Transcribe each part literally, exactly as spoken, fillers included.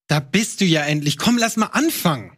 Da bist du ja endlich. Komm, lass mal anfangen.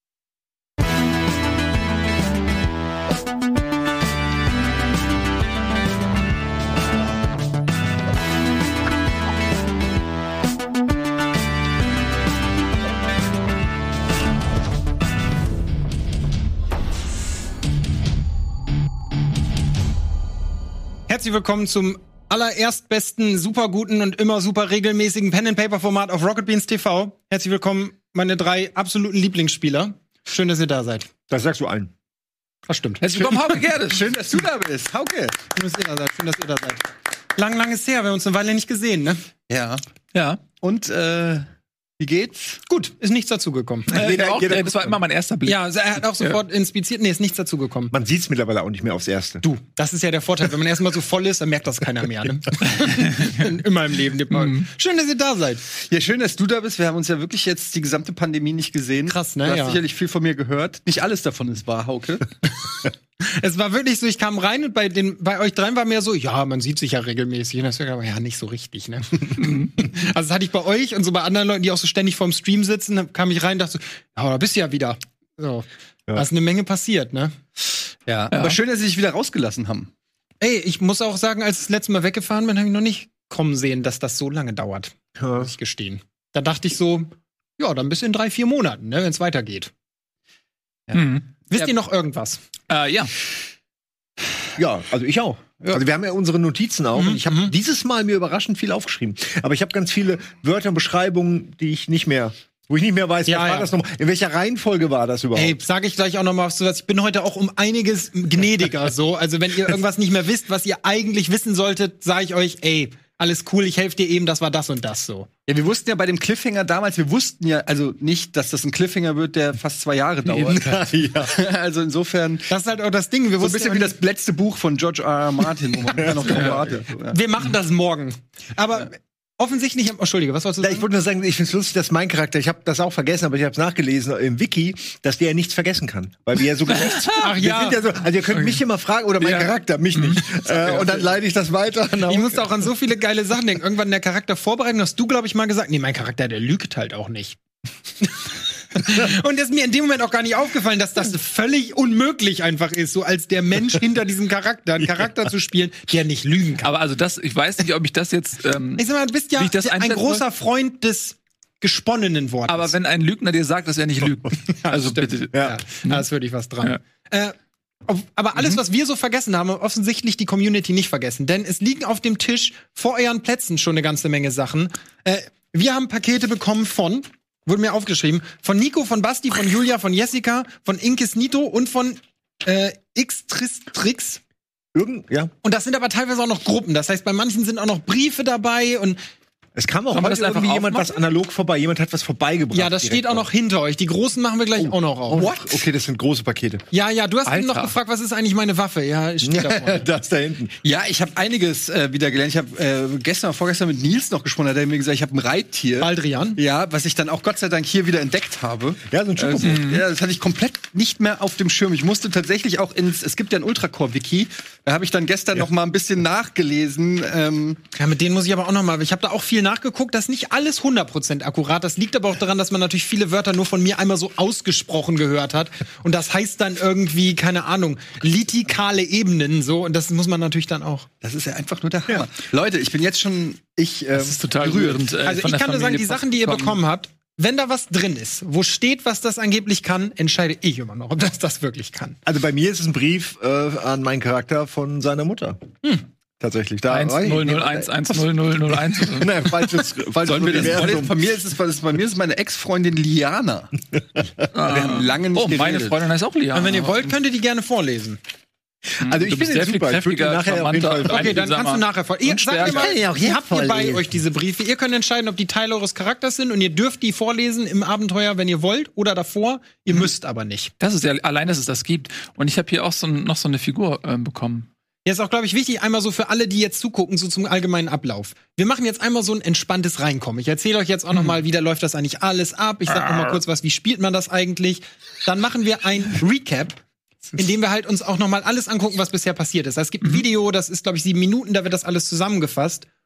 Herzlich willkommen zum allererstbesten, super guten und immer super regelmäßigen Pen-and-Paper-Format auf Rocket Beans T V. Herzlich willkommen, meine drei absoluten Lieblingsspieler. Schön, dass ihr da seid. Das sagst du allen. Das stimmt. Herzlich willkommen, Hauke Gerdes. Schön, dass du da bist. Hauke. Schön, dass ihr da seid. Schön, dass ihr da seid. Lang, lang ist her. Wir haben uns eine Weile nicht gesehen, ne? Ja. Ja. Und, äh, wie geht's? Gut, ist nichts dazugekommen. Äh, jeder, auch, jeder, das war immer mein erster Blick. Ja, er hat auch sofort ja. inspiziert. Nee, ist nichts dazugekommen. Man sieht's mittlerweile auch nicht mehr aufs Erste. Du, das ist ja der Vorteil. Wenn man erstmal so voll ist, dann merkt das keiner mehr, ne? Immer im Leben. Mhm. Schön, dass ihr da seid. Ja, schön, dass du da bist. Wir haben uns ja wirklich jetzt die gesamte Pandemie nicht gesehen. Krass, ne? Du hast ja. sicherlich viel von mir gehört. Nicht alles davon ist wahr, Hauke. Es war wirklich so, ich kam rein und bei den bei euch dreien war mir so, ja, man sieht sich ja regelmäßig. Und das war aber ja nicht so richtig, ne? Also das hatte ich bei euch und so bei anderen Leuten, die auch so ständig vorm Stream sitzen, kam ich rein und dachte so, ja, da bist du ja wieder. So. Ja. Da ist eine Menge passiert, ne? Ja. Aber schön, dass sie dich wieder rausgelassen haben. Ey, ich muss auch sagen, als ich das letzte Mal weggefahren bin, habe ich noch nicht kommen sehen, dass das so lange dauert. Ja. Muss ich gestehen. Da dachte ich so, ja, dann bis in drei, vier Monaten, ne, wenn es weitergeht. Ja. Mhm. Wisst ja. ihr noch irgendwas? Äh, ja. Ja, also ich auch. Ja. Also wir haben ja unsere Notizen auch. Mhm. Und ich habe mhm. dieses Mal mir überraschend viel aufgeschrieben. Aber ich habe ganz viele Wörter und Beschreibungen, die ich nicht mehr, wo ich nicht mehr weiß, ja, was ja. war das nochmal? In welcher Reihenfolge war das überhaupt? Ey, sage ich gleich auch noch mal was zu was. Ich bin heute auch um einiges gnädiger so. Also wenn ihr irgendwas nicht mehr wisst, was ihr eigentlich wissen solltet, sage ich euch, ey, alles cool, ich helfe dir eben, das war das und das so. Ja, wir wussten ja bei dem Cliffhanger damals, wir wussten ja also nicht, dass das ein Cliffhanger wird, der fast zwei Jahre dauert. Ja. Also insofern. Das ist halt auch das Ding. Wir so ein bisschen wie das letzte Buch von George R. R. Martin, wo man ja noch drauf wartet. Ja. Wir machen das morgen. Aber ja. offensichtlich, oh, Entschuldige, was wolltest du sagen? Ja, ich wollte nur sagen, ich finde es lustig, dass mein Charakter, ich habe das auch vergessen, aber ich habe es nachgelesen im Wiki, dass der ja nichts vergessen kann. Weil wir ja so nichts. Ach ja. Wir sind ja so, also ihr könnt okay. mich immer fragen oder mein ja. Charakter, mich nicht. äh, und dann leite ich das weiter. Ich musste auch an so viele geile Sachen denken. Irgendwann in der Charaktervorbereitung hast du, glaube ich, mal gesagt, nee, mein Charakter, der lügt halt auch nicht. Und das ist mir in dem Moment auch gar nicht aufgefallen, dass das völlig unmöglich einfach ist, so als der Mensch hinter diesem Charakter, einen Charakter zu spielen, der nicht lügen kann. Aber also das, ich weiß nicht, ob ich das jetzt ähm, ich sag mal, du bist ja ein großer Freund des gesponnenen Wortes. Aber wenn ein Lügner dir sagt, dass er nicht lügt, ja, also bitte. Ja, da ist wirklich was dran. Ja. Äh, aber alles, mhm. was wir so vergessen haben, haben offensichtlich die Community nicht vergessen. Denn es liegen auf dem Tisch vor euren Plätzen schon eine ganze Menge Sachen. Äh, wir haben Pakete bekommen von wurde mir aufgeschrieben. Von Nico, von Basti, von Julia, von Jessica, von Inkes Nito und von äh, X-Trix. Irgend, ja. Und das sind aber teilweise auch noch Gruppen. Das heißt, bei manchen sind auch noch Briefe dabei und es kam auch mal irgendwie jemand was analog vorbei. Jemand hat was vorbeigebracht. Ja, das steht auch noch hinter euch. Die großen machen wir gleich oh. auch noch auf. What? Okay, das sind große Pakete. Ja, ja, du hast Alter. eben noch gefragt, was ist eigentlich meine Waffe? Ja, steht da vorne. Das da hinten. Ja, ich habe einiges äh, wieder gelernt. Ich habe äh, gestern, vorgestern mit Nils noch gesprochen. Da hat er mir gesagt, ich habe ein Reittier. Baldrian. Ja, was ich dann auch Gott sei Dank hier wieder entdeckt habe. Ja, so ein Schokobo. Äh, ja, das hatte ich komplett nicht mehr auf dem Schirm. Ich musste tatsächlich auch ins, es gibt ja ein Ultracore-Wiki. Da habe ich dann gestern ja. noch mal ein bisschen nachgelesen. Ähm, ja, mit denen muss ich aber auch noch mal, ich habe da auch viel nachgeguckt, das ist nicht alles hundert Prozent akkurat. Das liegt aber auch daran, dass man natürlich viele Wörter nur von mir einmal so ausgesprochen gehört hat. Und das heißt dann irgendwie, keine Ahnung, litikale Ebenen so. Und das muss man natürlich dann auch. Das ist ja einfach nur der Hammer. Ja. Leute, ich bin jetzt schon, ich, ähm, das ist total rührend. Äh, also ich kann nur sagen, die Sachen, die ihr bekommen habt, wenn da was drin ist, wo steht, was das angeblich kann, entscheide ich immer noch, ob das das wirklich kann. Also bei mir ist es ein Brief äh, an meinen Charakter von seiner Mutter. Hm. Tatsächlich. Da eins null null eins eins null null null eins Nein, falsches, falsches Sollen wir das bei mir ist es, ist, bei mir ist es meine Ex-Freundin Liana. ah. Wir haben lange nicht Oh, meine geredet. Freundin heißt auch Liana. Und wenn ihr wollt, könnt ihr die gerne vorlesen. Also ich finde es super. Ich würde nachher auf jeden Fall okay, dann kannst du nachher vor. Ihr, sagt ihr, mal, ihr, ihr habt ihr bei euch diese Briefe. Ihr könnt entscheiden, ob die Teile eures Charakters sind und ihr dürft die vorlesen im Abenteuer, wenn ihr wollt oder davor. Ihr mhm. müsst aber nicht. Das ist ja allein, dass es das gibt. Und ich habe hier auch so, noch so eine Figur äh, bekommen. Ja, ist auch, glaube ich, wichtig, einmal so für alle, die jetzt zugucken, so zum allgemeinen Ablauf. Wir machen jetzt einmal so ein entspanntes Reinkommen. Ich erzähle euch jetzt auch noch mal, wie da läuft das eigentlich alles ab. Ich sag noch mal kurz was, wie spielt man das eigentlich? Dann machen wir ein Recap, in dem wir halt uns auch noch mal alles angucken, was bisher passiert ist. Es gibt ein Video, das ist, glaube ich, sieben Minuten, da wird das alles zusammengefasst.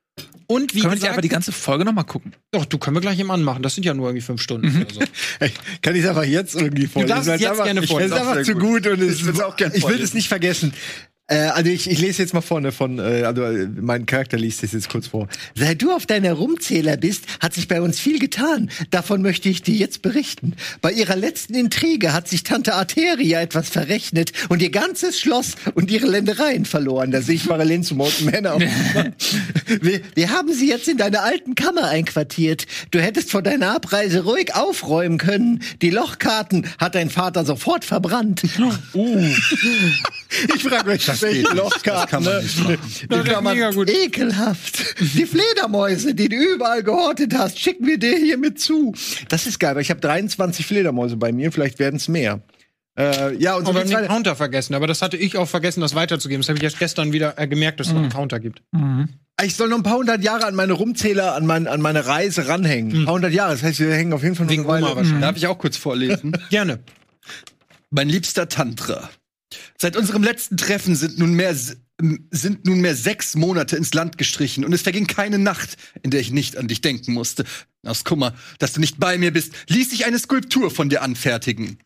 Und wie Können wir nicht gesagt, einfach die ganze Folge noch mal gucken? doch, du können wir gleich eben anmachen. Das sind ja nur irgendwie fünf Stunden Mhm. oder so. Ey, kann ich es einfach jetzt irgendwie vorlesen? darfst es Das ist jetzt einfach- gerne Es vorlesen. ist einfach Sehr zu gut. gut und es, Ich will's auch gern ich will vorlesen. es nicht vergessen. Äh, also ich, ich lese jetzt mal vorne von, äh, also äh, mein Charakter liest das jetzt kurz vor. Seit du auf deiner Rumzähler bist, hat sich bei uns viel getan. Davon möchte ich dir jetzt berichten. Bei ihrer letzten Intrige hat sich Tante Arteria etwas verrechnet und ihr ganzes Schloss und ihre Ländereien verloren. Da sehe ich Parallelen zu Morten Manor. wir, wir haben sie jetzt in deiner alten Kammer einquartiert. Du hättest vor deiner Abreise ruhig aufräumen können. Die Lochkarten hat dein Vater sofort verbrannt. Uh. Ich frage mich, Das welche geht nicht. Lochkarten, Das kann man ne? nicht machen. Die Das ist kann man mega gut. ekelhaft. Die Fledermäuse, die du überall gehortet hast, schicken wir dir hier mit zu. Das ist geil, weil ich habe dreiundzwanzig Fledermäuse bei mir, vielleicht werden es mehr. Äh, ja, und so Aber wir geht's haben den weiter. Counter vergessen. Aber das hatte ich auch vergessen, das weiterzugeben. Das habe ich erst gestern wieder äh, gemerkt, dass es noch einen Counter gibt. Ich soll noch ein paar hundert Jahre an meine Rumzähler, an, mein, an meine Reise ranhängen. Ein paar hundert Jahre, das heißt, wir hängen auf jeden Fall noch Wegen eine Weile. Oma wahrscheinlich. Darf ich auch kurz vorlesen? Gerne. Mein liebster Tantra. Seit unserem letzten Treffen sind nunmehr, s- m- sind nunmehr sechs Monate ins Land gestrichen und es verging keine Nacht, in der ich nicht an dich denken musste. Aus Kummer, dass du nicht bei mir bist, ließ ich eine Skulptur von dir anfertigen.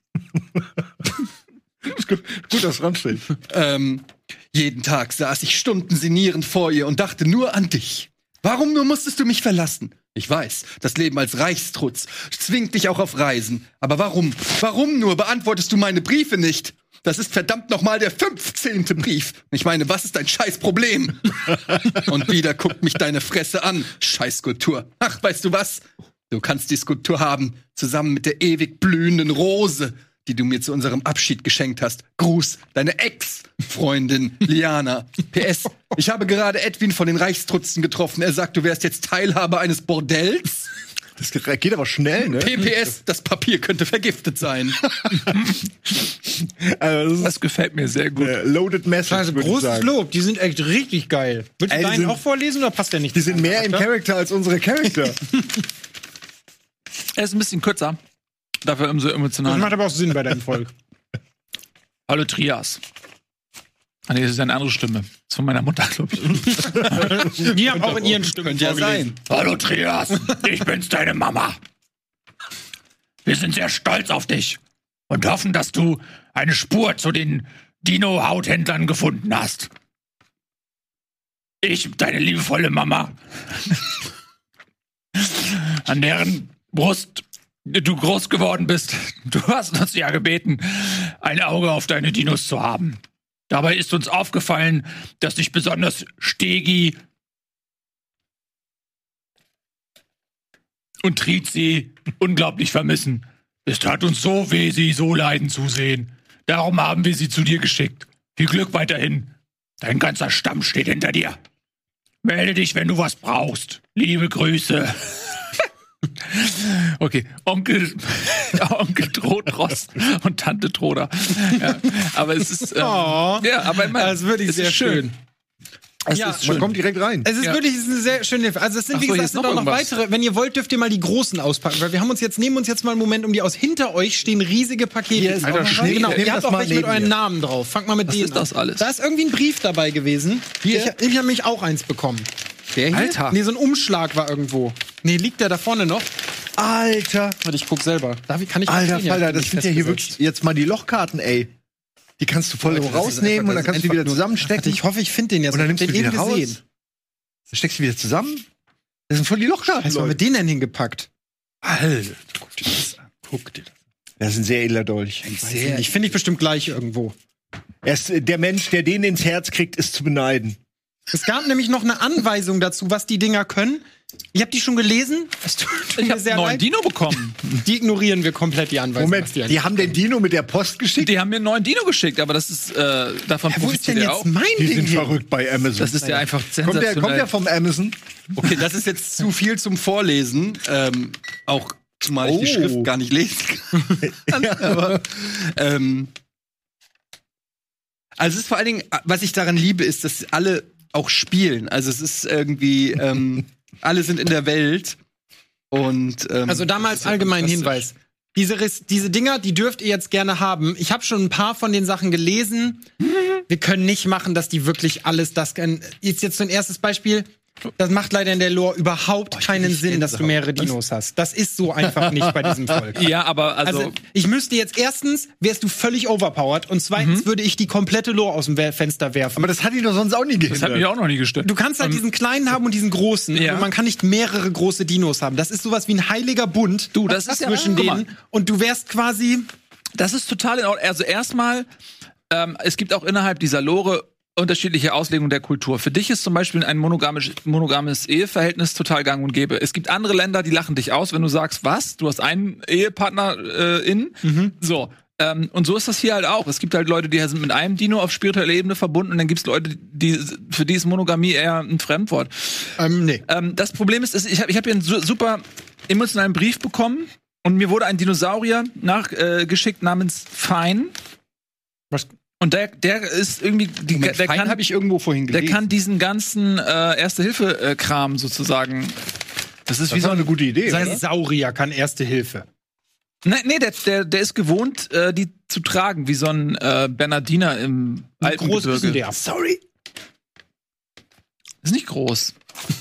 Gut, dass dran steht. Ähm, jeden Tag saß ich Stunden sinnierend vor ihr und dachte nur an dich. Warum nur musstest du mich verlassen? Ich weiß, das Leben als Reichstrutz zwingt dich auch auf Reisen. Aber warum? Warum nur beantwortest du meine Briefe nicht? Das ist verdammt nochmal der fünfzehnte Brief. Ich meine, was ist dein Scheißproblem? Und wieder guckt mich deine Fresse an. Scheißskulptur. Ach, weißt du was? Du kannst die Skulptur haben, zusammen mit der ewig blühenden Rose, die du mir zu unserem Abschied geschenkt hast. Gruß, deine Ex-Freundin Liana. P S. Ich habe gerade Edwin von den Reichstrutzen getroffen. Er sagt, du wärst jetzt Teilhaber eines Bordells. Das geht aber schnell, ne? P P S, das Papier könnte vergiftet sein. Also, das Das ist gefällt mir sehr gut. äh, loaded message, Also würde ich großes sagen. Lob. Die sind echt richtig geil. Willst du Ey, die deinen sind- auch vorlesen oder passt der nicht? Die sind mehr im Charakter als unsere Charakter. Er ist ein bisschen kürzer. Dafür umso Das emotionaler. macht aber auch Sinn bei deinem Volk. Hallo Trias. Ah, nee, das ist eine andere Stimme. Das ist von meiner Mutter, glaube ich. Die haben auch in ihren Stimmen Könnte ja vorgelesen. sein. Hallo Trias, ich bin's, deine Mama. Wir sind sehr stolz auf dich und hoffen, dass du eine Spur zu den Dino-Hauthändlern gefunden hast. Ich, deine liebevolle Mama, an deren Brust du groß geworden bist. Du hast uns ja gebeten, ein Auge auf deine Dinos zu haben. Dabei ist uns aufgefallen, dass dich besonders Stegi und Trizi unglaublich vermissen. Es tat uns so weh, sie so leiden zu sehen. Darum haben wir sie zu dir geschickt. Viel Glück weiterhin. Dein ganzer Stamm steht hinter dir. Melde dich, wenn du was brauchst. Liebe Grüße. Okay, Onkel, Onkel Trodrost und Tante Troda. Ja, aber es ist, ähm, Oh, ja, aber ich meine, das ist wirklich es sehr ist schön. Es Ja, ist Man schön. kommt direkt rein. Es ist Ja. wirklich es ist eine sehr schöne Hilfe. Also es sind, Ach wie so, hier gesagt, ist sind noch auch noch irgendwas. weitere. Wenn ihr wollt, dürft ihr mal die großen auspacken. Weil wir haben uns jetzt, nehmen uns jetzt mal einen Moment um die aus. Hinter euch stehen riesige Pakete. Hier ist Alter, auch noch schnell, was. genau. Nehmt Ihr das habt auch mal welche mit neben euren mir. Namen drauf. Fangt mal mit Was denen ist das an. alles? Da ist irgendwie ein Brief dabei gewesen. Hier? Ich, ich habe nämlich auch eins bekommen. Der hier? Alter. Nee, so ein Umschlag war irgendwo. Nee, liegt der da vorne noch? Alter, Warte, ich guck selber. Darf ich, kann ich Alter, verstehen? Ja, Falter, ich bin das nicht sind ja hier festgesetzt. wirklich jetzt mal die Lochkarten, ey. Die kannst du voll Leute, das ist rausnehmen einfach- und dann das kannst ist du die wieder einfach nur- zusammenstecken. Warte, ich hoffe, ich finde den jetzt. Und dann Ich nimmst hab du den die eben wieder gesehen. raus. Dann steckst du wieder zusammen. Das sind voll die Lochkarten, Was haben wir Leute. den denn hingepackt? Alter, Guck dir das an. Guck dir das an. das ist ein sehr edler Dolch. Sehr. Ich finde ich bestimmt gleich irgendwo. Er ist, äh, der Mensch, der den ins Herz kriegt, ist zu beneiden. Es gab nämlich noch eine Anweisung dazu, was die Dinger können. Ich habe die schon gelesen. Es tut, tut Ich mir habe sehr einen neuen leid. Dino bekommen. Die ignorieren wir komplett, die Anweisung. Moment, was die, die haben den Dino mit der Post geschickt? Die haben mir einen neuen Dino geschickt, aber das ist, äh, davon Wo ist denn profitiert er jetzt auch. mein Die Ding sind hin? verrückt bei Amazon. Das ist ja einfach kommt, der, sensationell. kommt der vom Amazon? Okay, das ist jetzt zu viel zum Vorlesen. Ähm, auch zumal ich die Oh. Schrift gar nicht lesen kann. Aber, ähm, also es ist vor allen Dingen, was ich daran liebe, ist, dass alle auch spielen. Also es ist irgendwie, ähm, alle sind in der Welt. Und ähm, Also damals allgemein Hinweis. Diese, Ris- diese Dinger, die dürft ihr jetzt gerne haben. Ich habe schon ein paar von den Sachen gelesen. Wir können nicht machen, dass die wirklich alles das können. Jetzt jetzt so ein erstes Beispiel. Das macht leider in der Lore überhaupt Oh, ich keinen bin Sinn, dass du mehrere Dinos hast. Das ist so einfach nicht bei diesem Volk. Ja, aber also, Also, ich müsste jetzt erstens, wärst du völlig overpowered und zweitens würde ich die komplette Lore aus dem We- Fenster werfen. Aber das hat ihn doch sonst auch nie das hat mich gehindert. auch noch nie gestört. Du kannst halt diesen kleinen haben und diesen großen, Ja. aber man kann nicht mehrere große Dinos haben. Das ist sowas wie ein heiliger Bund Du, das ist ja- zwischen guck mal. denen und du wärst quasi Das ist total in Ordnung. Also erstmal, ähm, es gibt auch innerhalb dieser Lore unterschiedliche Auslegungen der Kultur. Für dich ist zum Beispiel ein monogamisch, monogames Eheverhältnis total gang und gäbe. Es gibt andere Länder, die lachen dich aus, wenn du sagst, was? Du hast einen Ehepartner äh, in? So. Ähm, und so ist das hier halt auch. Es gibt halt Leute, die sind mit einem Dino auf spiritueller Ebene verbunden und dann gibt es Leute, die, für die ist Monogamie eher ein Fremdwort. ähm, nee. Ähm, das Problem ist, ist ich habe ich hab hier einen su- super emotionalen Brief bekommen und mir wurde ein Dinosaurier nachgeschickt äh, geschickt namens Fine. Was? Und der, der ist irgendwie, die, Moment, der, Fein kann, habe ich irgendwo vorhin der gelesen. kann diesen ganzen äh, Erste-Hilfe-Kram sozusagen. Das ist wie Das so war ein. eine gute Idee, Sein oder? Saurier kann Erste Hilfe. Nee, nee der, der, der ist gewohnt, äh, die zu tragen, wie so ein äh, Bernardiner im Wie groß ist denn Alpengebirge. der? Sorry. Ist nicht groß.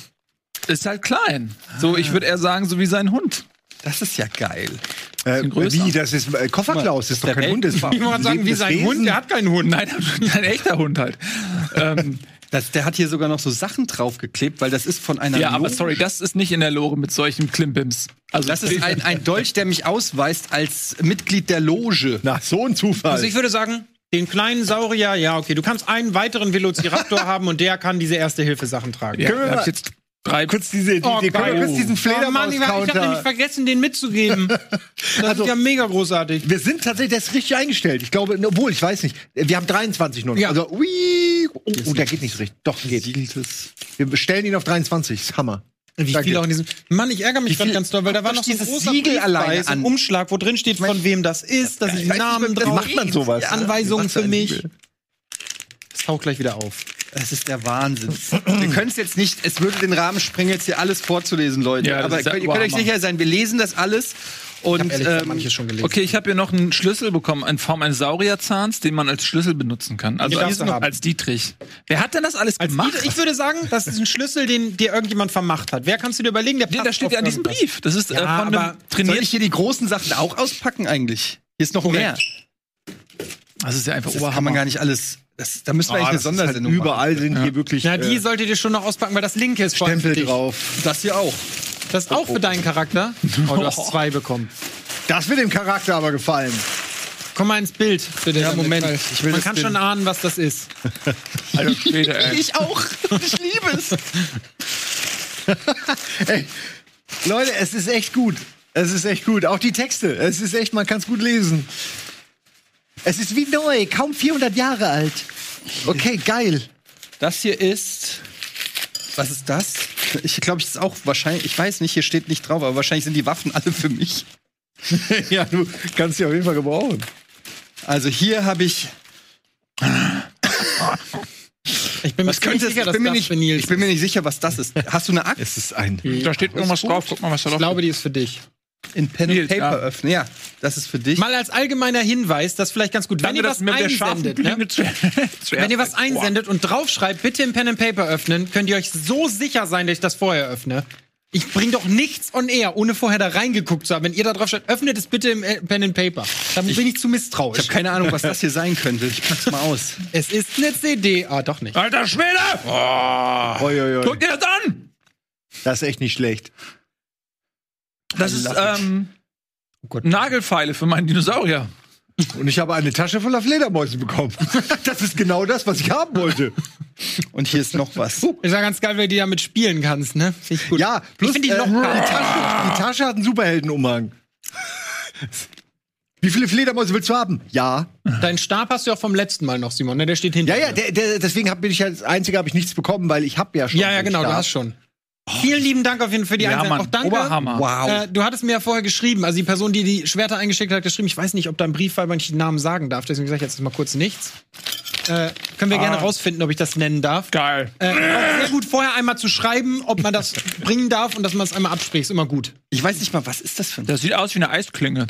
Ist halt klein. So, ich würde eher sagen, so wie sein Hund. Das ist ja geil. Äh, größer. wie, das ist äh, Kofferklaus, das ist doch kein Hund. Das ist Ich wollte sagen, wie lebendes sein Wesen. Hund, der hat keinen Hund. Nein, ein echter Hund halt. ähm, Das, der hat hier sogar noch so Sachen draufgeklebt, weil das ist von einer ja, aber Loge. sorry, das ist nicht in der Lore mit solchen Klimpims. Also Das ist ein, ein Dolch, der mich ausweist als Mitglied der Loge. Na, so ein Zufall. Also ich würde sagen, den kleinen Saurier, ja, okay, du kannst einen weiteren Velociraptor haben und der kann diese Erste-Hilfe-Sachen tragen. ja, Können wir da hab mal- ich jetzt drei. kurz diese, die, Oh, die, können wir geil. kurz diesen Oh Mann, ich, ich habe Fledermaus-Counter. nämlich vergessen, den mitzugeben. Das Also- ist ja mega großartig. Wir sind tatsächlich, der ist richtig eingestellt. Ich glaube, obwohl, ich weiß nicht. Wir haben dreiundzwanzig nur noch. Ja. Also, ui, oh, oh, der geht nicht so richtig. Doch, geht. Wir bestellen ihn auf dreiundzwanzig. Das ist Hammer. Wie Da viel geht- auch in diesem. Mann, ich ärgere mich viel- gerade ganz doll, weil da war Guck noch so ein dieses großer Siegel Brief alleine bei, so ein an. Umschlag, wo drin steht, von wem das ist, dass ich einen weiß Namen nicht, wie drauf. macht man sowas? Anweisungen Was für für ein mich. Siegel? Das taucht gleich wieder auf. Das ist der Wahnsinn. Wir können es jetzt nicht, es würde den Rahmen sprengen, jetzt hier alles vorzulesen, Leute. Ja, das Aber ist ja könnt, ihr könnt euch Warhammer. sicher sein, wir lesen das alles. Und Ich habe ehrlich gesagt ähm, manches schon gelesen. Okay, ich habe hier noch einen Schlüssel bekommen in Form eines Saurierzahns, den man als Schlüssel benutzen kann. Also Den darfst als, du haben. als Dietrich. Wer hat denn das alles Als gemacht? Dieter, ich würde sagen, das ist ein Schlüssel, den dir irgendjemand vermacht hat. Wer kannst du dir überlegen? Der Nee, passt da steht auf ja an diesem irgendwas. Brief. Das ist äh, Ja, von aber einem soll trainiert. ich hier die großen Sachen auch auspacken eigentlich? Hier ist noch mehr. Das ist ja einfach Das kann man gar nicht alles. Das, da müssen wir eigentlich Ah, eine das ist halt Sondersendung überall machen. sind hier wirklich Na, die äh, solltet ihr schon noch auspacken, weil das linke ist vor allem für Stempel dich. drauf. Das hier auch. Das ist auch für deinen Charakter. Oh, du hast zwei bekommen. Das wird dem Charakter aber gefallen. Komm mal ins Bild, bitte. Ja, damit, Moment. weil Ich will Man das kann Bild. schon ahnen, was das ist. Alter Schwede, ey. Ich auch. Ich liebe es. Ey, Leute, es ist echt gut. Es ist echt gut. Auch die Texte. Es ist echt, man kann es gut lesen. Es ist wie neu, kaum vierhundert Jahre alt. Okay, geil. Das hier ist. Was ist das? Ich glaube, es ist auch wahrscheinlich. Ich weiß nicht, hier steht nicht drauf, aber wahrscheinlich sind die Waffen alle für mich. Ja, du kannst sie auf jeden Fall gebrauchen. Also hier habe ich. Ich bin mir Was könnte ziemlich es? sicher, Ich dass bin, mir das nicht, für Nils ich bin mir nicht sicher, was das ist. Hast du eine Axt? Es ist ein. Da steht irgendwas drauf. Guck mal, was da Ich drauf glaube, die ist für dich. In Pen and Nils, Paper ja. öffnen. Ja, das ist für dich. Mal als allgemeiner Hinweis, das ist vielleicht ganz gut. Wenn ihr was einsendet, ne? wenn ihr was einsendet und draufschreibt, bitte im Pen and Paper öffnen, könnt ihr euch so sicher sein, dass ich das vorher öffne. Ich bring doch nichts on air, ohne vorher da reingeguckt zu haben. Wenn ihr da drauf steht, öffnet es bitte im äh, Pen and Paper. Da bin ich zu misstrauisch. Ich habe keine Ahnung, was das hier sein könnte. Ich pack's mal aus. es ist eine C D. Ah, doch nicht. Alter Schwede! Oh. Oi, oi, oi. Guck dir das an! Das ist echt nicht schlecht. Das ist ähm, Oh Gott. Nagelfeile für meinen Dinosaurier. Und ich habe eine Tasche voller Fledermäuse bekommen. Das ist genau das, was ich haben wollte. Und hier ist noch was. Ist ja ganz geil, weil du die damit spielen kannst, ne? Find ich gut. Ja, plus ich finde die äh, noch die, geil. Tasche, die Tasche hat einen Superheldenumhang. Wie viele Fledermäuse willst du haben? Ja. Deinen Stab hast du ja auch vom letzten Mal noch, Simon, ne? Der steht hinter Ja, ja, dir. der, der, deswegen hab, bin ich als Einziger habe ich nichts bekommen, weil ich habe ja schon. Ja, ja, den genau, du Stab. hast schon. Vielen lieben Dank auf jeden Fall für die Ja, Einsendung. Mann, Auch danke. Oberhammer. Wow. Äh, du hattest mir ja vorher geschrieben, also die Person, die die Schwerter eingeschickt hat, hat geschrieben, ich weiß nicht, ob da im Brief war, weil ich den Namen sagen darf. Deswegen sage ich jetzt mal kurz nichts. Äh, können wir gerne rausfinden, ob ich das nennen darf. Geil. Äh, auch sehr gut, vorher einmal zu schreiben, ob man das bringen darf und dass man es einmal abspricht, ist immer gut. Ich weiß nicht mal, was ist das für ein. Das sieht aus wie eine Eisklinge.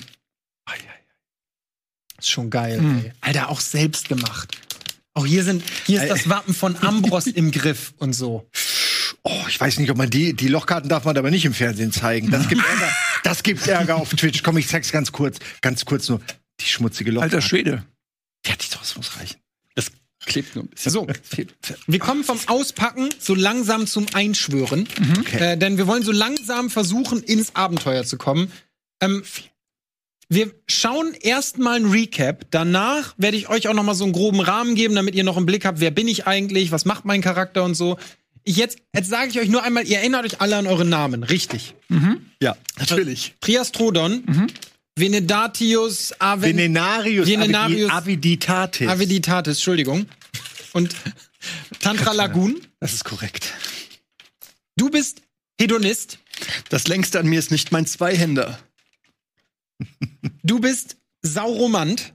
Ist schon geil, ey. Alter, auch selbst gemacht. Auch hier sind, hier ist das Wappen von Ambros im Griff und so. Oh, ich weiß nicht, ob man die, die Lochkarten darf man aber nicht im Fernsehen zeigen. Das gibt Ärger, das gibt Ärger auf Twitch. Komm, ich zeig's ganz kurz, ganz kurz nur. Die schmutzige Lochkarte. Alter Schwede. Ja, die das muss reichen. Das klebt nur ein bisschen. So, wir kommen vom Auspacken so langsam zum Einschwören. Okay. Äh, denn wir wollen so langsam versuchen, ins Abenteuer zu kommen. Ähm, wir schauen erstmal ein Recap. Danach werde ich euch auch noch mal so einen groben Rahmen geben, damit ihr noch einen Blick habt, wer bin ich eigentlich, was macht mein Charakter und so. Ich jetzt jetzt sage ich euch nur einmal, ihr erinnert euch alle an eure Namen, richtig? Mhm. Ja, natürlich. Triastrodon, Mhm. Venedatius, Aven Venenarius, Venenarius Aviditatis. Aviditatis, Entschuldigung. Und Tantra Lagoon. Das ist korrekt. Du bist Hedonist. Das längste an mir ist nicht mein Zweihänder. Du bist Sauromant.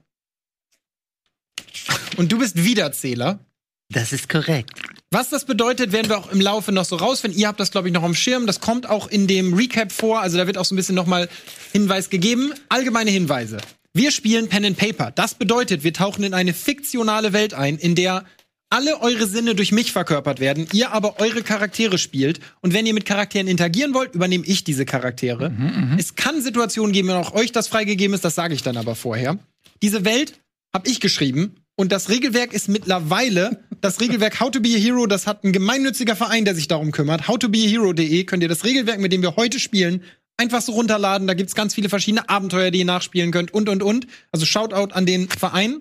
Und du bist Wiederzähler. Das ist korrekt. Was das bedeutet, werden wir auch im Laufe noch so rausfinden. Ihr habt das, glaube ich, noch am Schirm. Das kommt auch in dem Recap vor. Also da wird auch so ein bisschen noch mal Hinweis gegeben. Allgemeine Hinweise. Wir spielen Pen and Paper. Das bedeutet, wir tauchen in eine fiktionale Welt ein, in der alle eure Sinne durch mich verkörpert werden, ihr aber eure Charaktere spielt. Und wenn ihr mit Charakteren interagieren wollt, übernehme ich diese Charaktere. Mhm, es kann Situationen geben, wenn auch euch das freigegeben ist, das sage ich dann aber vorher. Diese Welt habe ich geschrieben. Und das Regelwerk ist mittlerweile, das Regelwerk How to be a Hero, das hat ein gemeinnütziger Verein, der sich darum kümmert. how to be a hero punkt de könnt ihr das Regelwerk, mit dem wir heute spielen, einfach so runterladen. Da gibt's ganz viele verschiedene Abenteuer, die ihr nachspielen könnt und, und, und. Also Shoutout an den Verein.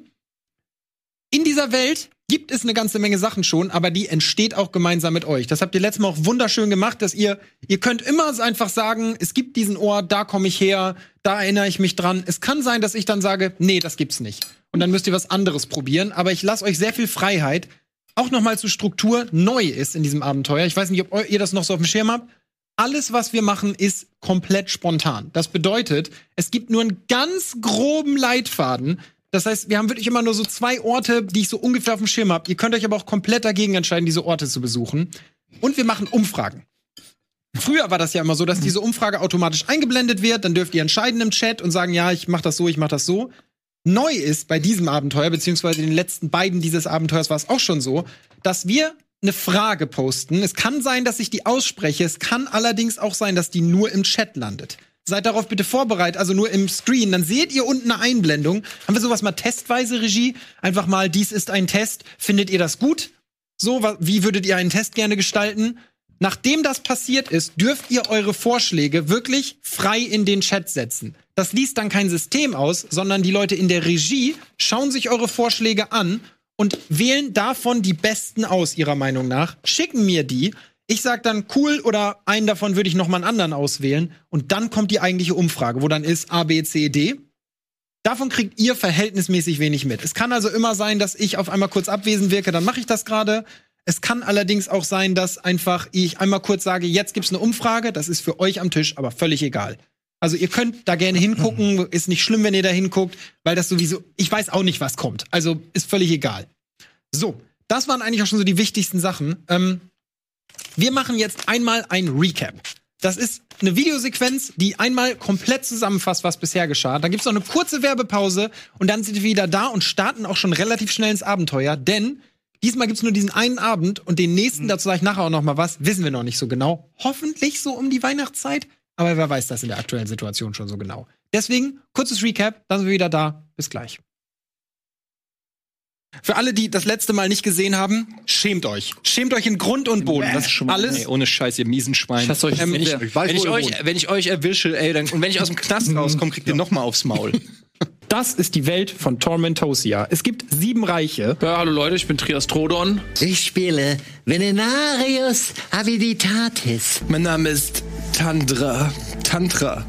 In dieser Welt gibt es eine ganze Menge Sachen schon, aber die entsteht auch gemeinsam mit euch. Das habt ihr letztes Mal auch wunderschön gemacht, dass ihr, ihr könnt immer einfach sagen, es gibt diesen Ort, da komme ich her, da erinnere ich mich dran. Es kann sein, dass ich dann sage, nee, das gibt's nicht. Und dann müsst ihr was anderes probieren. Aber ich lasse euch sehr viel Freiheit. Auch noch mal zur Struktur neu ist in diesem Abenteuer. Ich weiß nicht, ob ihr das noch so auf dem Schirm habt. Alles, was wir machen, ist komplett spontan. Das bedeutet, es gibt nur einen ganz groben Leitfaden. Das heißt, wir haben wirklich immer nur so zwei Orte, die ich so ungefähr auf dem Schirm habe. Ihr könnt euch aber auch komplett dagegen entscheiden, diese Orte zu besuchen. Und wir machen Umfragen. Früher war das ja immer so, dass diese Umfrage automatisch eingeblendet wird. Dann dürft ihr entscheiden im Chat und sagen, ja, ich mach das so, ich mach das so. Neu ist bei diesem Abenteuer, beziehungsweise in den letzten beiden dieses Abenteuers war es auch schon so, dass wir eine Frage posten. Es kann sein, dass ich die ausspreche. Es kann allerdings auch sein, dass die nur im Chat landet. Seid darauf bitte vorbereitet, also nur im Screen. Dann seht ihr unten eine Einblendung. Haben wir sowas mal testweise, Regie? Einfach mal, dies ist ein Test. Findet ihr das gut? So, wie würdet ihr einen Test gerne gestalten? Nachdem das passiert ist, dürft ihr eure Vorschläge wirklich frei in den Chat setzen. Das liest dann kein System aus, sondern die Leute in der Regie schauen sich eure Vorschläge an und wählen davon die besten aus, ihrer Meinung nach, schicken mir die. Ich sag dann cool oder einen davon würde ich noch mal einen anderen auswählen und dann kommt die eigentliche Umfrage, wo dann ist A, B, C, D. Davon kriegt ihr verhältnismäßig wenig mit. Es kann also immer sein, dass ich auf einmal kurz abwesend wirke, dann mache ich das gerade. Es kann allerdings auch sein, dass einfach ich einmal kurz sage, jetzt gibt's eine Umfrage, das ist für euch am Tisch, aber völlig egal. Also ihr könnt da gerne hingucken, ist nicht schlimm, wenn ihr da hinguckt, weil das sowieso, ich weiß auch nicht, was kommt. Also ist völlig egal. So, das waren eigentlich auch schon so die wichtigsten Sachen. Ähm, wir machen jetzt einmal ein Recap. Das ist eine Videosequenz, die einmal komplett zusammenfasst, was bisher geschah. Dann gibt's noch eine kurze Werbepause und dann sind wir wieder da und starten auch schon relativ schnell ins Abenteuer, denn diesmal gibt's nur diesen einen Abend und den nächsten, dazu sage ich nachher auch noch mal was, wissen wir noch nicht so genau. Hoffentlich so um die Weihnachtszeit, aber wer weiß das in der aktuellen Situation schon so genau. Deswegen, kurzes Recap, dann sind wir wieder da. Bis gleich. Für alle, die das letzte Mal nicht gesehen haben, schämt euch. Schämt euch in Grund und Boden. Das ist alles. Ey, ohne Scheiß, ihr miesen Schwein. Ich euch, ähm, wenn, ich, ich weiß, wenn, ich wo ihr euch, wohnt. wenn ich euch erwische, ey, dann, und wenn ich aus dem Knast rauskomme, kriegt ihr noch mal aufs Maul. Das ist die Welt von Tormentosia. Es gibt sieben Reiche. Ja, hallo Leute, ich bin Triastrodon. ich spiele Venenarius Aviditatis. Mein Name ist Tandra. Tantra.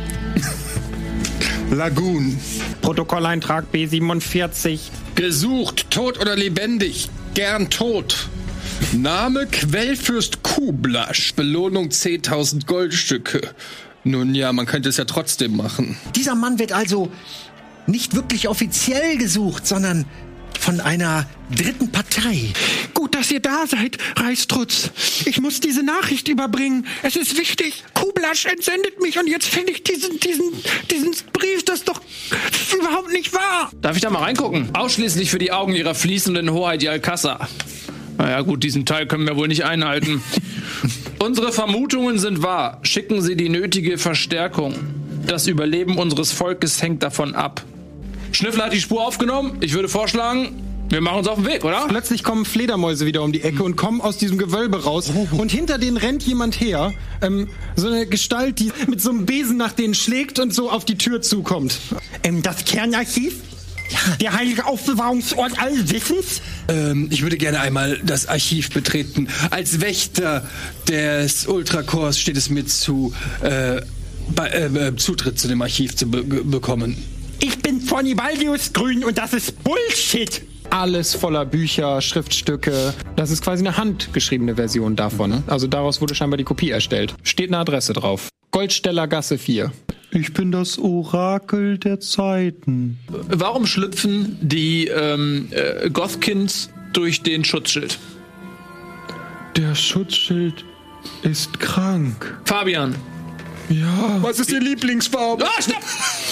Lagoon. Protokolleintrag B siebenundvierzig. Gesucht, tot oder lebendig. Gern tot. Name Quellfürst Kublasch. Belohnung zehntausend Goldstücke. Nun ja, man könnte es ja trotzdem machen. Dieser Mann wird also nicht wirklich offiziell gesucht, sondern von einer dritten Partei. Gut, dass ihr da seid, Reichstrutz. Ich muss diese Nachricht überbringen. Es ist wichtig. Kublasch entsendet mich und jetzt finde ich diesen, diesen, diesen Brief, das ist doch überhaupt nicht wahr. Darf ich da mal reingucken? Ausschließlich für die Augen ihrer fließenden Hoheit, die Alcázar. Naja gut, diesen Teil können wir wohl nicht einhalten. Unsere Vermutungen sind wahr. Schicken Sie die nötige Verstärkung. Das Überleben unseres Volkes hängt davon ab. Schnüffler hat die Spur aufgenommen. Ich würde vorschlagen, wir machen uns auf den Weg, oder? Plötzlich kommen Fledermäuse wieder um die Ecke und kommen aus diesem Gewölbe raus. Und hinter denen rennt jemand her. Ähm, so eine Gestalt, die mit so einem Besen nach denen schlägt und so auf die Tür zukommt. Ähm, das Kernarchiv? Ja. Der heilige Aufbewahrungsort allen Wissens? Ähm, ich würde gerne einmal das Archiv betreten. Als Wächter des Ultrakorps steht es mir zu, äh, bei, äh, Zutritt zu dem Archiv zu be- bekommen. Ich bin Fornibaldius Grün und das ist Bullshit. Alles voller Bücher, Schriftstücke. Das ist quasi eine handgeschriebene Version davon. Also daraus wurde scheinbar die Kopie erstellt. Steht eine Adresse drauf. Goldstellergasse vier. Ich bin das Orakel der Zeiten. Warum schlüpfen die ähm, äh, Gothkins durch den Schutzschild? Der Schutzschild ist krank. Fabian. Ja. Was ist Ihr Lieblingsfarbe? Ah, stopp!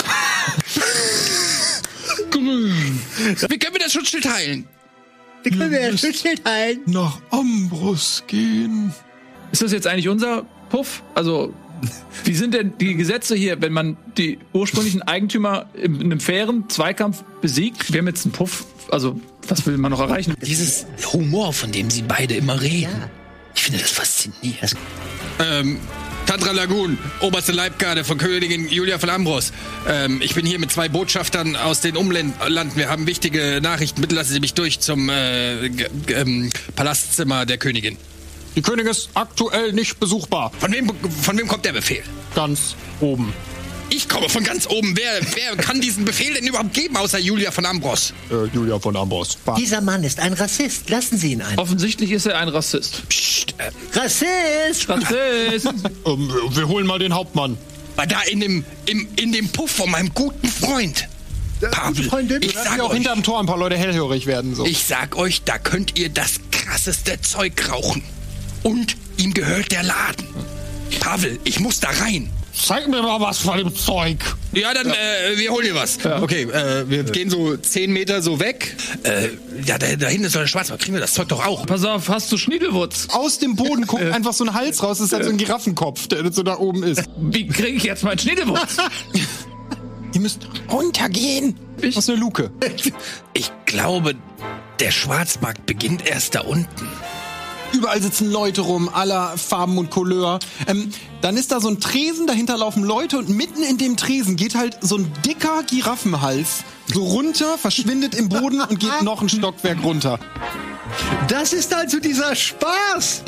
Grün. Wie können wir das Schutzschild heilen? Wie können wir das Schutzschild heilen? Nach Ambrus gehen. Ist das jetzt eigentlich unser Puff? Also, wie sind denn die Gesetze hier, wenn man die ursprünglichen Eigentümer in einem fairen Zweikampf besiegt? Wir haben jetzt einen Puff, also was will man noch erreichen? Dieses Humor, von dem sie beide immer reden. Ja. Ich finde das faszinierend. Ähm, Tantra Lagoon, oberste Leibgarde von Königin Julia von Ambros. Ähm, ich bin hier mit zwei Botschaftern aus den Umlanden. Wir haben wichtige Nachrichten. Bitte lassen Sie mich durch zum äh, g- g- ähm, Palastzimmer der Königin. Die Königin ist aktuell nicht besuchbar. Von wem, von wem kommt der Befehl? Ganz oben. Ich komme von ganz oben. Wer, wer kann diesen Befehl denn überhaupt geben, außer Julia von Ambros? Äh, Julia von Ambros. Dieser Mann ist ein Rassist. Lassen Sie ihn ein. Offensichtlich ist er ein Rassist. Psst, äh, Rassist! Rassist! Ähm, wir holen mal den Hauptmann. war da in dem, im, in dem Puff von meinem guten Freund. Pavel, Freundin? ich Dass sag hier auch euch, hinterm Tor ein paar Leute hellhörig werden. So. ich sag euch, da könnt ihr das krasseste Zeug rauchen. Und ihm gehört der Laden. Pavel, ich muss da rein. Zeig mir mal was von dem Zeug. Ja, dann, äh, wir holen dir was. Okay, äh, wir gehen so zehn Meter so weg. Äh, ja, da, da hinten ist so ein Schwarzwald. Kriegen wir das Zeug doch auch. Pass auf, hast du Schniedelwurz? Aus dem Boden guckt einfach so ein Hals raus. Das ist halt so ein Giraffenkopf, der so da oben ist. Wie kriege ich jetzt meinen Schniedelwurz? Ihr müsst runtergehen. Ich- Aus der Luke. Ich glaube, der Schwarzmarkt beginnt erst da unten. Überall sitzen Leute rum, aller Farben und Couleur. Ähm, dann ist da so ein Tresen, dahinter laufen Leute und mitten in dem Tresen geht halt so ein dicker Giraffenhals so runter, verschwindet im Boden und geht noch ein Stockwerk runter. Das ist also dieser Spaß.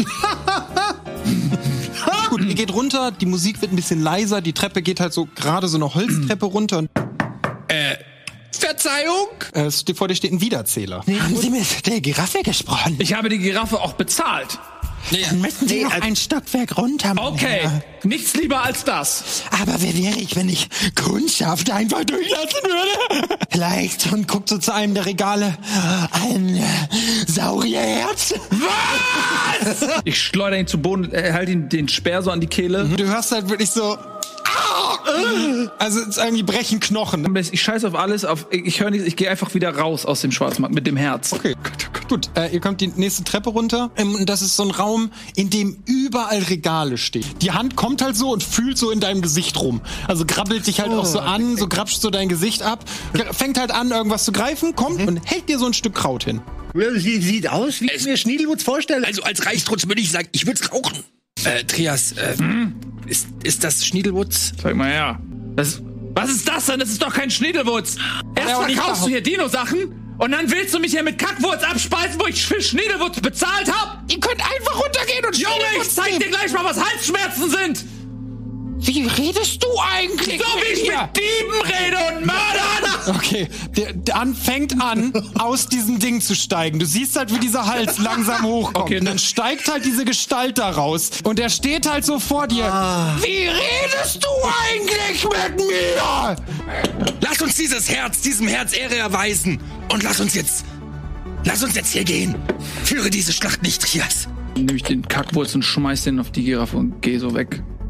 Gut, ihr geht runter, die Musik wird ein bisschen leiser, die Treppe geht halt so gerade so eine Holztreppe runter und Äh, Verzeihung? äh, vor dir steht ein Wiederzähler. Haben Sie mit der Giraffe gesprochen? Ich habe die Giraffe auch bezahlt. Dann müssen Sie noch ein Stockwerk runter. mein Okay, Herr. nichts lieber als das. Aber wer wäre ich, wenn ich Kundschaft einfach durchlassen würde? Vielleicht und guckt so zu einem der Regale ein äh, Saurierherz. Was? Ich schleudere ihn zu Boden, äh, halte ihn den Speer so an die Kehle. Du hörst halt wirklich so. Also es ist irgendwie brechen Knochen. Ich scheiß auf alles, auf, ich höre nichts, ich gehe einfach wieder raus aus dem Schwarzmarkt mit dem Herz. Okay, gut. Äh, ihr kommt die nächste Treppe runter. Ähm, und das ist so ein Raum, in dem überall Regale stehen. Die Hand kommt halt so und fühlt so in deinem Gesicht rum. Also grabbelt dich halt auch so an, so grapscht so dein Gesicht ab. Fängt halt an, irgendwas zu greifen, kommt und hält dir so ein Stück Kraut hin. Sie sieht aus, wie ich mir Schniedelwutz vorstelle. Also als Reichstrutz würde ich sagen, ich würde es rauchen. Äh, Trias, äh, ist, ist das Schniedelwutz? Sag mal her. Das, was ist das denn? Das ist doch kein Schniedelwurz. Erst aber nicht verkaufst du behaupten. hier Dino-Sachen und dann willst du mich hier mit Kackwurz abspeisen, wo ich für Schniedelwurz bezahlt hab? Ihr könnt einfach runtergehen und Junge, ich zeig dir gleich mal, was Halsschmerzen sind. Wie redest du eigentlich? So wie ich mit Dieben rede und Mördern. Okay, der, der an, fängt an, aus diesem Ding zu steigen. Du siehst halt, wie dieser Hals langsam hochkommt. Okay, und dann steigt halt diese Gestalt da raus. Und der steht halt so vor dir. Wie redest du eigentlich mit mir? Lass uns dieses Herz, diesem Herz Ehre erweisen. Und lass uns jetzt, lass uns jetzt hier gehen. Führe diese Schlacht nicht, Trias. Dann nehme ich den Kackwurz und schmeiß den auf die Giraffe und geh so weg.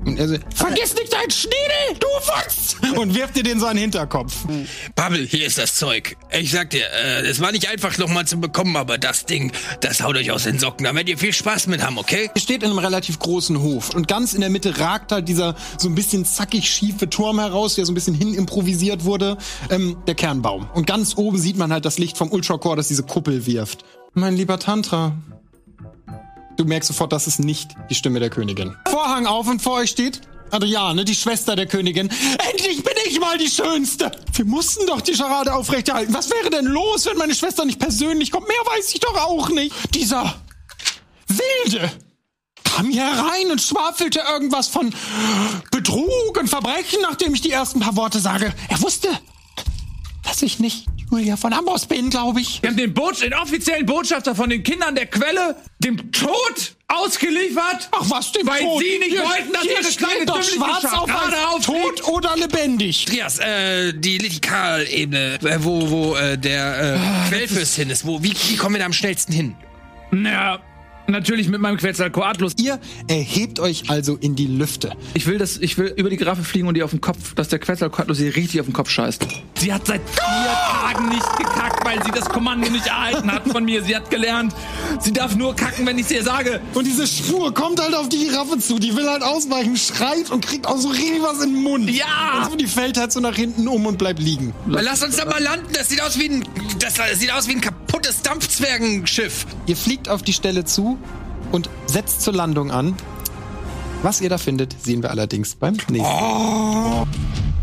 Und er so, vergiss nicht deinen Schniedel, du Fuchs! Und wirft dir den so an den Hinterkopf. Bubble, hier ist das Zeug. Ich sag dir, äh, es war nicht einfach nochmal zu bekommen, aber das Ding, das haut euch aus den Socken. Da werdet ihr viel Spaß mit haben, okay? Ihr steht in einem relativ großen Hof und ganz in der Mitte ragt halt dieser so ein bisschen zackig schiefe Turm heraus, der so ein bisschen hin improvisiert wurde, ähm, der Kernbaum. Und ganz oben sieht man halt das Licht vom Ultracore, das diese Kuppel wirft. Mein lieber Tantra, du merkst sofort, das ist nicht die Stimme der Königin. Vorhang auf und vor euch steht Adriane, die Schwester der Königin. Endlich bin ich mal die Schönste! Wir mussten doch die Scharade aufrechterhalten. Was wäre denn los, wenn meine Schwester nicht persönlich kommt? Mehr weiß ich doch auch nicht. Dieser Wilde kam hier herein und schwafelte irgendwas von Betrug und Verbrechen, nachdem ich die ersten paar Worte sage. Er wusste, dass ich nicht Julia von Amboss bin, glaube ich. Wir haben den, Bot- den offiziellen Botschafter von den Kindern der Quelle dem Tod ausgeliefert. Ach was, dem weil Tod? sie nicht Hier, wollten, dass hier ihre steht kleine doch dümmliche schwarz auf Scharade weiß, aufsteht. tot oder lebendig. Trias, äh, die Litikal-Ebene, äh, wo, wo, äh, der, äh, Quellfürst hin ist. Wo, wie, wie kommen wir da am schnellsten hin? Naja, natürlich mit meinem Quetzalcoatlus. Ihr erhebt euch also in die Lüfte. Ich will, das, ich will über die Giraffe fliegen und ihr auf den Kopf, dass der Quetzalcoatlus sie richtig auf den Kopf scheißt. Sie hat seit vier Tagen nicht gekackt, weil sie das Kommando nicht erhalten hat von mir. Sie hat gelernt, sie darf nur kacken, wenn ich es ihr sage. Und diese Spur kommt halt auf die Giraffe zu. Die will halt ausweichen, schreit und kriegt auch so richtig was in den Mund. Ja! Und so, die fällt halt so nach hinten um und bleibt liegen. Lass uns da mal landen. Das sieht aus wie ein, das sieht aus wie ein kaputtes Dampfzwergenschiff. Ihr fliegt auf die Stelle zu und setzt zur Landung an. Was ihr da findet, sehen wir allerdings beim nächsten Mal. Oh.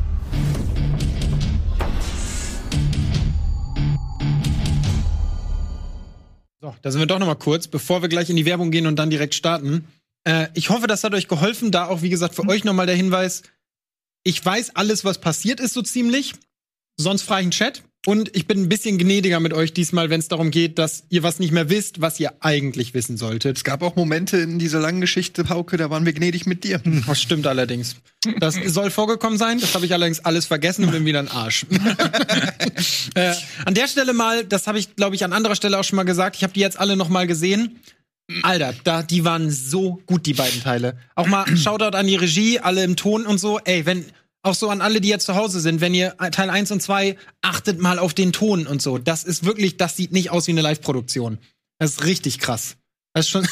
So, da sind wir doch noch mal kurz, bevor wir gleich in die Werbung gehen und dann direkt starten. Äh, ich hoffe, das hat euch geholfen. Da auch, wie gesagt, für euch noch mal der Hinweis. Ich weiß alles, was passiert ist, so ziemlich. Sonst frage ich einen Chat. Und ich bin ein bisschen gnädiger mit euch diesmal, wenn es darum geht, dass ihr was nicht mehr wisst, was ihr eigentlich wissen solltet. Es gab auch Momente in dieser langen Geschichte, Hauke, da waren wir gnädig mit dir. Das stimmt allerdings. Das soll vorgekommen sein, das habe ich allerdings alles vergessen und bin wieder ein Arsch. äh, an der Stelle mal, das habe ich, glaube ich, an anderer Stelle auch schon mal gesagt, ich habe die jetzt alle noch mal gesehen. Alter, da, die waren so gut, die beiden Teile. Auch mal Shoutout an die Regie, alle im Ton und so. Ey, wenn auch so an alle, die jetzt zu Hause sind, wenn ihr Teil eins und zwei, achtet mal auf den Ton und so. Das ist wirklich, das sieht nicht aus wie eine Live-Produktion. Das ist richtig krass. Das ist schon.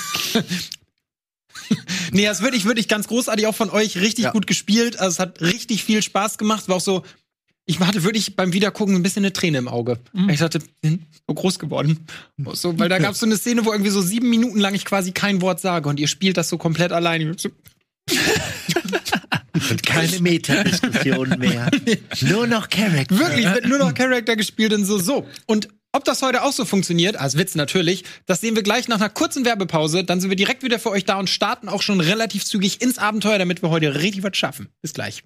Nee, das ist wirklich, wirklich ganz großartig, auch von euch richtig ja. gut gespielt. Also es hat richtig viel Spaß gemacht. War auch so, ich hatte wirklich beim Wiedergucken ein bisschen eine Träne im Auge. Mhm. Ich dachte, ich bin so groß geworden. So, weil da gab es so eine Szene, wo irgendwie so sieben Minuten lang ich quasi kein Wort sage und ihr spielt das so komplett alleine. So und keine Meta-Diskussionen mehr. Nur noch Charakter. Wirklich, wird nur noch Charakter gespielt und so. So. Und ob das heute auch so funktioniert, als Witz natürlich, das sehen wir gleich nach einer kurzen Werbepause. Dann sind wir direkt wieder für euch da und starten auch schon relativ zügig ins Abenteuer, damit wir heute richtig was schaffen. Bis gleich.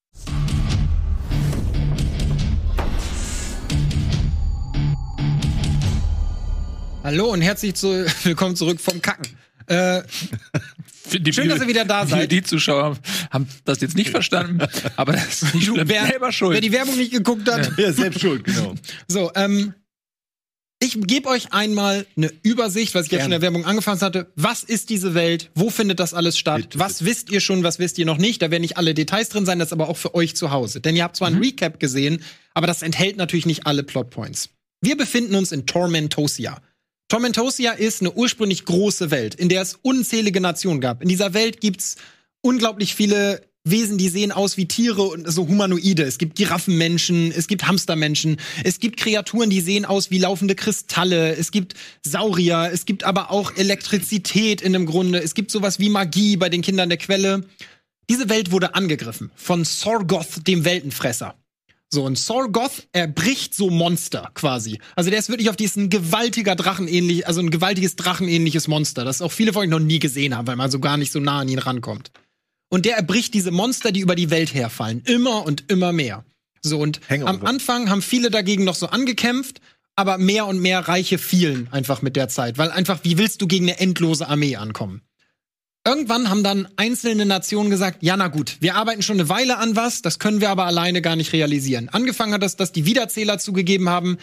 Hallo und herzlich zu, willkommen zurück vom Kacken. Äh, die, schön, dass ihr wieder da seid. Die, die Zuschauer haben das jetzt nicht verstanden, aber das ist nicht schlimm. Wer, selber schuld. Wer die Werbung nicht geguckt hat. Ja, selbst schuld, genau. So, ähm, ich gebe euch einmal eine Übersicht, was ich Gerne. jetzt schon in der Werbung angefangen hatte. Was ist diese Welt? Wo findet das alles statt? Bitte, was bitte. wisst ihr schon, was wisst ihr noch nicht? Da werden nicht alle Details drin sein, das ist aber auch für euch zu Hause. Denn ihr habt zwar mhm. ein Recap gesehen, aber das enthält natürlich nicht alle Plotpoints. Wir befinden uns in Tormentosia. Tormentosia ist eine ursprünglich große Welt, in der es unzählige Nationen gab. In dieser Welt gibt's unglaublich viele Wesen, die sehen aus wie Tiere und so Humanoide. Es gibt Giraffenmenschen, es gibt Hamstermenschen, es gibt Kreaturen, die sehen aus wie laufende Kristalle, es gibt Saurier, es gibt aber auch Elektrizität in dem Grunde, es gibt sowas wie Magie bei den Kindern der Quelle. Diese Welt wurde angegriffen von Sorgoth, dem Weltenfresser. So, und Sorgoth, er bricht so Monster quasi. Also der ist wirklich auf diesen gewaltiger Drachenähnlich, also ein gewaltiges Drachenähnliches Monster, das auch viele von euch noch nie gesehen haben, weil man so gar nicht so nah an ihn rankommt. Und der erbricht diese Monster, die über die Welt herfallen. Immer und immer mehr. So, und Hangover. Am Anfang haben viele dagegen noch so angekämpft, aber mehr und mehr Reiche fielen einfach mit der Zeit. Weil einfach, wie willst du gegen eine endlose Armee ankommen? Irgendwann haben dann einzelne Nationen gesagt, ja na gut, wir arbeiten schon eine Weile an was, das können wir aber alleine gar nicht realisieren. Angefangen hat das, dass die Wiederzähler zugegeben haben,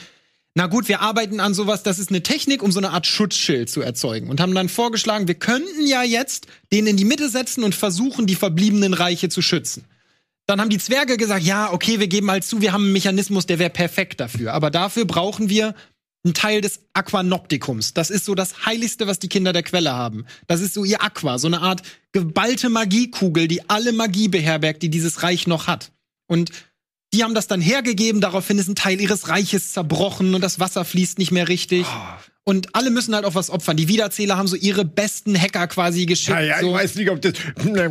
na gut, wir arbeiten an sowas, das ist eine Technik, um so eine Art Schutzschild zu erzeugen. Und haben dann vorgeschlagen, wir könnten ja jetzt den in die Mitte setzen und versuchen, die verbliebenen Reiche zu schützen. Dann haben die Zwerge gesagt, ja, okay, wir geben halt zu, wir haben einen Mechanismus, der wäre perfekt dafür. Aber dafür brauchen wir einen Teil des Aquanoptikums. Das ist so das Heiligste, was die Kinder der Quelle haben. Das ist so ihr Aqua, so eine Art geballte Magiekugel, die alle Magie beherbergt, die dieses Reich noch hat. Und die haben das dann hergegeben, daraufhin ist ein Teil ihres Reiches zerbrochen und das Wasser fließt nicht mehr richtig. Oh. Und alle müssen halt auch was opfern. Die Wiederzähler haben so ihre besten Hacker quasi geschickt. Ja, ja, so. ich weiß nicht, ob das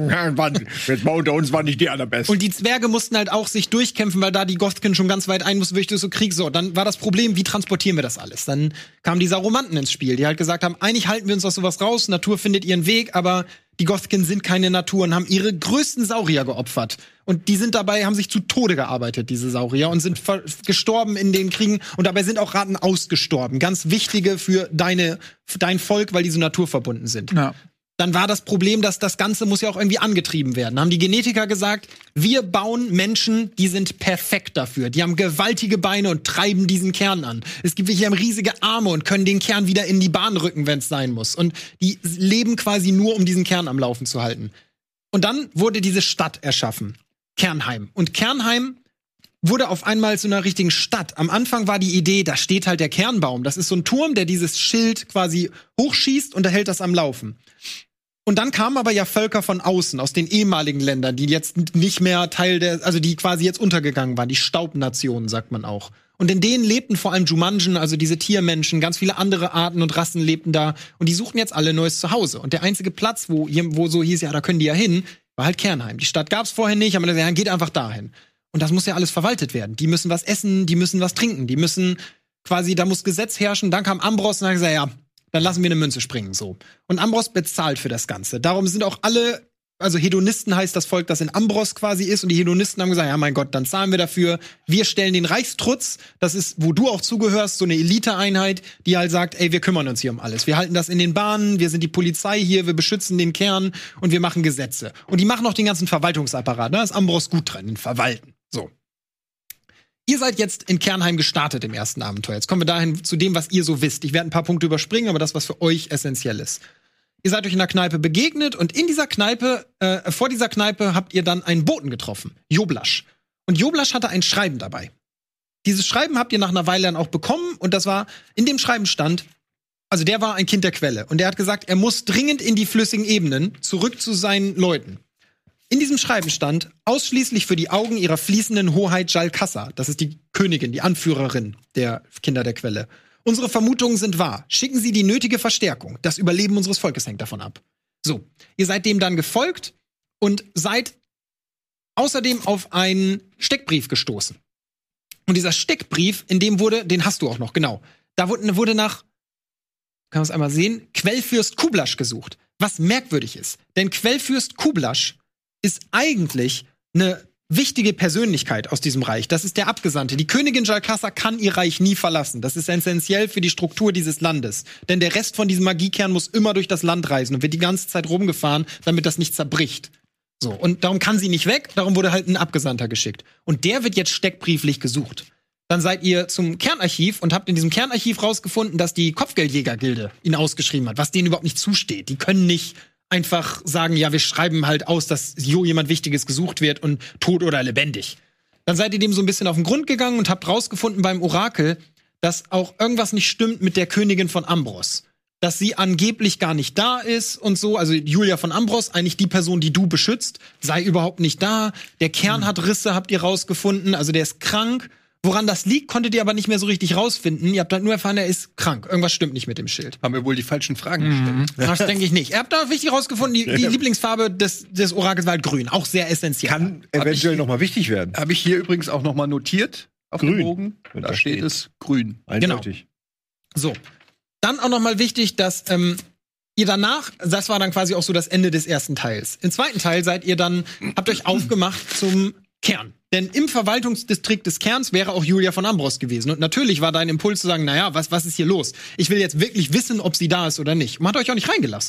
jetzt mal unter uns war nicht die allerbesten. Und die Zwerge mussten halt auch sich durchkämpfen, weil da die Gothken schon ganz weit ein mussten, wirklich so Krieg. So, dann war das Problem, wie transportieren wir das alles? Dann kamen die Sarumanten ins Spiel, die halt gesagt haben, eigentlich halten wir uns aus sowas raus, Natur findet ihren Weg, aber die Gothken sind keine Natur und haben ihre größten Saurier geopfert. Und die sind dabei, haben sich zu Tode gearbeitet, diese Saurier, und sind gestorben in den Kriegen. Und dabei sind auch Ratten ausgestorben. Ganz wichtige für deine, für dein Volk, weil die so naturverbunden sind. Ja. Dann war das Problem, dass das Ganze muss ja auch irgendwie angetrieben werden. Dann haben die Genetiker gesagt, wir bauen Menschen, die sind perfekt dafür. Die haben gewaltige Beine und treiben diesen Kern an. Es gibt welche, die haben riesige Arme und können den Kern wieder in die Bahn rücken, wenn es sein muss. Und die leben quasi nur, um diesen Kern am Laufen zu halten. Und dann wurde diese Stadt erschaffen. Kernheim. Und Kernheim wurde auf einmal zu einer richtigen Stadt. Am Anfang war die Idee, da steht halt der Kernbaum. Das ist so ein Turm, der dieses Schild quasi hochschießt und der hält das am Laufen. Und dann kamen aber ja Völker von außen, aus den ehemaligen Ländern, die jetzt nicht mehr Teil der, also die quasi jetzt untergegangen waren, die Staubnationen, sagt man auch. Und in denen lebten vor allem Jumanjen, also diese Tiermenschen, ganz viele andere Arten und Rassen lebten da. Und die suchten jetzt alle neues Zuhause. Und der einzige Platz, wo, wo so hieß, ja, da können die ja hin, war halt Kernheim. Die Stadt gab's vorher nicht, aber dann gesagt, geht einfach dahin. Und das muss ja alles verwaltet werden. Die müssen was essen, die müssen was trinken, die müssen quasi, da muss Gesetz herrschen. Dann kam Ambros und hat gesagt, ja, dann lassen wir eine Münze springen, so. Und Ambros bezahlt für das Ganze. Darum sind auch alle, also Hedonisten heißt das Volk, das in Ambros quasi ist. Und die Hedonisten haben gesagt, ja, mein Gott, dann zahlen wir dafür. Wir stellen den Reichstrutz, das ist, wo du auch zugehörst, so eine Eliteeinheit, die halt sagt, ey, wir kümmern uns hier um alles. Wir halten das in den Bahnen, wir sind die Polizei hier, wir beschützen den Kern und wir machen Gesetze. Und die machen auch den ganzen Verwaltungsapparat, ne? Da ist Ambros gut dran, in Verwalten. So. Ihr seid jetzt in Kernheim gestartet im ersten Abenteuer. Jetzt kommen wir dahin zu dem, was ihr so wisst. Ich werde ein paar Punkte überspringen, aber das, was für euch essentiell ist. Ihr seid euch in der Kneipe begegnet und in dieser Kneipe, äh, vor dieser Kneipe habt ihr dann einen Boten getroffen, Joblasch. Und Joblasch hatte ein Schreiben dabei. Dieses Schreiben habt ihr nach einer Weile dann auch bekommen und das war, in dem Schreiben stand, also der war ein Kind der Quelle und der hat gesagt, er muss dringend in die flüssigen Ebenen zurück zu seinen Leuten. In diesem Schreiben stand, ausschließlich für die Augen ihrer fließenden Hoheit Jalkassa, das ist die Königin, die Anführerin der Kinder der Quelle. Unsere Vermutungen sind wahr. Schicken Sie die nötige Verstärkung. Das Überleben unseres Volkes hängt davon ab. So, ihr seid dem dann gefolgt und seid außerdem auf einen Steckbrief gestoßen. Und dieser Steckbrief, in dem wurde, den hast du auch noch, genau. Da wurde, wurde nach, kann man es einmal sehen, Quellfürst Kublasch gesucht. Was merkwürdig ist, denn Quellfürst Kublasch ist eigentlich eine wichtige Persönlichkeit aus diesem Reich. Das ist der Abgesandte. Die Königin Jalkassa kann ihr Reich nie verlassen. Das ist essentiell für die Struktur dieses Landes. Denn der Rest von diesem Magiekern muss immer durch das Land reisen und wird die ganze Zeit rumgefahren, damit das nicht zerbricht. So, und darum kann sie nicht weg, darum wurde halt ein Abgesandter geschickt. Und der wird jetzt steckbrieflich gesucht. Dann seid ihr zum Kernarchiv und habt in diesem Kernarchiv rausgefunden, dass die Kopfgeldjägergilde ihn ausgeschrieben hat, was denen überhaupt nicht zusteht. Die können nicht einfach sagen, ja, wir schreiben halt aus, dass jo jemand Wichtiges gesucht wird und tot oder lebendig. Dann seid ihr dem so ein bisschen auf den Grund gegangen und habt rausgefunden beim Orakel, dass auch irgendwas nicht stimmt mit der Königin von Ambros. Dass sie angeblich gar nicht da ist und so. Also Julia von Ambros, eigentlich die Person, die du beschützt, sei überhaupt nicht da. Der Kern hat Risse, habt ihr rausgefunden. Also der ist krank. Woran das liegt, konntet ihr aber nicht mehr so richtig rausfinden. Ihr habt halt nur erfahren, er ist krank. Irgendwas stimmt nicht mit dem Schild. Haben wir wohl die falschen Fragen gestellt? Mhm. Das denke ich nicht. Ihr habt da wichtig rausgefunden, die, die Lieblingsfarbe des, des Orakels war halt grün. Auch sehr essentiell. Kann eventuell noch mal wichtig werden. Habe ich hier übrigens auch noch mal notiert auf grün. dem Bogen. Da, da steht es grün. Eindeutig. Genau. So. Dann auch noch mal wichtig, dass ähm, ihr danach, das war dann quasi auch so das Ende des ersten Teils. Im zweiten Teil seid ihr dann, habt euch aufgemacht zum Kern. Denn im Verwaltungsdistrikt des Kerns wäre auch Julia von Ambros gewesen. Und natürlich war dein Impuls zu sagen, naja, was, was ist hier los? Ich will jetzt wirklich wissen, ob sie da ist oder nicht. Man hat euch auch nicht reingelassen.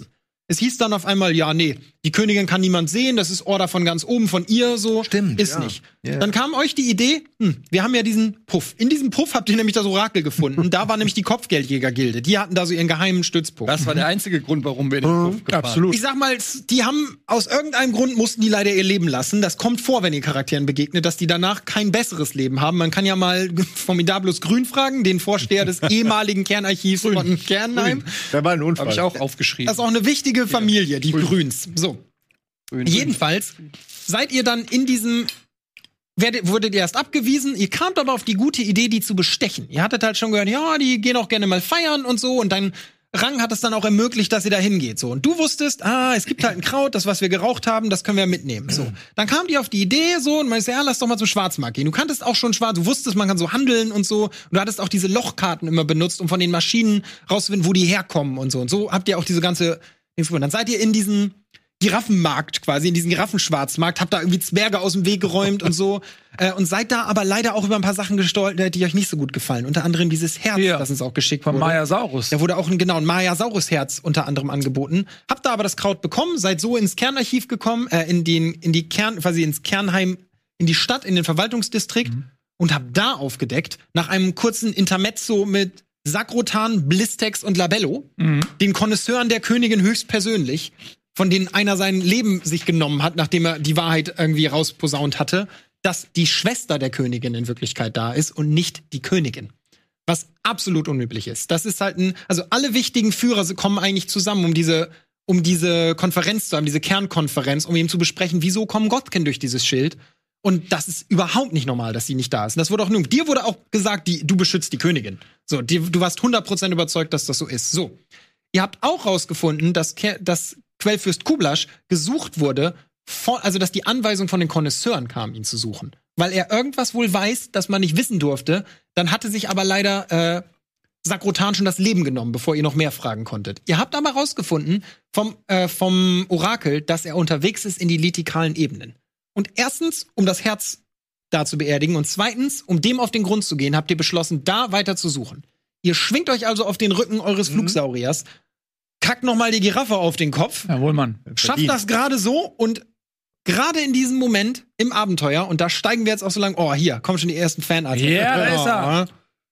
Es hieß dann auf einmal, ja, nee, die Königin kann niemand sehen, das ist Order von ganz oben, von ihr so. Stimmt, Ist ja. nicht. Ja. Dann kam euch die Idee, hm, wir haben ja diesen Puff. In diesem Puff habt ihr nämlich das Orakel gefunden. Da war nämlich die Kopfgeldjäger-Gilde. Die hatten da so ihren geheimen Stützpunkt. Das war der einzige Grund, warum wir den Puff gefahren. Absolut. Ich sag mal, die haben aus irgendeinem Grund mussten die leider ihr Leben lassen. Das kommt vor, wenn ihr Charakteren begegnet, dass die danach kein besseres Leben haben. Man kann ja mal Formidabulus Grün fragen, den Vorsteher des ehemaligen Kernarchivs von Kernheim. Da war ein Unfall. Habe ich auch aufgeschrieben. Das ist auch eine wichtige Familie, die Grüns. So. Grün. Jedenfalls seid ihr dann in diesem werdet, wurdet ihr erst abgewiesen, ihr kamt aber auf die gute Idee, die zu bestechen. Ihr hattet halt schon gehört, ja, die gehen auch gerne mal feiern und so, und dein Rang hat es dann auch ermöglicht, dass ihr da hingeht. So. Und du wusstest, ah, es gibt halt ein Kraut, das, was wir geraucht haben, das können wir mitnehmen. So. Dann kam die auf die Idee so und meinte, ja, lass doch mal zum Schwarzmarkt gehen. Du kanntest auch schon schwarz, du wusstest, man kann so handeln und so. Und du hattest auch diese Lochkarten immer benutzt, um von den Maschinen rauszufinden, wo die herkommen und so. Und so habt ihr auch diese ganze Dings gewonnen. Dann seid ihr in diesen Giraffenmarkt quasi, in diesen Giraffenschwarzmarkt, habt da irgendwie Zwerge aus dem Weg geräumt und so. Äh, und seid da aber leider auch über ein paar Sachen gestolpert, die euch nicht so gut gefallen. Unter anderem dieses Herz, Ja. das uns auch geschickt Von wurde. Mayasaurus. Da wurde auch ein, genau, ein Mayasaurus-Herz unter anderem angeboten. Habt da aber das Kraut bekommen, seid so ins Kernarchiv gekommen, äh, in den, in die Kern, quasi ins Kernheim, in die Stadt, in den Verwaltungsdistrikt Mhm. und habt da aufgedeckt, nach einem kurzen Intermezzo mit Sakrotan, Blistex und Labello, Mhm. den Konnoisseuren der Königin höchstpersönlich, von denen einer sein Leben sich genommen hat, nachdem er die Wahrheit irgendwie rausposaunt hatte, dass die Schwester der Königin in Wirklichkeit da ist und nicht die Königin. Was absolut unüblich ist. Das ist halt ein, also alle wichtigen Führer kommen eigentlich zusammen, um diese, um diese Konferenz zu haben, diese Kernkonferenz, um eben zu besprechen, wieso kommen Gottkin durch dieses Schild. Und das ist überhaupt nicht normal, dass sie nicht da ist. Und das wurde auch nun, dir wurde auch gesagt, die, du beschützt die Königin. So, die, du warst hundert Prozent überzeugt, dass das so ist. So. Ihr habt auch rausgefunden, dass, Ke- dass Quellfürst Kublasch gesucht wurde, von, also dass die Anweisung von den Konnoisseuren kam, ihn zu suchen. Weil er irgendwas wohl weiß, das man nicht wissen durfte. Dann hatte sich aber leider äh, Sakrotan schon das Leben genommen, bevor ihr noch mehr fragen konntet. Ihr habt aber rausgefunden vom, äh, vom Orakel, dass er unterwegs ist in die litikalen Ebenen. Und erstens, um das Herz da zu beerdigen, und zweitens, um dem auf den Grund zu gehen, habt ihr beschlossen, da weiter zu suchen. Ihr schwingt euch also auf den Rücken eures Flugsauriers, kackt noch mal die Giraffe auf den Kopf, Jawohl, Mann. schafft das gerade so und gerade in diesem Moment im Abenteuer, und da steigen wir jetzt auch so lang, oh, hier, kommen schon die ersten Fanarts. Ja, da ist er.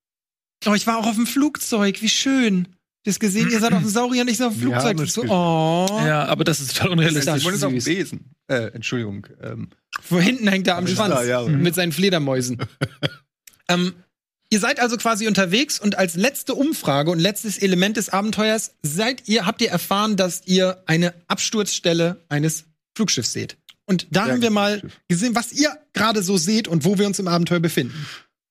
Oh, ich war auch auf dem Flugzeug, wie schön. Das gesehen, ihr seid auf dem Saurier und ich auf dem Wir haben Flugzeug. es So, gesehen. oh. Ja, aber das ist total Das unrealistisch. ist Simon ist auf dem süß. Besen. Äh, Entschuldigung. Ähm, Wo hinten hängt er am Ist Schwanz da, ja. mit seinen Fledermäusen. ähm, ihr seid also quasi unterwegs und als letzte Umfrage und letztes Element des Abenteuers seid ihr, habt ihr erfahren, dass ihr eine Absturzstelle eines Flugschiffs seht. Und da Ja, haben wir mal Schiff. gesehen, was ihr gerade so seht und wo wir uns im Abenteuer befinden.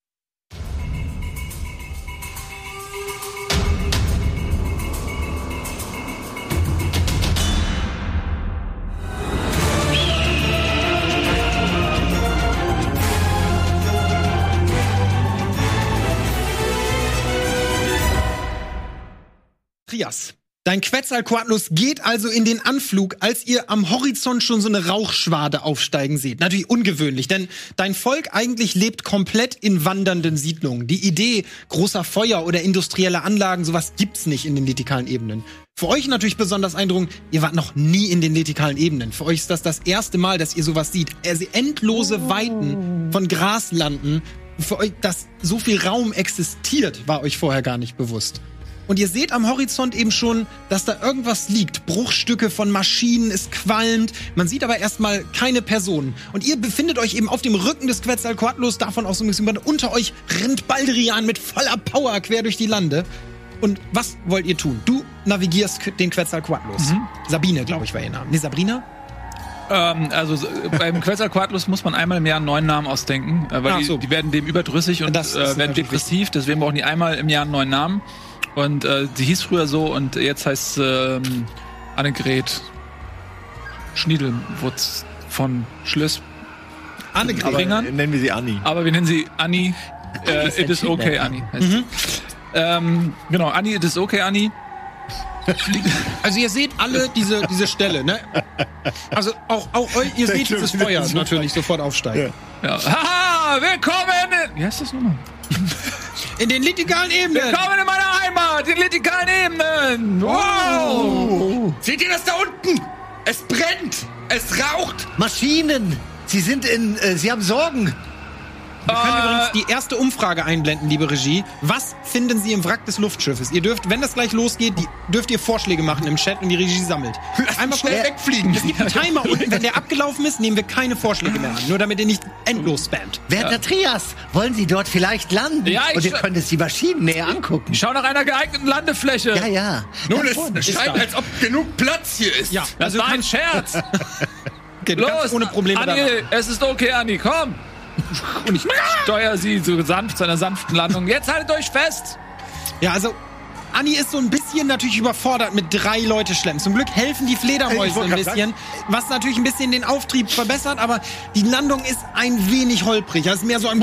Trias. Dein Quetzalcoatlus geht also in den Anflug, als ihr am Horizont schon so eine Rauchschwade aufsteigen seht. Natürlich ungewöhnlich, denn dein Volk eigentlich lebt komplett in wandernden Siedlungen. Die Idee großer Feuer oder industrieller Anlagen, sowas gibt's nicht in den litikalen Ebenen. Für euch natürlich besonders eindruckend, ihr wart noch nie in den litikalen Ebenen. Für euch ist das das erste Mal, dass ihr sowas seht. Also endlose Weiten von Graslanden. Für euch, dass so viel Raum existiert, war euch vorher gar nicht bewusst. Und ihr seht am Horizont eben schon, dass da irgendwas liegt. Bruchstücke von Maschinen, es qualmt. Man sieht aber erstmal keine Personen. Und ihr befindet euch eben auf dem Rücken des Quetzalcoatlus, davon auch so ein bisschen unter euch rennt Baldrian mit voller Power quer durch die Lande. Und was wollt ihr tun? Du navigierst den Quetzalcoatlus. Mhm. Sabine, glaube ich, war ihr Name. Nee, Sabrina? Ähm, also so, beim Quetzalcoatlus muss man einmal im Jahr einen neuen Namen ausdenken, äh, weil Ach die, so. die werden dem überdrüssig und Das ist äh, werden natürlich depressiv, deswegen brauchen die einmal im Jahr einen neuen Namen. Und äh, sie hieß früher so und jetzt heißt sie ähm, Annegret Schniedelwutz von Schlöss. Annegret. Aber- Ringern? Äh, Nennen wir sie Anni. Aber wir nennen sie Annie. Äh, ist ein it is okay, Kindergarten. Annie. Heißt sie. Ähm, genau, Annie, it is okay, Annie. Also ihr seht alle diese, diese Stelle, ne? Also auch, auch eu- ihr seht dieses Feuer natürlich sofort aufsteigen. Ja. Haha, willkommen! in- Wie heißt das nochmal? In den litikalen Ebenen! Willkommen in meiner Heimat! Ah, die litikalen Ebenen. Wow. Seht ihr das da unten? Es brennt! Es raucht! Maschinen! Sie sind in, äh, sie haben Sorgen. Wir können übrigens die erste Umfrage einblenden, liebe Regie. Was finden Sie im Wrack des Luftschiffes? Ihr dürft, wenn das gleich losgeht, die, dürft ihr Vorschläge machen im Chat und die Regie sammelt. Einmal schnell wegfliegen. Es gibt einen Timer unten. Wenn der abgelaufen ist, nehmen wir keine Vorschläge mehr an. Nur damit ihr nicht endlos spammt. Werter Trias, wollen Sie dort vielleicht landen? Ja, ich Und ihr sch- könnt es die Maschinen näher angucken. Schau nach einer geeigneten Landefläche. Ja, ja. Nun, Da es vorne. scheint, als ob genug Platz hier ist. Ja, Das war ein Scherz. okay, du kannst Los, ohne Probleme Anni, da. es ist okay, Anni, komm. Und ich steuere sie so sanft zu einer sanften Landung. Jetzt haltet euch fest. Ja, also Anni ist so ein bisschen natürlich überfordert mit drei Leute schleppen. Zum Glück helfen die Ich Fledermäuse wollte ein grad bisschen, was natürlich ein bisschen den Auftrieb verbessert, aber die Landung ist ein wenig holprig. Das ist mehr so ein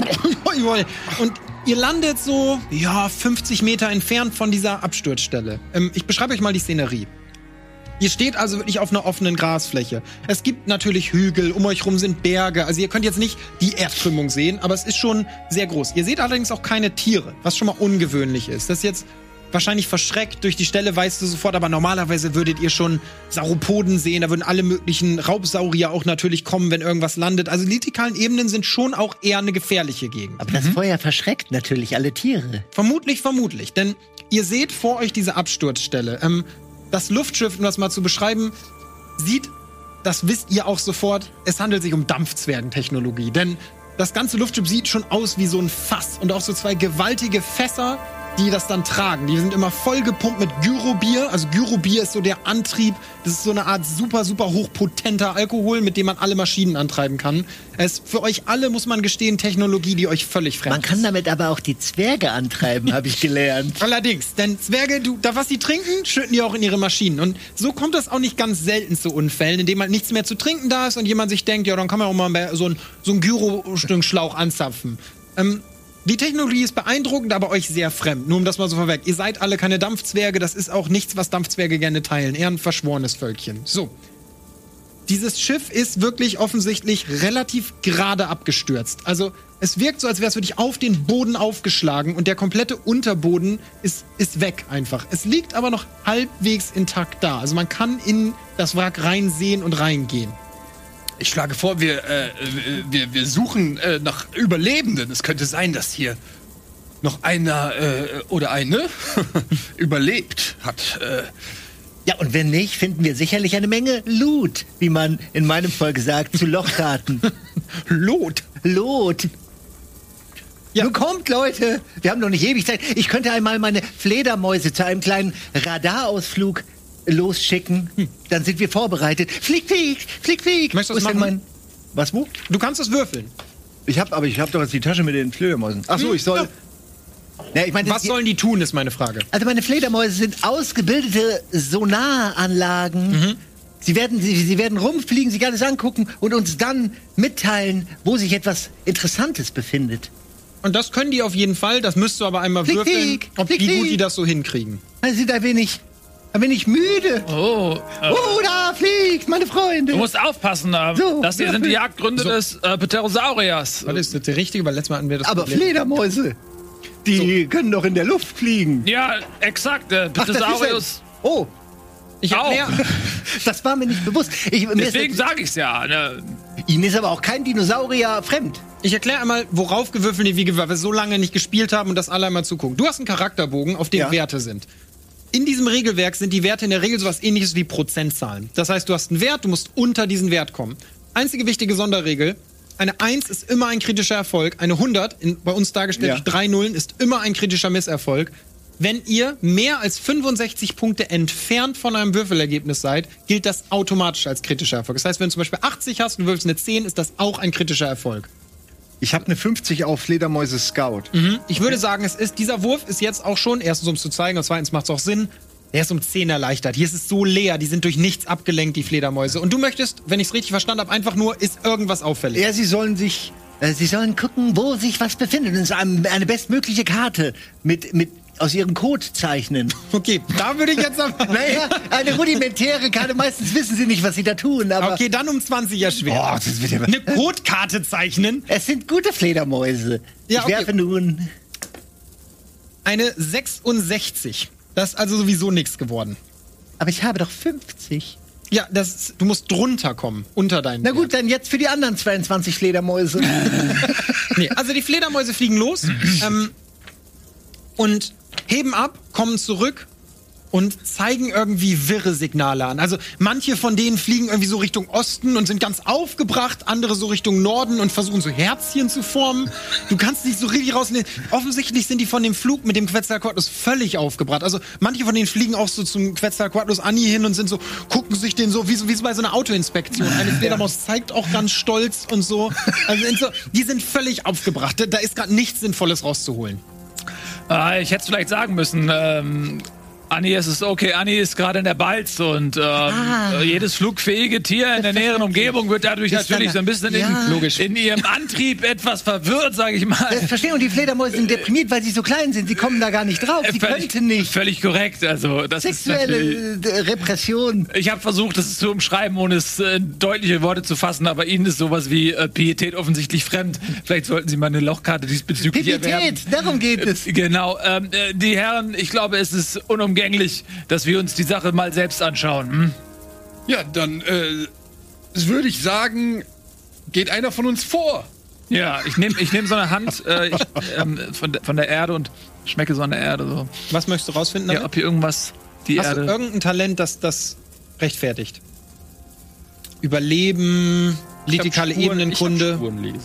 und ihr landet so, ja, fünfzig Meter entfernt von dieser Absturzstelle. Ähm, ich beschreibe euch mal die Szenerie. Ihr steht also wirklich auf einer offenen Grasfläche. Es gibt natürlich Hügel, um euch rum sind Berge. Also ihr könnt jetzt nicht die Erdkrümmung sehen, aber es ist schon sehr groß. Ihr seht allerdings auch keine Tiere, was schon mal ungewöhnlich ist. Das ist jetzt wahrscheinlich verschreckt durch die Stelle, weißt du sofort, aber normalerweise würdet ihr schon Sauropoden sehen. Da würden alle möglichen Raubsaurier auch natürlich kommen, wenn irgendwas landet. Also die litikalen Ebenen sind schon auch eher eine gefährliche Gegend. Aber das Feuer verschreckt natürlich alle Tiere. Vermutlich, vermutlich. Denn ihr seht vor euch diese Absturzstelle. Ähm, das Luftschiff, um das mal zu beschreiben, sieht, das wisst ihr auch sofort, es handelt sich um Dampfzwergentechnologie. Denn das ganze Luftschiff sieht schon aus wie so ein Fass. Und auch so zwei gewaltige Fässer, die das dann tragen. Die sind immer voll gepumpt mit Gyrobier. Also Gyrobier ist so der Antrieb. Das ist so eine Art super, super hochpotenter Alkohol, mit dem man alle Maschinen antreiben kann. Es ist für euch alle, muss man gestehen, Technologie, die euch völlig fremd Man kann ist. damit aber auch die Zwerge antreiben, habe ich gelernt. Allerdings, denn Zwerge, du, da was sie trinken, schütten die auch in ihre Maschinen. Und so kommt das auch nicht ganz selten zu Unfällen, indem halt nichts mehr zu trinken da ist und jemand sich denkt, ja, dann kann man auch mal so ein, so ein Gyro-Schlauch anzapfen. Ähm, Die Technologie ist beeindruckend, aber euch sehr fremd. Nur um das mal so vorweg. Ihr seid alle keine Dampfzwerge. Das ist auch nichts, was Dampfzwerge gerne teilen. Eher ein verschworenes Völkchen. So. Dieses Schiff ist wirklich offensichtlich relativ gerade abgestürzt. Also es wirkt so, als wäre es wirklich auf den Boden aufgeschlagen und der komplette Unterboden ist, ist weg einfach. Es liegt aber noch halbwegs intakt da. Also man kann in das Wrack reinsehen und reingehen. Ich schlage vor, wir, äh, wir, wir suchen äh, nach Überlebenden. Es könnte sein, dass hier noch einer äh, oder eine überlebt hat. Äh, Ja, und wenn nicht, finden wir sicherlich eine Menge Loot, wie man in meinem Volk sagt, zu Lochtaten. Lot. Loot. Ja. Nun kommt, Leute. Wir haben noch nicht ewig Zeit. Ich könnte einmal meine Fledermäuse zu einem kleinen Radarausflug losschicken. Hm. Dann sind wir vorbereitet. Flieg, flieg, flieg, flieg. Möchtest du das Wo ist denn machen? mein... Was, wo? Du kannst es würfeln. Ich hab, aber ich habe doch jetzt die Tasche mit den Fledermäusen. Ach so, ich soll... Ja. Ja, ich meine, Was sollen die tun, ist meine Frage. Also meine Fledermäuse sind ausgebildete Sonaranlagen. Mhm. Sie werden, sie, sie werden rumfliegen, sich alles angucken und uns dann mitteilen, wo sich etwas Interessantes befindet. Und das können die auf jeden Fall. Das müsst du aber einmal Flieg, würfeln, flieg, ob flieg, wie gut flieg. die das so hinkriegen. Sie sind ein wenig, ein wenig müde. Oh, äh, Oh, da fliegt meine Freunde. du musst aufpassen. Äh, So, das hier ja, sind die flieg. Jagdgründe So. des äh, Pterosauriers. Das ist das der richtige, weil letztes Mal hatten wir das Aber Problem. Fledermäuse, die können doch in der Luft fliegen. Ja, exakt. Äh, Ach, das ist Pterosaurius. ein- Oh, Ich Auch. erkläre. das war mir nicht bewusst. Ich, mir Deswegen ist, sage ich's ja. Ne? Ihnen ist aber auch kein Dinosaurier fremd. Ich erkläre einmal, worauf gewürfelt die, wie gewürfelt, weil wir so lange nicht gespielt haben und das alle einmal zugucken. Du hast einen Charakterbogen, auf dem Ja. Werte sind. In diesem Regelwerk sind die Werte in der Regel sowas ähnliches wie Prozentzahlen. Das heißt, du hast einen Wert, du musst unter diesen Wert kommen. Einzige wichtige Sonderregel, eine eins ist immer ein kritischer Erfolg, eine hundert, in, bei uns dargestellt Ja. durch drei Nullen, ist immer ein kritischer Misserfolg. Wenn ihr mehr als fünfundsechzig Punkte entfernt von einem Würfelergebnis seid, gilt das automatisch als kritischer Erfolg. Das heißt, wenn du zum Beispiel achtzig hast und du würfelst eine zehn, ist das auch ein kritischer Erfolg. Ich habe eine fünfzig auf Fledermäuse Scout. Mhm. Ich würde sagen, es ist, dieser Wurf ist jetzt auch schon, erstens um es zu zeigen und zweitens macht es auch Sinn, der ist um zehn erleichtert. Hier ist es so leer, die sind durch nichts abgelenkt, die Fledermäuse. Und du möchtest, wenn ich es richtig verstanden habe, einfach nur, ist irgendwas auffällig. Ja, sie sollen sich... Äh, Sie sollen gucken, wo sich was befindet. Und es ist eine, eine bestmögliche Karte mit, mit aus ihrem Code zeichnen. Okay, da würde ich jetzt aber... Naja, eine rudimentäre Karte. Meistens wissen sie nicht, was sie da tun. Aber Okay, dann um zwanzig erschwert. Oh, das wird ja- Eine Codekarte zeichnen. es sind gute Fledermäuse. Ja, ich okay. werfe nun. Eine sechsundsechzig. Das ist also sowieso nichts geworden. Aber ich habe doch fünfzig. Ja, das ist, du musst drunter kommen, unter deinen Na gut, Wert. dann jetzt für die anderen zweiundzwanzig Fledermäuse. Nee, also die Fledermäuse fliegen los ähm, und heben ab, kommen zurück und zeigen irgendwie wirre Signale an. Also manche von denen fliegen irgendwie so Richtung Osten und sind ganz aufgebracht, andere so Richtung Norden und versuchen so Herzchen zu formen. Du kannst nicht so richtig rausnehmen. Offensichtlich sind die von dem Flug mit dem Quetzalcoatlus völlig aufgebracht. Also manche von denen fliegen auch so zum Quetzalcoatlus Ani hin und sind so, gucken sich den so, wie so, wie so bei so einer Autoinspektion. Eine Fledermaus zeigt auch ganz stolz und so. Also sind so, die sind völlig aufgebracht. Da, da ist gerade nichts Sinnvolles rauszuholen. Ah, ich hätte es vielleicht sagen müssen. Ähm, Anni, es ist okay. Anni ist gerade in der Balz und ähm, Ah. jedes flugfähige Tier in der näheren Umgebung wird dadurch Ist natürlich dann- so ein bisschen Ja. in, Logisch. in ihrem Antrieb etwas verwirrt, sage ich mal. Das verstehen, und die Fledermäuse sind deprimiert, weil sie so klein sind. Sie kommen da gar nicht drauf. Sie Völlig- könnten nicht. Völlig korrekt. Also das ist natürlich. Sexuelle äh, Repression. Ich habe versucht, das zu umschreiben, ohne es äh, in deutliche Worte zu fassen, aber Ihnen ist sowas wie äh, Pietät offensichtlich fremd. Vielleicht sollten Sie mal eine Lochkarte diesbezüglich erwerben. Pipität, darum geht es. Äh, Genau. Ähm, äh, die Herren, ich glaube, es ist unumgänglich, dass wir uns die Sache mal selbst anschauen. Hm? Ja, dann äh, würde ich sagen, geht einer von uns vor. Ja, ich nehme ich nehm so eine Hand äh, ich, ähm, von, der- von der Erde und schmecke so an der Erde. So. Was möchtest du rausfinden Ja, damit? ob hier irgendwas die Hast du Erde... irgendein Talent, das das rechtfertigt? Überleben, litikale Ebenenkunde. Spuren lesen.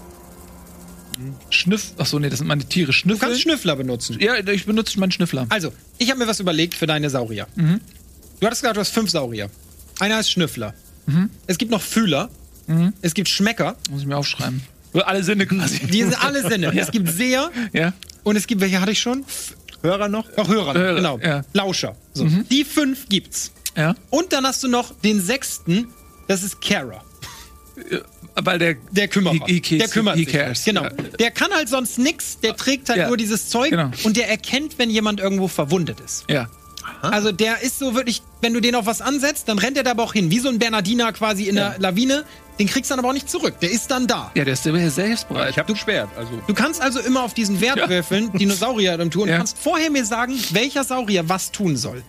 Schnüff... Achso, nee, das sind meine Tiere. Du Schnüffel? kannst Schnüffler benutzen. Ja, ich benutze meinen Schnüffler. Also, ich habe mir was überlegt für deine Saurier. Mhm. Du hattest gesagt, du hast fünf Saurier. Einer ist Schnüffler. Mhm. Es gibt noch Fühler. Mhm. Es gibt Schmecker. Muss ich mir aufschreiben. Alle Sinne quasi. Die sind alle Sinne. Ja. Es gibt Seher. Ja? Und es gibt, welche hatte ich schon? Hörer noch? Auch Hörer, Hörer, genau. ja. Lauscher. So. Mhm. Die fünf gibt's. Ja? Und dann hast du noch den sechsten, das ist Carer. Weil der... Der Kümmerer. He- he cares- der kümmert he sich. cares. Genau. Ja. Der kann halt sonst nix, der trägt halt Ja. nur dieses Zeug Genau. und der erkennt, wenn jemand irgendwo verwundet ist. Ja. Also der ist so wirklich, wenn du den auf was ansetzt, dann rennt er da aber auch hin. Wie so ein Bernardiner quasi in Ja. der Lawine. Den kriegst du dann aber auch nicht zurück. Der ist dann da. Ja, der ist sehr selbstbereit. Ich habe ein Schwert, also. Du kannst also immer auf diesen Wert Ja. würfeln, Dinosaurier im Tun, und Ja. kannst vorher mir sagen, welcher Saurier was tun soll.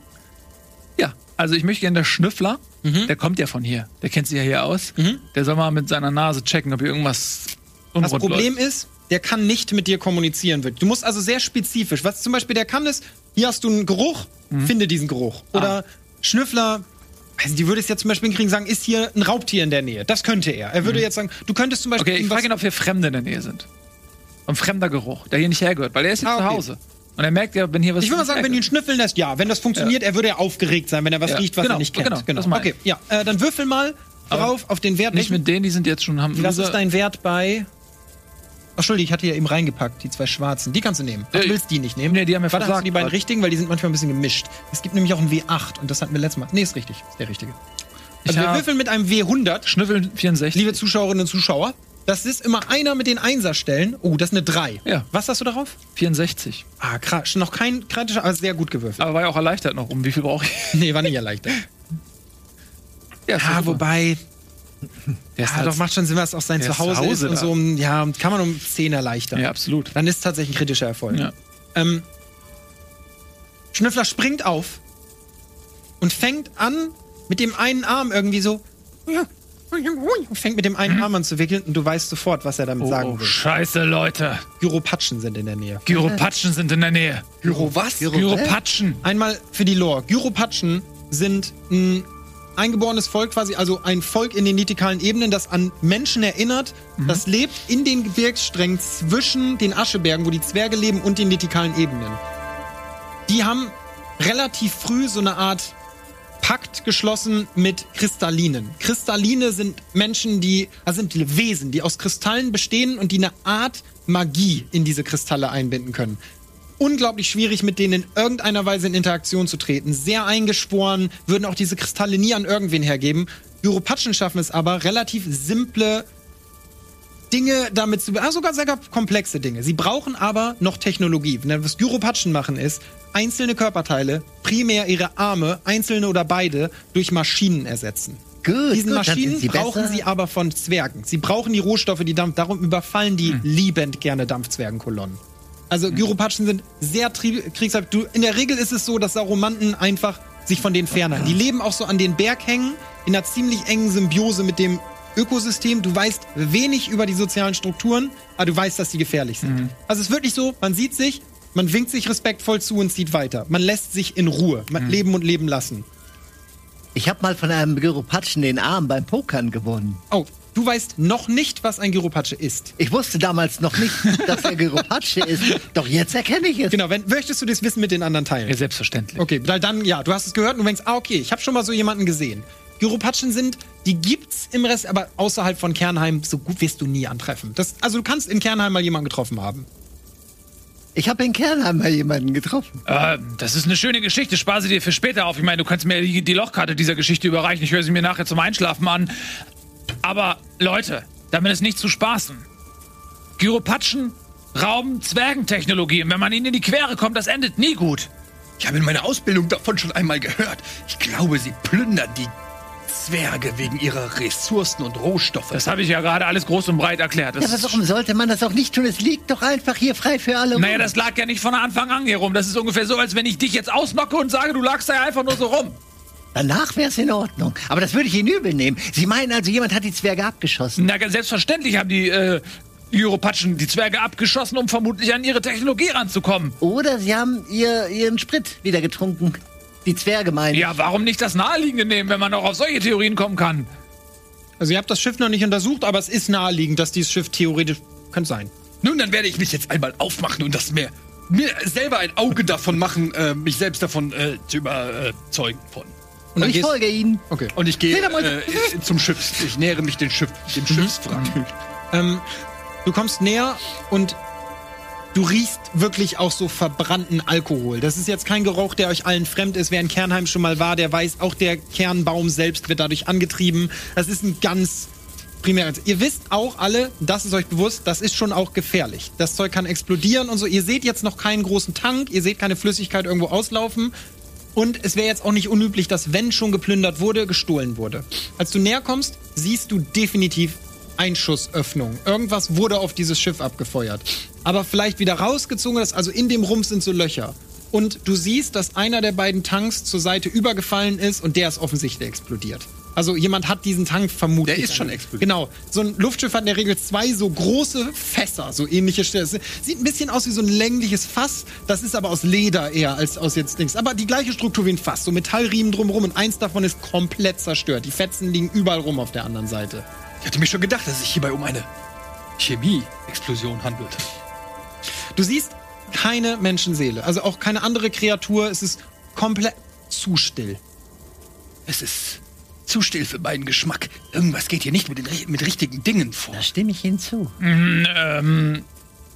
Ja, also ich möchte gerne der Schnüffler, Mhm. der kommt ja von hier, der kennt sich ja hier aus, Mhm. der soll mal mit seiner Nase checken, ob hier irgendwas Das unrund Problem läuft. ist, der kann nicht mit dir kommunizieren. Du musst also sehr spezifisch. Was zum Beispiel der kann ist, hier hast du einen Geruch, Mhm. finde diesen Geruch. Oder Schnüffler, also die würde es jetzt zum Beispiel hinkriegen, sagen, ist hier ein Raubtier in der Nähe. Das könnte er. Er würde jetzt sagen, du könntest zum Beispiel. Okay, ich ihm was- frage ihn, ob hier Fremde in der Nähe sind. Ein fremder Geruch, der hier nicht hergehört, weil er ist hier Ah, zu okay. Hause. Und er merkt ja, wenn hier was Ich würde mal nicht sagen, wenn du ihn hergehört. schnüffeln lässt, ja. Wenn das funktioniert, er würde ja aufgeregt sein, wenn er was Ja, riecht, was genau, er nicht kennt. genau, das meine Okay, ja. Äh, dann würfel mal drauf auf den Wert. Nicht mit denen, die sind jetzt schon... Haben Was Loser- ist dein Wert bei. Ach, Entschuldigung, ich hatte ja eben reingepackt, die zwei schwarzen. Die kannst du nehmen. Ach, du Äh, willst die nicht nehmen? nee, die haben wir Warte, hast du versagt die beiden gerade. richtigen? Weil die sind manchmal ein bisschen gemischt. Es gibt nämlich auch einen W acht und das hatten wir letztes Mal. Nee, ist richtig. Ist der richtige. Ich Also wir hab würfeln mit einem W hundert. Schnüffel vierundsechzig. Liebe Zuschauerinnen und Zuschauer, das ist immer einer mit den Einserstellen. Oh, das ist eine drei. Ja. Was hast du darauf? vierundsechzig. Ah, krass. Noch kein kritischer, aber sehr gut gewürfelt. Aber war ja auch erleichtert noch. Um wie viel brauche ich? Nee, war nicht erleichtert. Ja, ist Ja, super. wobei. Der ist Ja, halt- doch macht schon Sinn, was auch sein der ist Zuhause zu Hause ist und da. so. um- Ja, kann man um zehn erleichtern. Ja, absolut. Dann ist es tatsächlich ein kritischer Erfolg. Ja. Ähm, Schnüffler springt auf und fängt an, mit dem einen Arm irgendwie so. Fängt mit dem einen Arm an zu wickeln und du weißt sofort, was er damit Oh, sagen oh, will. scheiße, Leute. Gyropatschen sind in der Nähe. Gyropatschen sind in der Nähe. Gyro was? Gyropatschen. Einmal für die Lore. Gyropatschen sind ein eingeborenes Volk quasi, also ein Volk in den nitikalen Ebenen, das an Menschen erinnert. Das lebt in den Gebirgssträngen zwischen den Aschebergen, wo die Zwerge leben, und den nitikalen Ebenen. Die haben relativ früh so eine Art Pakt geschlossen mit Kristallinen. Kristalline sind Menschen, die, also sind Wesen, die aus Kristallen bestehen und die eine Art Magie in diese Kristalle einbinden können. Unglaublich schwierig, mit denen in irgendeiner Weise in Interaktion zu treten. Sehr eingeschworen, würden auch diese Kristalle nie an irgendwen hergeben. Gyropatschen schaffen es aber, relativ simple Dinge damit zu... Ah, sogar sehr komplexe Dinge. Sie brauchen aber noch Technologie. Was Gyropatschen machen ist, einzelne Körperteile, primär ihre Arme, einzelne oder beide, durch Maschinen ersetzen. Gut, Diesen gut, dann Maschinen sind sie brauchen besser. sie aber von Zwergen. Sie brauchen die Rohstoffe, die Dampf. Darum überfallen die liebend gerne Dampfzwergenkolonnen. Also Gyropatschen sind sehr kriegshaft. Du, in der Regel ist es so, dass Sauromanten einfach sich von denen fernhalten. Die leben auch so an den Berghängen in einer ziemlich engen Symbiose mit dem Ökosystem. Du weißt wenig über die sozialen Strukturen, aber du weißt, dass sie gefährlich sind. Mhm. Also es ist wirklich so, man sieht sich, man winkt sich respektvoll zu und zieht weiter. Man lässt sich in Ruhe. Man mhm. leben und leben lassen. Ich habe mal von einem Gyropatschen den Arm beim Pokern gewonnen. Oh, du weißt noch nicht, was ein Gyropatsche ist. Ich wusste damals noch nicht, dass er Gyropatsche ist. Doch jetzt erkenne ich es. Genau, wenn, möchtest du das Wissen mit den anderen teilen? Ja, selbstverständlich. Okay, weil dann, ja, du hast es gehört und du denkst, ah, okay, ich habe schon mal so jemanden gesehen. Gyropatschen sind, die gibt's im Rest, aber außerhalb von Kernheim, so gut wirst du nie antreffen. Das, also du kannst in Kernheim mal jemanden getroffen haben. Ich habe in Kernheim mal jemanden getroffen. Äh, das ist eine schöne Geschichte. Spar sie dir für später auf. Ich meine, du kannst mir die, die Lochkarte dieser Geschichte überreichen. Ich höre sie mir nachher zum Einschlafen an. Aber, Leute, damit ist nicht zu spaßen. Gyropatschen rauben Zwergentechnologie. Und wenn man ihnen in die Quere kommt, das endet nie gut. Ich habe in meiner Ausbildung davon schon einmal gehört. Ich glaube, sie plündern die Zwerge wegen ihrer Ressourcen und Rohstoffe. Das habe ich ja gerade alles groß und breit erklärt. Das ja, aber warum sollte man das auch nicht tun? Es liegt doch einfach hier frei für alle rum. Naja, das lag ja nicht von Anfang an hier rum. Das ist ungefähr so, als wenn ich dich jetzt ausnocke und sage, du lagst da ja einfach nur so rum. Danach wäre es in Ordnung. Aber das würde ich Ihnen übel nehmen. Sie meinen also, jemand hat die Zwerge abgeschossen? Na, selbstverständlich haben die äh, Gyropatschen die Zwerge abgeschossen, um vermutlich an ihre Technologie ranzukommen. Oder sie haben ihr, ihren Sprit wieder getrunken. Die Zwerge meinen. Ja, warum nicht das Naheliegende nehmen, wenn man auch auf solche Theorien kommen kann? Also ihr habt das Schiff noch nicht untersucht, aber es ist naheliegend, dass dieses Schiff theoretisch könnte sein. Nun, dann werde ich mich jetzt einmal aufmachen und das mir, mir selber ein Auge davon machen, äh, mich selbst davon äh, zu überzeugen von. Und, und ich folge Ihnen. Okay. Und ich gehe äh, zum Schiff. Ich nähere mich dem Schiff, dem Schiffswrack. ähm, du kommst näher und du riechst wirklich auch so verbrannten Alkohol. Das ist jetzt kein Geruch, der euch allen fremd ist. Wer in Kernheim schon mal war, der weiß, auch der Kernbaum selbst wird dadurch angetrieben. Das ist ein ganz primäres. Ihr wisst auch alle, das ist euch bewusst, das ist schon auch gefährlich. Das Zeug kann explodieren und so. Ihr seht jetzt noch keinen großen Tank, ihr seht keine Flüssigkeit irgendwo auslaufen. Und es wäre jetzt auch nicht unüblich, dass, wenn schon geplündert wurde, gestohlen wurde. Als du näher kommst, siehst du definitiv Einschussöffnung. Irgendwas wurde auf dieses Schiff abgefeuert. Aber vielleicht wieder rausgezogen ist, also in dem Rumpf sind so Löcher. Und du siehst, dass einer der beiden Tanks zur Seite übergefallen ist und der ist offensichtlich explodiert. Also jemand hat diesen Tank vermutet. Der ist schon explodiert. Genau. So ein Luftschiff hat in der Regel zwei so große Fässer, so ähnliche Stellen. Sieht ein bisschen aus wie so ein längliches Fass. Das ist aber aus Leder eher als aus jetzt Dings. Aber die gleiche Struktur wie ein Fass. So Metallriemen drumherum und eins davon ist komplett zerstört. Die Fetzen liegen überall rum auf der anderen Seite. Ich hatte mir schon gedacht, dass es sich hierbei um eine Chemie-Explosion handelt. Du siehst keine Menschenseele, also auch keine andere Kreatur. Es ist komplett zu still. Es ist zu still für meinen Geschmack. Irgendwas geht hier nicht mit den mit richtigen Dingen vor. Da stimme ich hinzu. Mhm, ähm,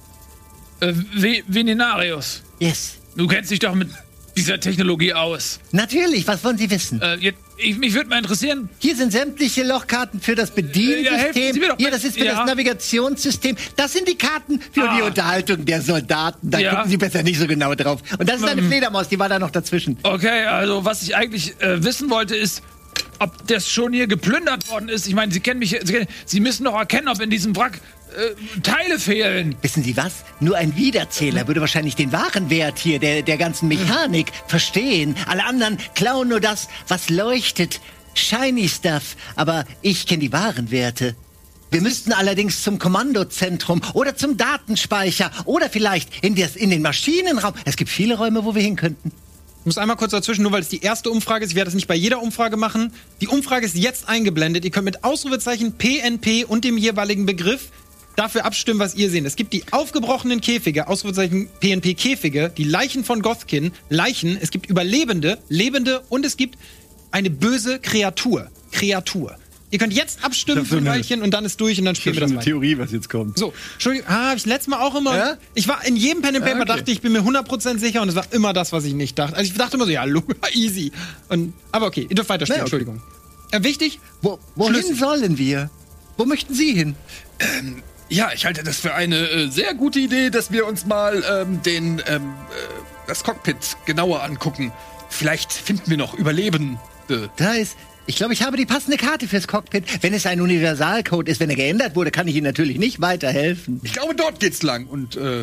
äh, Veninarius. Yes. Du kennst dich doch mit dieser Technologie aus. Natürlich, was wollen Sie wissen? Äh, jetzt, ich, mich würde mal interessieren. Hier sind sämtliche Lochkarten für das Bediensystem. Ja, Hier, das ist für ja. das Navigationssystem. Das sind die Karten für ah. die Unterhaltung der Soldaten. Da ja. gucken Sie besser nicht so genau drauf. Und das ist eine Fledermaus, die war da noch dazwischen. Okay, also was ich eigentlich äh, wissen wollte ist, ob das schon hier geplündert worden ist. Ich meine, Sie kennen mich, Sie, kennen, Sie müssen doch erkennen, ob in diesem Wrack äh, Teile fehlen. Wissen Sie was? Nur ein Wiederzähler würde wahrscheinlich den wahren Wert hier der, der ganzen Mechanik verstehen. Alle anderen klauen nur das, was leuchtet. Shiny Stuff. Aber ich kenne die wahren Werte. Wir müssten allerdings zum Kommandozentrum oder zum Datenspeicher oder vielleicht in, des, in den Maschinenraum. Es gibt viele Räume, wo wir hin könnten. Ich muss einmal kurz dazwischen, nur weil es die erste Umfrage ist. Ich werde das nicht bei jeder Umfrage machen. Die Umfrage ist jetzt eingeblendet. Ihr könnt mit Ausrufezeichen P N P und dem jeweiligen Begriff dafür abstimmen, was ihr seht. Es gibt die aufgebrochenen Käfige, Ausrufezeichen P N P Käfige, die Leichen von Gothkin, Leichen. Es gibt Überlebende, Lebende und es gibt eine böse Kreatur. Kreatur. Ihr könnt jetzt abstimmen für ein Weilchen und dann ist durch und dann spielen wir das eine weiter. Theorie, was jetzt kommt. So, Entschuldigung, ah, hab ich letztes Mal auch immer. Ja? Ich war in jedem Pen and Paper, Ah, okay. dachte ich, bin mir hundert Prozent sicher und es war immer das, was ich nicht dachte. Also ich dachte immer so, ja, easy. Und, aber okay, ihr dürft weiterspielen, Nee, okay. Entschuldigung. Äh, wichtig, Wo, wohin Schlüssel. sollen wir? Wo möchten Sie hin? Ähm, ja, ich halte das für eine äh, sehr gute Idee, dass wir uns mal ähm, den, ähm, äh, das Cockpit genauer angucken. Vielleicht finden wir noch Überlebende. Da ist. Ich glaube, ich habe die passende Karte fürs Cockpit. Wenn es ein Universalcode ist, wenn er geändert wurde, kann ich Ihnen natürlich nicht weiterhelfen. Ich glaube, dort geht's lang. Und äh,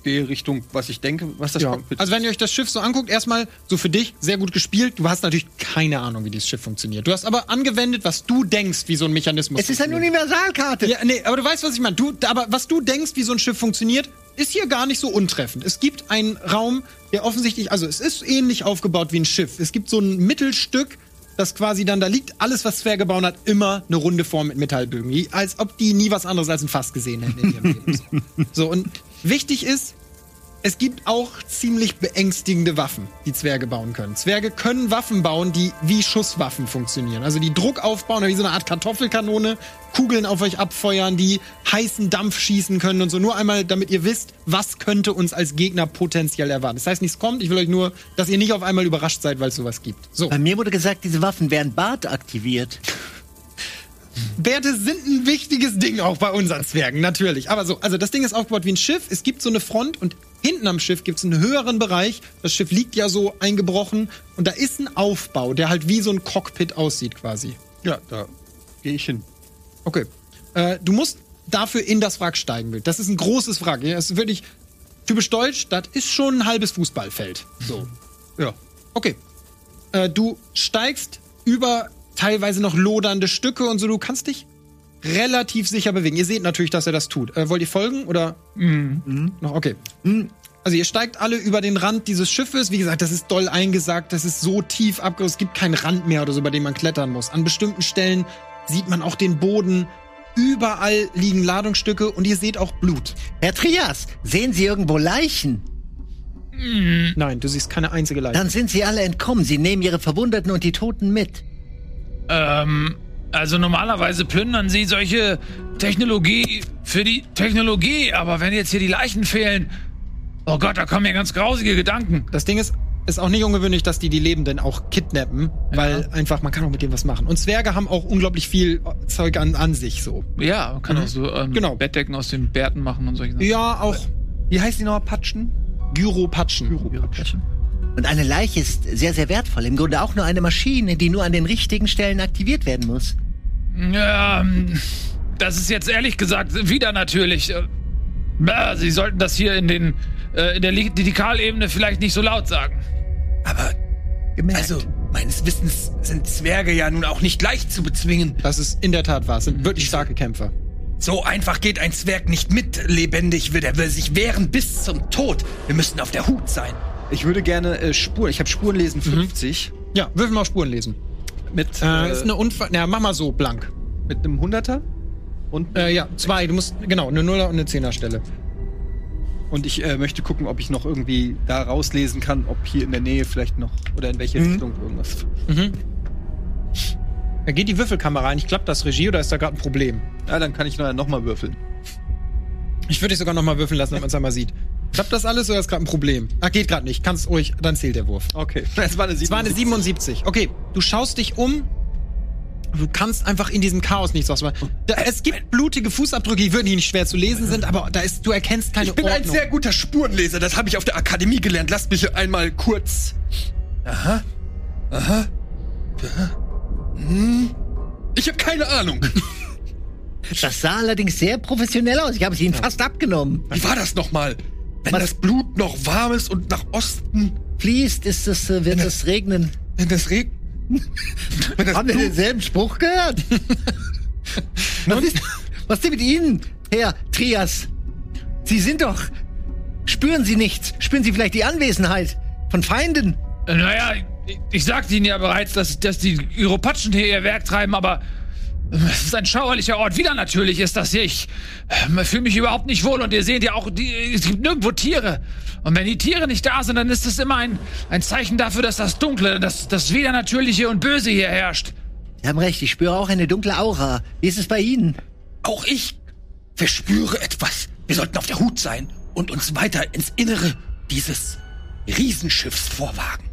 gehe Richtung, was ich denke, was das Ja. Cockpit Also wenn ihr euch das Schiff so anguckt, erstmal so für dich sehr gut gespielt. Du hast natürlich keine Ahnung, wie dieses Schiff funktioniert. Du hast aber angewendet, was du denkst, wie so ein Mechanismus Es ist eine funktioniert. Universalkarte. Ja, nee, aber du weißt, was ich meine. Du, aber was du denkst, wie so ein Schiff funktioniert, ist hier gar nicht so untreffend. Es gibt einen Raum, der offensichtlich, also es ist ähnlich aufgebaut wie ein Schiff. Es gibt so ein Mittelstück, das quasi dann da liegt. Alles, was Zwerge bauen, hat immer eine runde Form mit Metallbögen. Wie- Als ob die nie was anderes als ein Fass gesehen hätten in ihrem Leben. So. so, und wichtig ist, es gibt auch ziemlich beängstigende Waffen, die Zwerge bauen können. Zwerge können Waffen bauen, die wie Schusswaffen funktionieren. Also die Druck aufbauen, wie so eine Art Kartoffelkanone, Kugeln auf euch abfeuern, die heißen Dampf schießen können und so. Nur einmal, damit ihr wisst, was könnte uns als Gegner potenziell erwarten. Das heißt, nichts kommt. Ich will euch nur, dass ihr nicht auf einmal überrascht seid, weil es sowas gibt. So. Bei mir wurde gesagt, diese Waffen werden Bart aktiviert. Werte sind ein wichtiges Ding auch bei unseren Zwergen, natürlich. Aber so, also das Ding ist aufgebaut wie ein Schiff. Es gibt so eine Front und hinten am Schiff gibt es einen höheren Bereich. Das Schiff liegt ja so eingebrochen und da ist ein Aufbau, der halt wie so ein Cockpit aussieht quasi. Ja, da gehe ich hin. Okay. Äh, du musst dafür in das Wrack steigen, Bild. Das ist ein großes Wrack. Ja? Das ist wirklich typisch deutsch. Das ist schon ein halbes Fußballfeld. So. Ja. Okay. Äh, du steigst über teilweise noch lodernde Stücke und so. Du kannst dich relativ sicher bewegen. Ihr seht natürlich, dass er das tut. Äh, wollt ihr folgen oder? Mhm. Noch okay. Also ihr steigt alle über den Rand dieses Schiffes. Wie gesagt, das ist doll eingesackt. Das ist so tief abgerufen. Es gibt keinen Rand mehr oder so, über den man klettern muss. An bestimmten Stellen sieht man auch den Boden. Überall liegen Ladungsstücke und ihr seht auch Blut. Herr Trias, sehen Sie irgendwo Leichen? Nein, du siehst keine einzige Leiche. Dann sind sie alle entkommen. Sie nehmen ihre Verwundeten und die Toten mit. Ähm, also normalerweise plündern sie solche Technologie für die Technologie, aber wenn jetzt hier die Leichen fehlen, oh Gott, da kommen mir ganz grausige Gedanken. Das Ding ist, ist auch nicht ungewöhnlich, dass die die Lebenden auch kidnappen, Ja. weil einfach, man kann auch mit denen was machen. Und Zwerge haben auch unglaublich viel Zeug an, an sich so. Ja, man kann Mhm. auch so ähm, Genau. Bettdecken aus den Bärten machen und solche Sachen. Ja, auch Wie heißt die noch? Patschen? Gyropatschen. Und eine Leiche ist sehr, sehr wertvoll. Im Grunde auch nur eine Maschine, die nur an den richtigen Stellen aktiviert werden muss. Ja, ähm, das ist jetzt ehrlich gesagt wieder natürlich. Äh, äh, Sie sollten das hier in den äh, in der Digitalebene vielleicht nicht so laut sagen. Aber, Gemerkt. also, meines Wissens sind Zwerge ja nun auch nicht leicht zu bezwingen. Das ist in der Tat wahr. Es sind wirklich starke Kämpfer. So einfach geht ein Zwerg nicht mit lebendig, wird er will sich wehren bis zum Tod. Wir müssen auf der Hut sein. Ich würde gerne äh, Spuren. Ich habe Spurenlesen fünfzig. Ja, würfel mal auf Spuren lesen. Mit, Äh, äh, ist eine Unfall. Na, mach mal so, blank. mit einem Hunderter. Und, Äh, ja, zwei. Du musst, genau, eine Nuller und eine Zehnerstelle. und ich äh, möchte gucken, ob ich noch irgendwie da rauslesen kann, ob hier in der Nähe vielleicht noch oder in welche Mhm. Richtung irgendwas. Mhm. Da geht die Würfelkamera rein. Ich glaube, das Regie oder ist da gerade ein Problem? Ja, dann kann ich noch, noch mal würfeln. Ich würde dich sogar noch mal würfeln lassen, damit man es einmal sieht. Klappt das alles oder ist gerade ein Problem? Ach, geht gerade nicht. Kannst ruhig, dann zählt der Wurf. Okay. Es war eine Es war eine siebenundsiebzig. siebenundsiebzig. Okay, du schaust dich um. Du kannst einfach in diesem Chaos nichts ausmachen. Da, es gibt blutige Fußabdrücke, die wirklich nicht schwer zu lesen sind, aber da ist, du erkennst keine Ich bin ein Ordnung. sehr guter Spurenleser, das habe ich auf der Akademie gelernt. Lasst mich einmal kurz. Aha. Aha. Aha. Hm. Ich habe keine Ahnung. Das sah allerdings sehr professionell aus. Ich habe es ihnen fast abgenommen. Wie war das nochmal? Wenn Was? das Blut noch warm ist und nach Osten, Fließt, ist es, äh, wird es regnen. wenn das regnet. Wenn das Haben wir Blut, denselben Spruch gehört? was, ist, was ist denn mit Ihnen, Herr Trias? Sie sind doch... Spüren Sie nichts? Spüren Sie vielleicht die Anwesenheit von Feinden? Äh, naja, ich, ich sagte Ihnen ja bereits, dass, dass die Gyropatschen hier ihr Werk treiben, aber äh, es ist ein schauerlicher Ort. Wieder natürlich ist das hier. Ich äh, fühle mich überhaupt nicht wohl und ihr seht ja auch, die, es gibt nirgendwo Tiere. Und wenn die Tiere nicht da sind, dann ist es immer ein, ein Zeichen dafür, dass das Dunkle, das, das Widernatürliche und Böse hier herrscht. Sie haben recht, ich spüre auch eine dunkle Aura. Wie ist es bei Ihnen? auch ich verspüre etwas. Wir sollten auf der Hut sein und uns weiter ins Innere dieses Riesenschiffs vorwagen.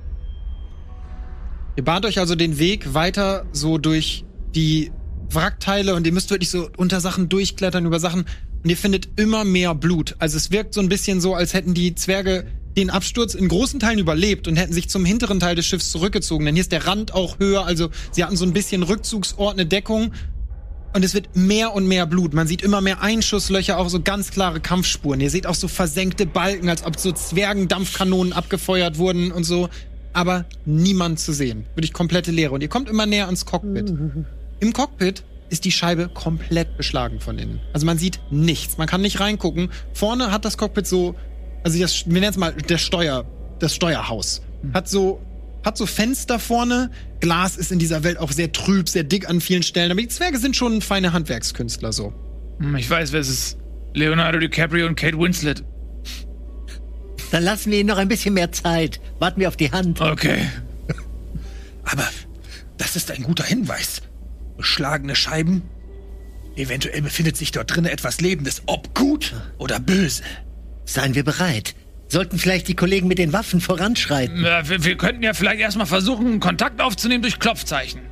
Ihr bahnt euch also den Weg weiter so durch die Wrackteile und ihr müsst wirklich so unter Sachen durchklettern, über Sachen. Und ihr findet immer mehr Blut. Also es wirkt so ein bisschen so, als hätten die Zwerge den Absturz in großen Teilen überlebt und hätten sich zum hinteren Teil des Schiffs zurückgezogen. Denn hier ist der Rand auch höher, also sie hatten so ein bisschen Rückzugsort, eine Deckung. Und es wird mehr und mehr Blut. Man sieht immer mehr Einschusslöcher, auch so ganz klare Kampfspuren. Ihr seht auch so versenkte Balken, als ob so Zwergendampfkanonen abgefeuert wurden und so. Aber niemand zu sehen. Wirklich komplette Leere. Und ihr kommt immer näher ans Cockpit. Im Cockpit ist die Scheibe komplett beschlagen von innen. Also man sieht nichts. Man kann nicht reingucken. Vorne hat das Cockpit so, also das, wir nennen es mal der Steuer, das Steuerhaus. Hat so Hat so Fenster vorne. Glas ist in dieser Welt auch sehr trüb, sehr dick an vielen Stellen. Aber die Zwerge sind schon feine Handwerkskünstler so. Ich weiß, wer es ist. Leonardo DiCaprio und Kate Winslet. Dann lassen wir ihnen noch ein bisschen mehr Zeit. Warten wir auf die Hand. Okay. Aber das ist ein guter Hinweis. Beschlagene Scheiben. Eventuell befindet sich dort drin etwas Lebendes. Ob gut oder böse. Seien wir bereit. Sollten vielleicht die Kollegen mit den Waffen voranschreiten. Ja, wir, wir könnten ja vielleicht erstmal versuchen, Kontakt aufzunehmen durch Klopfzeichen.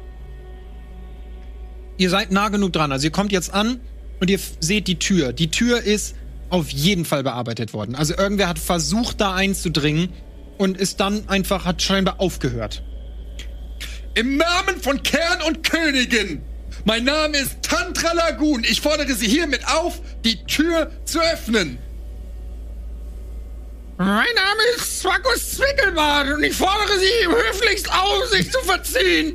Ihr seid nah genug dran. Also ihr kommt jetzt an und ihr f- seht die Tür. Die Tür ist auf jeden Fall bearbeitet worden. Also irgendwer hat versucht, da einzudringen und ist dann einfach, hat scheinbar aufgehört. Im Namen von Kern und Königin. Mein Name ist Tantra Lagoon. Ich fordere Sie hiermit auf, die Tür zu öffnen. Mein Name ist Zwackus Zwickelbart und ich fordere Sie höflichst auf, sich zu verziehen.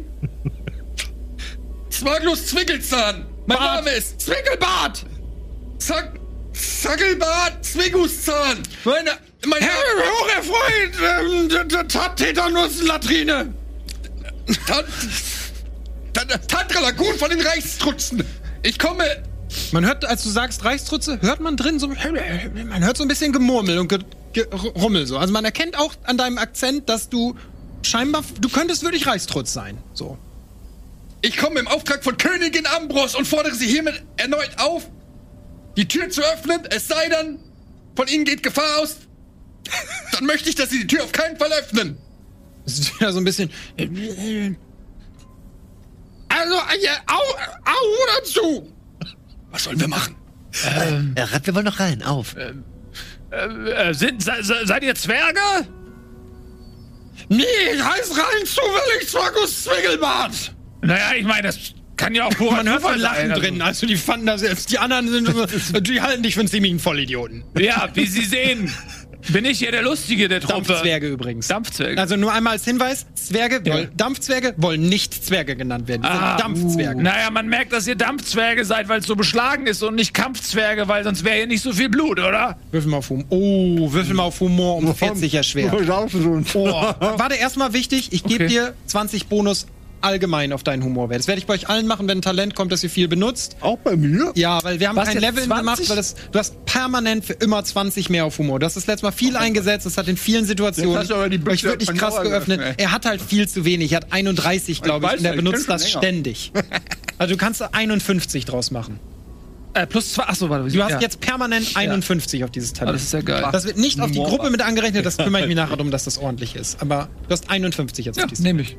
Zwaglus Zwickelzahn. Mein Bart. Name ist Zwickelbart! Zack, Zackelbart Zwiguszahn. Meine, mein Herr Hocherfreund, ähm, d- d- Tetanus-Latrine. Tan Tan Tantra Lagoon von den Reichstrutzen. Ich komme. Man hört, als du sagst Reichstrutze, hört man drin so, man hört so ein bisschen Gemurmel und Ge- Ge- Rummel so. Also man erkennt auch an deinem Akzent, dass du scheinbar, du könntest wirklich Reichstrutz sein. So. Ich komme im Auftrag von Königin Ambros und fordere Sie hiermit erneut auf, die Tür zu öffnen. Es sei denn, von Ihnen geht Gefahr aus. Dann möchte ich, dass Sie die Tür auf keinen Fall öffnen. Es ist wieder so ein bisschen. Also, ja, au, au dazu. Was sollen wir machen? Ähm, äh, wir wollen noch rein, auf. Äh, äh, sind, se, se, seid ihr Zwerge? Nee, ich heiß rein zufällig Zwackus Zwickelbart. Naja, ich meine, das kann ja auch purer Man hört Zufall ein Lachen sein, drin, also die fanden das selbst. Die anderen sind so, die halten dich für einen ziemlichen Vollidioten. Ja, wie Sie sehen, bin ich hier der Lustige der Truppe. Dampfzwerge übrigens. Dampfzwerge. Also nur einmal als Hinweis, Zwerge, Ja. wollen, Dampfzwerge wollen nicht Zwerge genannt werden. Die Ah, sind Dampfzwerge. Naja, man merkt, dass ihr Dampfzwerge seid, weil es so beschlagen ist und nicht Kampfzwerge, weil sonst wäre hier nicht so viel Blut, oder? Würfel mal auf Humor. Oh, Würfel mal auf Humor um vierzig erschwert. Oh, warte, erstmal wichtig, ich gebe Okay. dir zwanzig Bonus allgemein auf deinen Humorwert. Das werde ich bei euch allen machen, wenn ein Talent kommt, das ihr viel benutzt. Auch bei mir? Ja, weil wir haben Was kein jetzt, Leveln zwanzig? gemacht, weil das, du hast permanent für immer zwanzig mehr auf Humor. Du hast das letzte Mal viel eingesetzt, das hat in vielen Situationen Jetzt hast du aber die Büchse euch wirklich von krass Noah geöffnet. geöffnet. Er hat halt viel zu wenig, er hat einunddreißig, glaube ich, weiß und er ja, ich benutzt kenn das schon länger. ständig. Also du kannst da einundfünfzig draus machen. Äh, plus zwei, achso, warte. Du hast ja. jetzt permanent einundfünfzig auf dieses Ah, Talent. das ist ja geil. Das wird nicht auf die Gruppe mit angerechnet, das kümmere ich mich nachher darum, dass das ordentlich ist. Aber du hast einundfünfzig jetzt Ja, auf dieses. nämlich.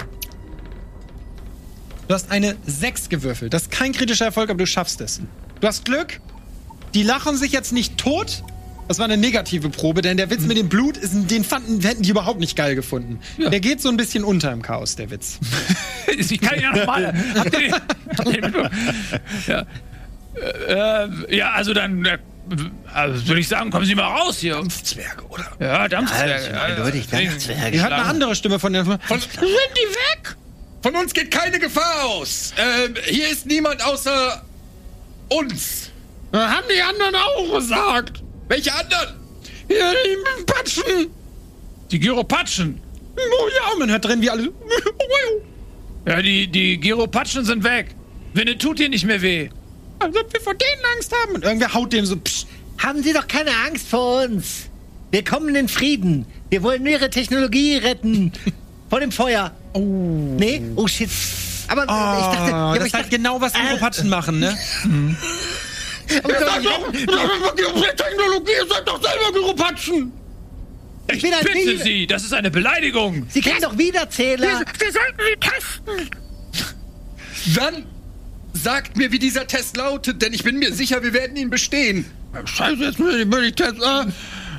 Du hast eine sechs gewürfelt. Das ist kein kritischer Erfolg, aber du schaffst es. Du hast Glück. Die lachen sich jetzt nicht tot. Das war eine negative Probe, denn der Witz mit dem Blut, ist, den fanden, hätten die überhaupt nicht geil gefunden. Ja. Der geht so ein bisschen unter im Chaos, der Witz. Ich kann ihn ja nochmal. Habt ihr den? Habt ihr den mitbekommen? Ja. Äh, ja, also dann äh, also würde ich sagen, kommen Sie mal raus hier. Dampfzwerge, oder? Ja, Dampfzwerge. Ja, eindeutig Dampfzwerge. Ihr hört eine andere Stimme von der. Von, sind die weg? Von uns geht keine Gefahr aus. Ähm, hier ist niemand außer uns. Haben die anderen auch gesagt. Welche anderen? Hier, die Patschen. Die Gyropatschen. Oh ja, man hört drin, wie alle. Ja, die, die Gyropatschen sind weg. Winne tut dir nicht mehr weh. Als ob wir vor denen Angst haben. Und irgendwer haut dem so. Psst. Haben Sie doch keine Angst vor uns. Wir kommen in Frieden. Wir wollen nur Ihre Technologie retten. Vor dem Feuer. Oh. Nee? Oh, shit. Aber Oh, ich dachte... Ja, aber das ich ist halt dachte genau, was die äh, Europatschen machen, ne? aber Ihr doch seid nicht doch, retten. das ist Technologie, ihr seid doch selber Gyropatschen. Ich bin ein bitte Bild. Sie, das ist eine Beleidigung. Sie kennen doch Wiederzähler. Wir sollten sie testen. Dann sagt mir, wie dieser Test lautet, denn ich bin mir sicher, wir werden ihn bestehen. Scheiße, jetzt will ich, will ich testen.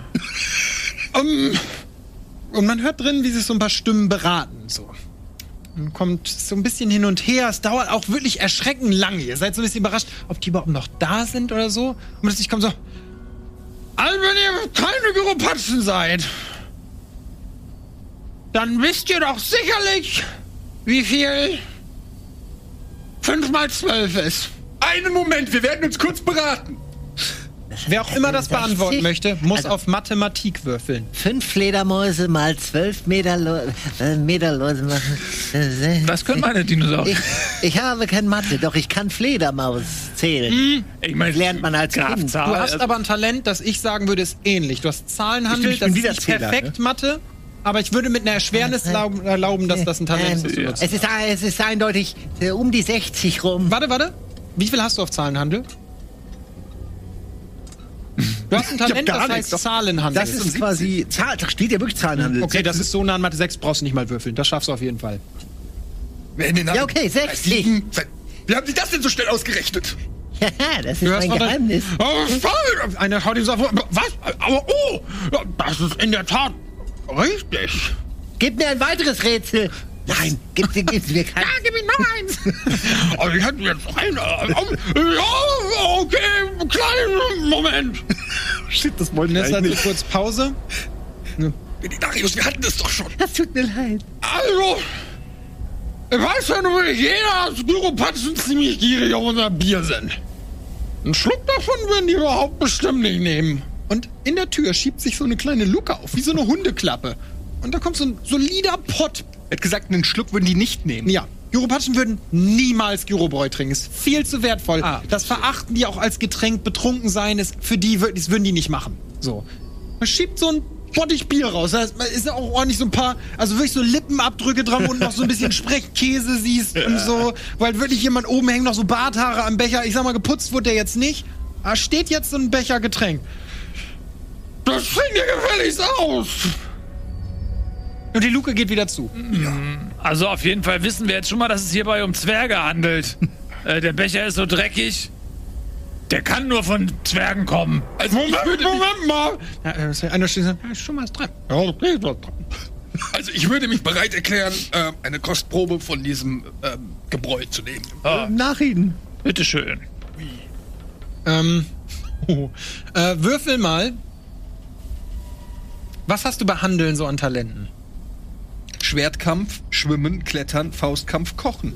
Äh, Um, und man hört drin, wie sich so ein paar Stimmen beraten. So. Und kommt so ein bisschen hin und her. Es dauert auch wirklich erschreckend lange. Ihr seid so ein bisschen überrascht, ob die überhaupt noch da sind oder so. Und plötzlich kommt so: Also, wenn ihr keine Gyropatschen seid, dann wisst ihr doch sicherlich, wie viel fünf mal zwölf ist. Einen Moment, wir werden uns kurz beraten. Wer auch immer das beantworten sechzig? möchte, muss Also- auf Mathematik würfeln. Fünf Fledermäuse mal zwölf Meter, Lo äh, Meter Lose machen. Äh, Das können meine Dinosaurier. Ich, ich habe kein Mathe, doch ich kann Fledermaus zählen. Ich meine, Das lernt man als Kind. Grafzahl. Du hast aber ein Talent, das ich sagen würde, ist ähnlich. Du hast Zahlenhandel, Ich bin das ist wieder nicht Zähler, perfekt Mathe, aber ich würde mit einer Erschwernis erlauben, erlauben, dass das ein Talent ist. das du Ähm, nutzt. es, ist es ist eindeutig äh, um die sechzig rum. Warte, warte. Wie viel hast du auf Zahlenhandel? Du hast ein Talent, gar das nichts. heißt Zahlenhandel. Das ist quasi, Zahl, da steht ja wirklich Zahlenhandel. Okay, das ist so nah an Mathe sechs, brauchst du nicht mal würfeln. Das schaffst du auf jeden Fall. Wer in den Ja, okay, sechzig. Wie haben Sie das denn so schnell ausgerechnet? Ja, das ist Du hörst mein von der- Geheimnis. Oh, voll! Einer haut ihm so auf. Was? Aber oh! Ja, das ist in der Tat richtig. Gib mir ein weiteres Rätsel. Nein, gib, gib, gib mir kein. Ja, gib ihm noch eins. Also ich hätte jetzt eine. Ja, okay, kleinen Moment. Shit, das wollte ich Nessa hat eigentlich so kurz Pause. Darius, wir hatten das doch schon. Das tut mir leid. Also, ich weiß ja nur, jeder aus Gyropatschen ziemlich gierig auf unser Bier sind. Ein Schluck davon würden die überhaupt bestimmt nicht nehmen. Und in der Tür schiebt sich so eine kleine Luke auf, wie so eine Hundeklappe. Und da kommt so ein solider Pott. Er hat gesagt, einen Schluck würden die nicht nehmen. Ja, Gyropatschen würden niemals Gyrobräu trinken. Ist viel zu wertvoll. Ah. Das verachten die auch als Getränk. Betrunken sein ist für die, wür- das würden die nicht machen. So. Man schiebt so ein Bottich Bier raus. Da ist ist ja auch ordentlich so ein paar, also wirklich so Lippenabdrücke dran und noch so ein bisschen Sprechkäse siehst und so. Weil wirklich jemand oben hängt noch so Barthaare am Becher. Ich sag mal, geputzt wurde der jetzt nicht. Da steht jetzt so ein Becher Getränk. Das trinkt ihr gefälligst aus. Und die Luke geht wieder zu. Also auf jeden Fall wissen wir jetzt schon mal, dass es hierbei um Zwerge handelt. äh, der Becher ist so dreckig. Der kann nur von Zwergen kommen. Also Moment, ich würde, Moment mal. Ja, äh, einer steht so, ja, ist schon mal was dran. Ja, okay, ist was dran. also ich würde mich bereit erklären, äh, eine Kostprobe von diesem ähm, Gebräu zu nehmen. Nachreden. Bitteschön. Ähm, oh. äh, würfel mal. Was hast du bei Handeln so an Talenten? Schwertkampf, Schwimmen, Klettern, Faustkampf, Kochen.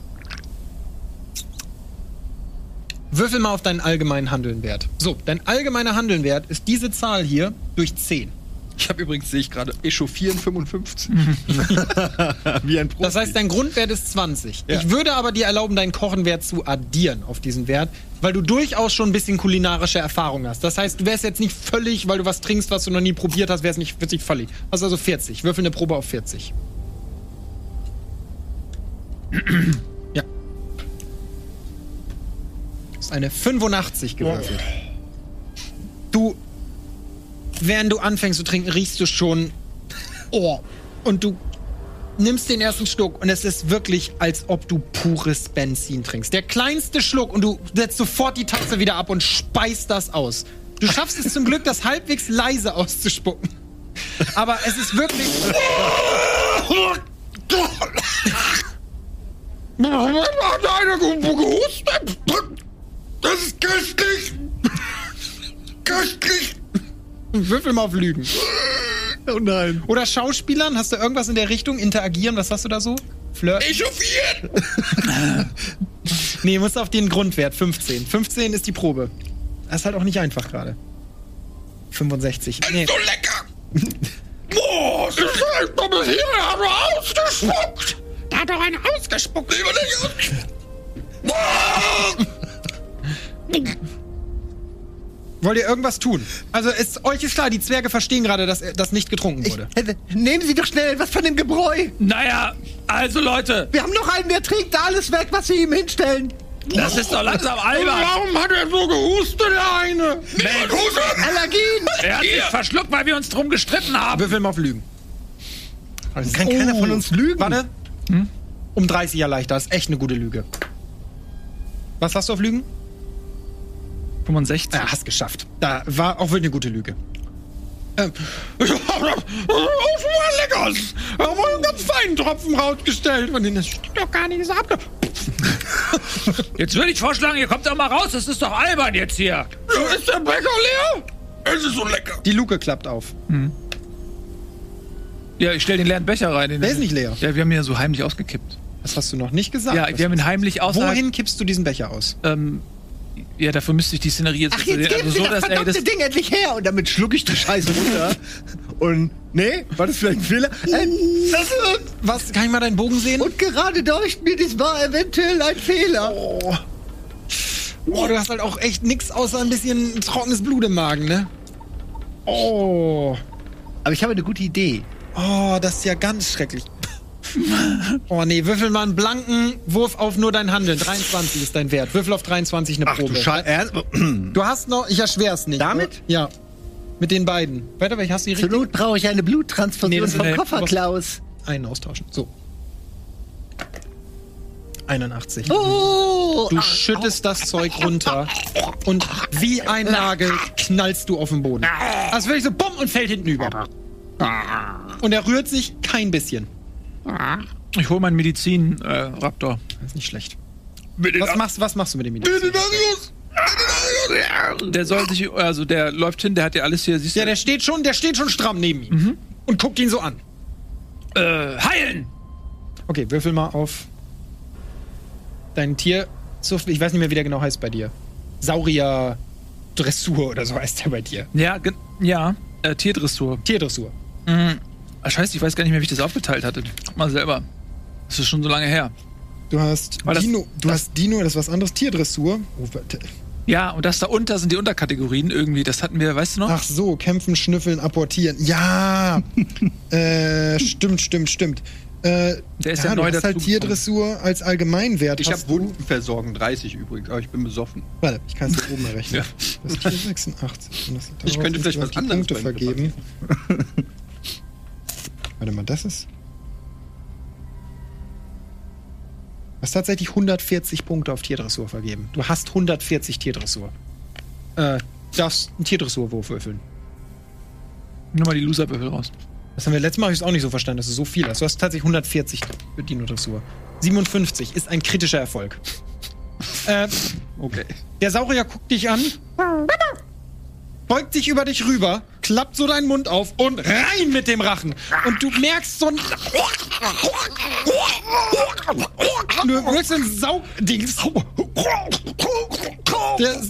Würfel mal auf deinen allgemeinen Handelnwert. So, dein allgemeiner Handelnwert ist diese Zahl hier durch zehn. Ich habe übrigens, sehe ich gerade, Echauffieren fünfundfünfzig. Wie ein Profi. Das heißt, dein Grundwert ist zwanzig. Ja. Ich würde aber dir erlauben, deinen Kochenwert zu addieren auf diesen Wert, weil du durchaus schon ein bisschen kulinarische Erfahrung hast. Das heißt, du wärst jetzt nicht völlig, weil du was trinkst, was du noch nie probiert hast, wärst nicht, wärst nicht völlig. Also also vierzig. Würfel eine Probe auf vierzig. Ja. Das ist eine fünfundachtzig gewürfelt. Du, während du anfängst zu trinken, riechst du schon oh, und du nimmst den ersten Schluck und es ist wirklich, als ob du pures Benzin trinkst. Der kleinste Schluck und du setzt sofort die Tasse wieder ab und speist das aus. Du schaffst es zum Glück, das halbwegs leise auszuspucken. Aber es ist wirklich... Hat einer gehustet? Das ist köstlich! Köstlich! Würfel mal auf Lügen. Oh nein. Oder Schauspielern, hast du irgendwas in der Richtung? Interagieren, was hast du da so? Flirt? Echauffieren! Nee, musst auf den Grundwert, fünfzehn. fünfzehn ist die Probe. Das ist halt auch nicht einfach gerade. fünfundsechzig. Nee. So lecker! Boah, das ist halt doch bis hier, haben wir ausgespuckt! Da hat doch einer ausgespuckt. Lieber nicht ausgespuckt! Boah! Wollt ihr irgendwas tun? Also, ist, euch ist klar, die Zwerge verstehen gerade, dass das nicht getrunken wurde. Äh, Nehmen Sie doch schnell was von dem Gebräu. Naja, also Leute, Wir haben noch einen, der trinkt da alles weg, was Sie ihm hinstellen. das ist doch langsam albern. Warum hat er so gehustet, der eine? Mensch, Allergien. er hat sich verschluckt, weil wir uns drum gestritten haben. Würfel mal auf Lügen. Kann keiner von uns lügen. Warte. Um dreißig erleichtert. Das ist echt eine gute Lüge. Was hast du auf Lügen? fünfundsechzig. Ja, hast geschafft. Da war auch wirklich eine gute Lüge. Ähm, ich hab das war lecker. Ich hab einen ganz feinen Tropfen rausgestellt. Und das steht doch gar nicht gesagt. Jetzt würde ich vorschlagen, ihr kommt doch mal raus. Das ist doch albern jetzt hier. Ja, ist der Becher leer? Es ist so lecker. Die Luke klappt auf. Mhm. Ja, ich stell den leeren Becher rein. Den Der ist nicht leer. Ja, wir haben ihn ja so heimlich ausgekippt. Das hast du noch nicht gesagt. Ja, wir haben ihn heimlich außerhalb... Wohin kippst du diesen Becher aus? Ähm, ja, dafür müsste ich die Szenerie jetzt... Ach, jetzt geben Sie so, das dass, ey, verdammte das, Ding endlich her! Und damit schluck ich die Scheiße runter. Und, nee, war das vielleicht ein Fehler? Ähm, das, äh, Was? Kann ich mal deinen Bogen sehen? und gerade deucht mir, das war eventuell ein Fehler. Oh. Oh, du hast halt auch echt nix außer ein bisschen trockenes Blut im Magen, ne? Oh. Aber ich habe eine gute Idee. Oh, das ist ja ganz schrecklich. Oh nee, würfel mal einen blanken Wurf auf nur dein Handeln. dreiundzwanzig ist dein Wert. Würfel auf dreiundzwanzig eine Ach du Probe. Scheiße. Du hast noch, ich erschwer's nicht. Damit? Ja. Mit den beiden. Weiter, welche hast du die Zur richtig? Not brauche ich eine Bluttransfusion Nee, das vom ist- Koffer, Klaus. Einen austauschen. So. einundachtzig. Oh! Du schüttest das Zeug runter und wie ein Nagel knallst du auf den Boden. Als würde ich so bumm und fällt hinten über. Und er rührt sich kein bisschen. ich hole meinen Medizin-Raptor. Das ist nicht schlecht. Was machst, was machst du mit dem Medizin? Der soll sich, also der läuft hin, der hat ja alles hier, siehst du? Ja, der steht schon, der steht schon stramm neben ihm. Und guckt ihn so an. äh, heilen! Okay, würfel mal auf dein Tier. Ich weiß nicht mehr, wie der genau heißt bei dir. Saurier Dressur oder so heißt der bei dir. Ja, ge- ja, äh, Tierdressur. Tierdressur. Mhm. Ah, scheiße, ich weiß gar nicht mehr, wie ich das aufgeteilt hatte. Guck mal selber. Das ist schon so lange her. Du hast Weil das- Dino, du das- hast Dino, das ist was anderes, Tierdressur. Oh, warte. Ja, und das da unter sind die Unterkategorien irgendwie. Das hatten wir, weißt du noch? Ach so, kämpfen, schnüffeln, apportieren. Ja! äh, stimmt, stimmt, stimmt. Äh, Der ist ja, ja du neu hast halt dazugekommen. Tierdressur als Allgemeinwert. Ich hast habe du- Wunden versorgen, dreißig übrigens, aber ich bin besoffen. Warte, ich kann es hier oben errechnen. Ja. Das ist Tier sechsundachtzig. Und das Ich daraus könnte ist, vielleicht du was hast die anderes Punkte bei mir vergeben. Warte mal, das ist. Du hast tatsächlich hundertvierzig Punkte auf Tierdressur vergeben. Du hast hundertvierzig Tierdressur. Äh, darfst einen Tierdressurwurf würfeln. Nimm mal die Loserwürfel raus. Das haben wir letztes Mal hab ich es auch nicht so verstanden, dass du so viel hast. Du hast tatsächlich hundertvierzig für Dino-Dressur. siebenundfünfzig ist ein kritischer Erfolg. äh, Okay. Der Saurier guckt dich an, beugt sich über dich rüber, klappt so deinen Mund auf und rein mit dem Rachen. Und du merkst so ein... Du merkst so ein Saugdings. Der...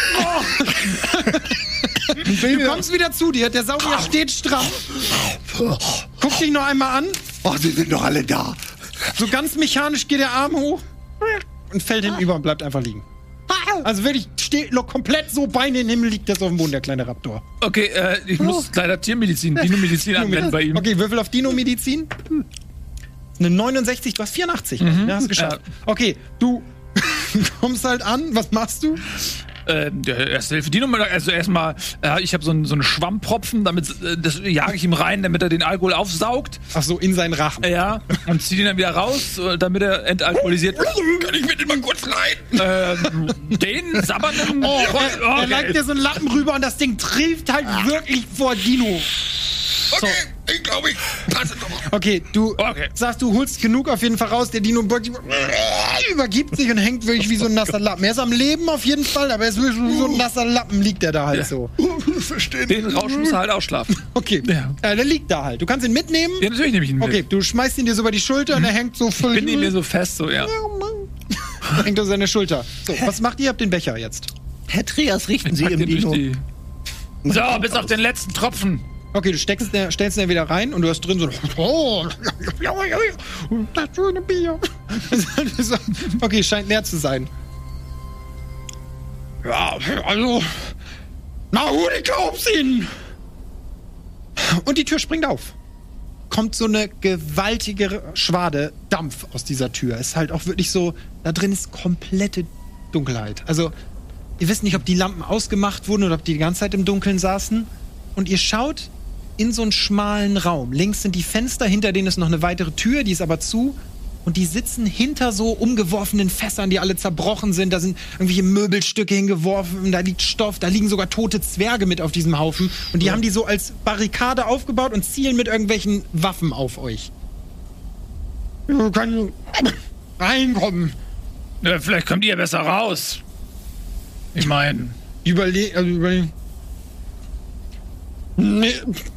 Du kommst wieder zu dir, der Saurier steht stramm. Guck dich noch einmal an. Oh, sie sind doch alle da. So ganz mechanisch geht der Arm hoch und fällt hinüber und bleibt einfach liegen. Also wirklich, steht noch komplett so, Beine in den Himmel, liegt das auf dem Boden, der kleine Raptor. Okay, äh, ich muss leider Tiermedizin, Dino-Medizin anwenden bei ihm. Okay, Würfel auf Dino-Medizin. Das ist eine neunundsechzig, du hast vierundachtzig. Mhm. Ja, hast du geschafft. Okay, du kommst halt an, was machst du? Äh, der erste Hilfe Dino, also erstmal, äh, ich habe so einen so einen Schwammpropfen, damit äh, das jage ich ihm rein, damit er den Alkohol aufsaugt. Ach so, in seinen Rachen. Äh, ja, und ziehe ihn dann wieder raus, äh, damit er entalkoholisiert wird. Kann ich mit dem mal kurz rein? Ähm, den sabbernden. Oh, er, er okay. legt dir so einen Lappen rüber und das Ding trieft halt wirklich vor Dino. Okay, ich glaube, ich passe doch. Okay, du Okay. sagst, du holst genug auf jeden Fall raus. Der Dino beugt sich, übergibt sich und hängt wirklich wie so ein nasser Lappen. Er ist am Leben auf jeden Fall, aber er ist wirklich wie so ein nasser Lappen, liegt er da halt Ja. so. Verstehen. Den Rausch muss er halt ausschlafen. Okay, Ja. äh, der liegt da halt. Du kannst ihn mitnehmen. Ja, natürlich nehme ich ihn mit. Okay, du schmeißt ihn dir so über die Schulter und er hängt so voll. Bin ihn mir so fest, so, ja. hängt auf seine Schulter. So, was macht ihr? Ihr habt den Becher jetzt. Herr Trias, richten Sie Pack im den durch Dino. die. So, bis auf den letzten Tropfen. Okay, du steckst, der, stellst den wieder rein und du hast drin so, oh, das schöne Bier. Okay, scheint leer zu sein. Ja, also, na gut, ich glaub's Ihnen. Und die Tür springt auf. Kommt so eine gewaltige Schwade Dampf aus dieser Tür. Ist halt auch wirklich so, da drin ist komplette Dunkelheit. Also, ihr wisst nicht, ob die Lampen ausgemacht wurden oder ob die die ganze Zeit im Dunkeln saßen. Und ihr schaut in so einen schmalen Raum. Links sind die Fenster, hinter denen ist noch eine weitere Tür, die ist aber zu. und die sitzen hinter so umgeworfenen Fässern, die alle zerbrochen sind. Da sind irgendwelche Möbelstücke hingeworfen, da liegt Stoff, da liegen sogar tote Zwerge mit auf diesem Haufen. Und die ja. haben die so als Barrikade aufgebaut und zielen mit irgendwelchen Waffen auf euch. Du kannst reinkommen. Ja, vielleicht kommt ihr besser raus. Ich meine... Überle... Also überle nee.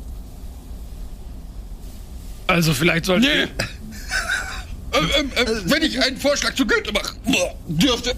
Also vielleicht sollten nee. ähm, ähm, ähm, wenn ich einen Vorschlag zu Goethe machen dürfte.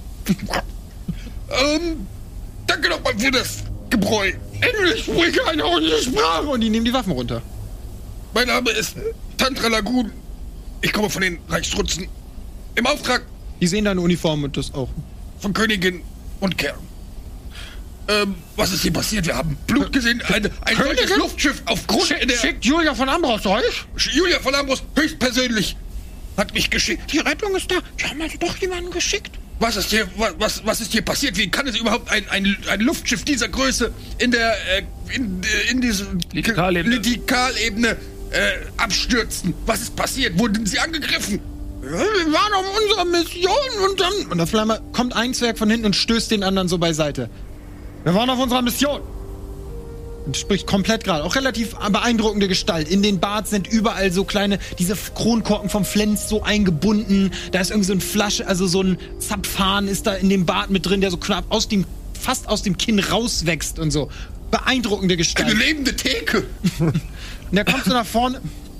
ähm, danke nochmal für das Gebräu. Endlich spreche eine ordentliche Sprache. Und die nehmen die Waffen runter. Mein Name ist Tantra Lagoon. Ich komme von den Reichstrutzen. Im Auftrag... Die sehen deine Uniform und das auch. Von Königin und Kern. Ähm, was ist hier passiert? Wir haben Blut gesehen. Eine, ein solches Luftschiff aufgrund Schick, der... Schickt Julia von Ambros euch? Julia von Ambros höchstpersönlich hat mich geschickt. Die Rettung ist da. Die haben also doch jemanden geschickt. Was ist hier, was, was ist hier passiert? Wie kann es überhaupt ein, ein, ein Luftschiff dieser Größe in der, äh, in, in diese Lidikalebene Lidikalebene, äh, abstürzen? Was ist passiert? Wurden sie angegriffen? Ja, wir waren auf unserer Mission und dann... Und auf einmal kommt ein Zwerg von hinten und stößt den anderen so beiseite. Wir waren auf unserer Mission. Und spricht komplett gerade. Auch relativ beeindruckende Gestalt. In den Bart sind überall so kleine, diese Kronkorken vom Flens so eingebunden. Da ist irgendwie so ein Flasche, also so ein Zapfhahn ist da in dem Bart mit drin, der so knapp aus dem, fast aus dem Kinn rauswächst und so. Beeindruckende Gestalt. Eine lebende Theke. Und der kommt so nach vorne.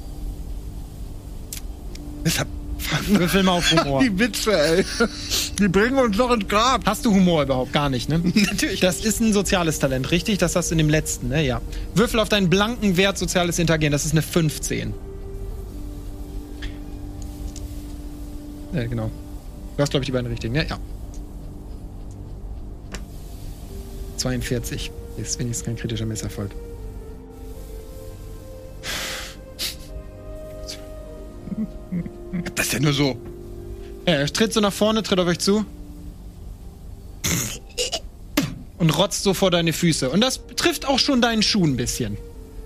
Deshalb Würfel mal auf Humor. Die Witze, ey. Die bringen uns doch ins Grab. Hast du Humor überhaupt? Gar nicht, ne? Natürlich. Das ist ein soziales Talent, richtig? Das hast du in dem letzten, ne? Ja. Würfel auf deinen blanken Wert soziales Interagieren. Das ist eine fünfzehn. Ja, genau. Du hast, glaube ich, die beiden richtigen, ne? Ja. zweiundvierzig. Ist wenigstens kein kritischer Misserfolg. Das ist ja nur so. Ja, er tritt so nach vorne, tritt auf euch zu. Und rotzt so vor deine Füße. Und das trifft auch schon deinen Schuh ein bisschen.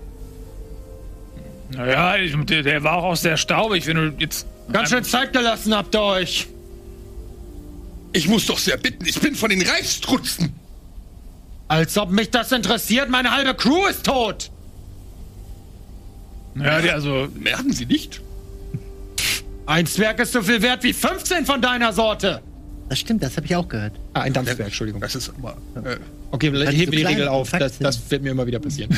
Naja, ich, der, der war auch aus der Staube. Ich finde jetzt... Ganz schön Zeit gelassen habt ihr euch. Ich muss doch sehr bitten. Ich bin von den Reichstrutzen. Als ob mich das interessiert. Meine halbe Crew ist tot. Ja, die, also... Merken Sie nicht? Ein Zwerg ist so viel wert wie fünfzehn von deiner Sorte. Das stimmt, das habe ich auch gehört. Ah, ein Dampfzwerg, Entschuldigung. Das ist aber... Äh, okay, Weil die heben so wir die klein Regel und auf. kompakt Das, sind. das wird mir immer wieder passieren.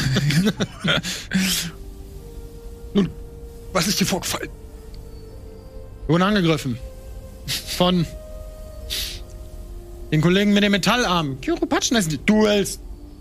Nun, was ist hier vorgefallen? Wir wurden angegriffen. Von den Kollegen mit dem Metallarm. Kyropatschen heißen die. Duels.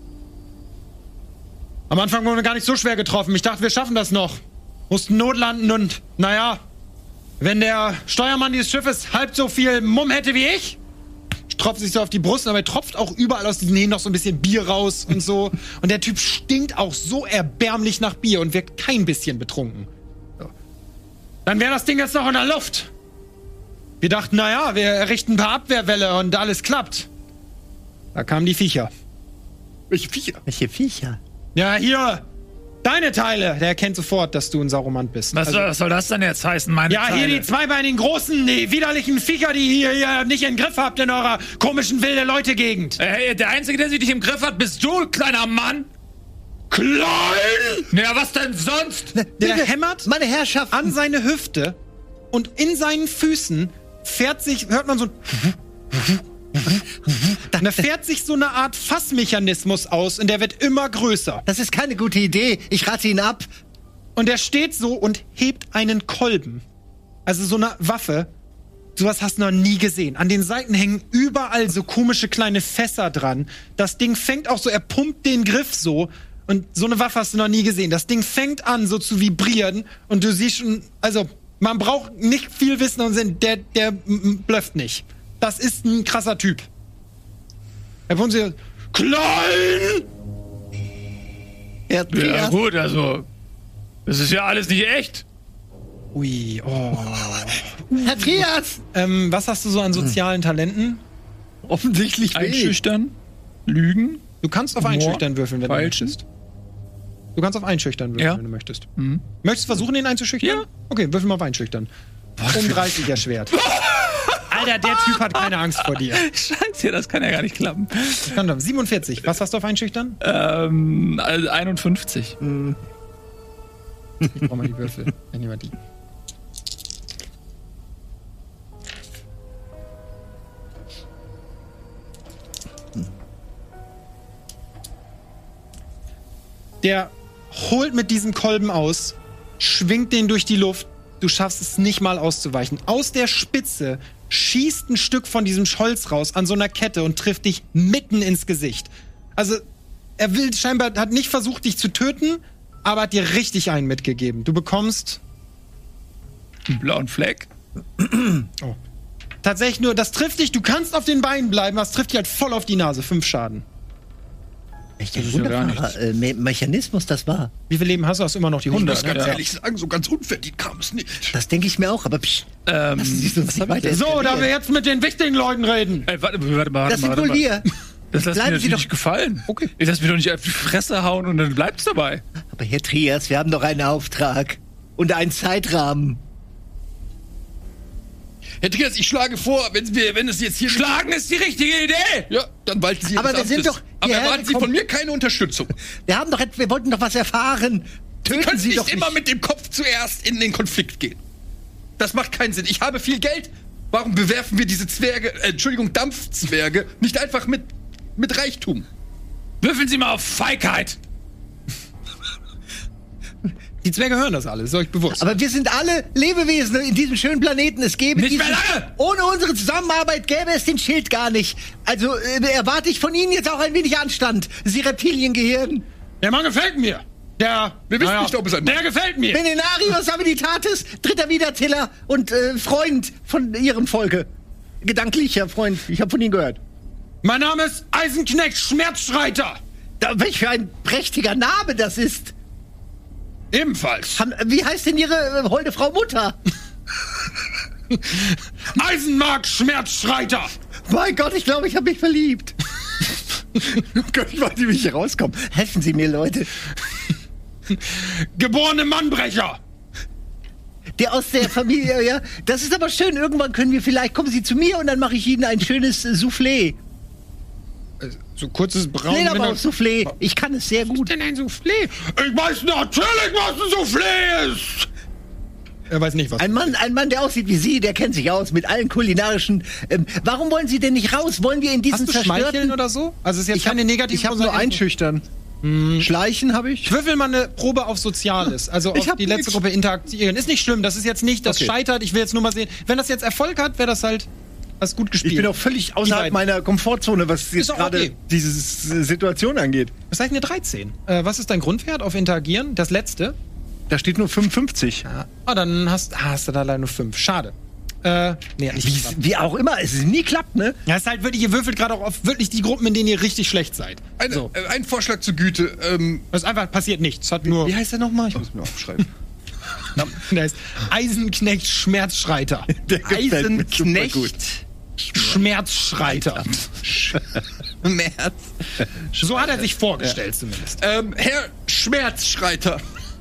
Am Anfang wurden wir gar nicht so schwer getroffen. Ich dachte, wir schaffen das noch. Mussten notlanden und, naja, wenn der Steuermann dieses Schiffes halb so viel Mumm hätte wie ich, tropft sich so auf die Brust, aber er tropft auch überall aus diesen Hähnen noch so ein bisschen Bier raus und so. Und der Typ stinkt auch so erbärmlich nach Bier und wirkt kein bisschen betrunken. So. Dann wäre das Ding jetzt noch in der Luft. Wir dachten, naja, wir errichten ein paar Abwehrwälle und alles klappt. Da kamen die Viecher. Welche Viecher? Welche Viecher? Ja, hier, deine Teile. Der erkennt sofort, dass du ein Sauromant bist. Was, Also- soll, was soll das denn jetzt heißen, meine Ja, Teile? hier die zweibeinigen großen, die widerlichen Viecher, die ihr hier nicht in den Griff habt in eurer komischen wilde Leute-Gegend. Äh, der Einzige, der sich nicht im Griff hat, bist du, kleiner Mann. Klein! Ja, was denn sonst? Der hämmert Meine Herrschaft. an seine Hüfte und in seinen Füßen fährt sich, hört man so ein da fährt sich so eine Art Fassmechanismus aus und der wird immer größer. Das ist keine gute Idee. Ich rate ihn ab. Und der steht so und hebt einen Kolben. Also so eine Waffe. Sowas hast du noch nie gesehen. An den Seiten hängen überall so komische kleine Fässer dran. Das Ding fängt auch so, er pumpt den Griff so. Und so eine Waffe hast du noch nie gesehen. Das Ding fängt an so zu vibrieren. Und du siehst schon, also man braucht nicht viel Wissen und Sinn. Der, der m- m- blufft nicht. Das ist ein krasser Typ. Er pumpt sich, klein! Ja, Ja, gut, also. Das ist ja alles nicht echt. Ui, oh. Herr Trias! ähm, was hast du so an sozialen Talenten? Offensichtlich wenig. Einschüchtern, lügen. Du kannst auf Humor, Einschüchtern würfeln, wenn Falschen. du möchtest. Du kannst auf Einschüchtern würfeln, Ja. wenn du möchtest. Mhm. Möchtest du versuchen, ihn einzuschüchtern? Ja. Okay, würfel mal auf Einschüchtern. um dreißiger Schwert. Alter, der Typ hat keine Angst vor dir. Scheiße, das kann ja gar nicht klappen. siebenundvierzig. Was hast du auf Einschüchtern? Ähm, also einundfünfzig. Hm. Ich brauch mal die Würfel. Ich nehme mal die. Der holt mit diesem Kolben aus, schwingt den durch die Luft. Du schaffst es nicht mal auszuweichen. Aus der Spitze schießt ein Stück von diesem Holz raus an so einer Kette und trifft dich mitten ins Gesicht. Also, er will scheinbar, hat nicht versucht, dich zu töten, aber hat dir richtig einen mitgegeben. Du bekommst einen blauen Fleck. Oh. Tatsächlich nur, das trifft dich, du kannst auf den Beinen bleiben, das trifft dich halt voll auf die Nase. Fünf Schaden. Welcher wunderbarer äh, Me Mechanismus das war. Wie viel Leben hast du? Hast du immer noch die hundert? Ich muss ganz ne? ehrlich sagen, so ganz unverdient kam es nicht. Das denke ich mir auch, aber psch, Ähm, das ist uns nicht weiter So, da wir jetzt mit den wichtigen Leuten reden. Ey, warte, warte mal, warte Das mal. sind warte wohl mal. wir. Das lässt Bleiben mir Sie natürlich doch- nicht gefallen. Okay. Ich lass mich doch nicht auf die Fresse hauen und dann bleibt's dabei. Aber Herr Trias, wir haben doch einen Auftrag. Und einen Zeitrahmen. Herr Trias, ich schlage vor, wenn, wir, wenn es jetzt hier... Schlagen ist die richtige Idee! Ja, dann walten Sie Aber Ihres wir sind Amtes. doch Aber hierher erwarten Sie gekommen- von mir keine Unterstützung. Wir haben doch, et- wir wollten doch was erfahren. Sie Töten können Sie nicht doch immer nicht. mit dem Kopf zuerst in den Konflikt gehen. Das macht keinen Sinn. Ich habe viel Geld. Warum bewerfen wir diese Zwerge, äh, Entschuldigung, Dampfzwerge, nicht einfach mit, mit Reichtum? Würfeln Sie mal auf Feigheit! Die Zwerge hören das alles, ist euch bewusst. Aber wir sind alle Lebewesen in diesem schönen Planeten. Es gäbe Nicht diesen, mehr lange! Ohne unsere Zusammenarbeit gäbe es den Schild gar nicht. Also äh, erwarte ich von Ihnen jetzt auch ein wenig Anstand. Sie Reptiliengehirn. Der Mann gefällt mir. Der, Wir wissen nicht, ob es ein der gefällt mir. Venenarius Habilitatis, dritter Wiedertiller und äh, Freund von Ihrem Volke. Gedanklicher Freund. Ich habe von Ihnen gehört. Mein Name ist Eisenknecht Schmerzschreiter. Da, welch für ein prächtiger Name das ist. Ebenfalls. Haben, wie heißt denn Ihre äh, holde Frau Mutter? Eisenmark Schmerzschreiter. Mein Gott, ich glaube, ich habe mich verliebt. Oh Gott, ich weiß nicht, wie ich hier rauskomme. Helfen Sie mir, Leute. Geborene Mannbrecher. Der aus der Familie, ja. Das ist aber schön. Irgendwann können wir vielleicht, kommen Sie zu mir und dann mache ich Ihnen ein schönes äh, Soufflé. So kurzes Braun. Fledermaus-Soufflé. Ich kann es sehr gut. denn ein Soufflé? Ich weiß natürlich, was ein Soufflé ist. Er weiß nicht, was. Ein Mann, ein Mann, der aussieht wie Sie, der kennt sich aus mit allen kulinarischen. Ähm, warum wollen Sie denn nicht raus? Wollen wir in diesen Hast du Schmeicheln zerstörten... oder so? Also es ist jetzt Ich habe keine negative. ich hab sondern nur einfach- einschüchtern. Schleichen habe ich. Ich würfel mal eine Probe auf Soziales, also Ich auf hab die letzte nix. Gruppe interagieren. Ist nicht schlimm, das ist jetzt nicht, das Okay. scheitert. Ich will jetzt nur mal sehen. Wenn das jetzt Erfolg hat, wäre das halt das gut gespielt. Ich bin auch völlig außerhalb beiden. meiner Komfortzone, was jetzt auch gerade okay. diese S- Situation angeht. Was ist eigentlich eine dreizehn? Äh, was ist dein Grundwert auf Interagieren? Das letzte? Da steht nur fünfundfünfzig. Ah, ah, dann hast, ah, hast du da leider nur fünf. Schade. Äh, nee, nicht Wie, geklappt. wie auch immer, es nie klappt, ne? Ja, es ist halt wirklich, ihr würfelt gerade auch auf wirklich die Gruppen, in denen ihr richtig schlecht seid. Ein, So. äh, ein Vorschlag zur Güte. Ähm, Das ist einfach passiert nichts. Es hat nur. wie heißt der nochmal? Ich muss mir aufschreiben. Der heißt Eisenknecht Schmerzschreiter. Der gefällt mir super gut. Schmerzschreiter. März. So hat er sich vorgestellt zumindest. Ähm, Herr Schmerzschreiter.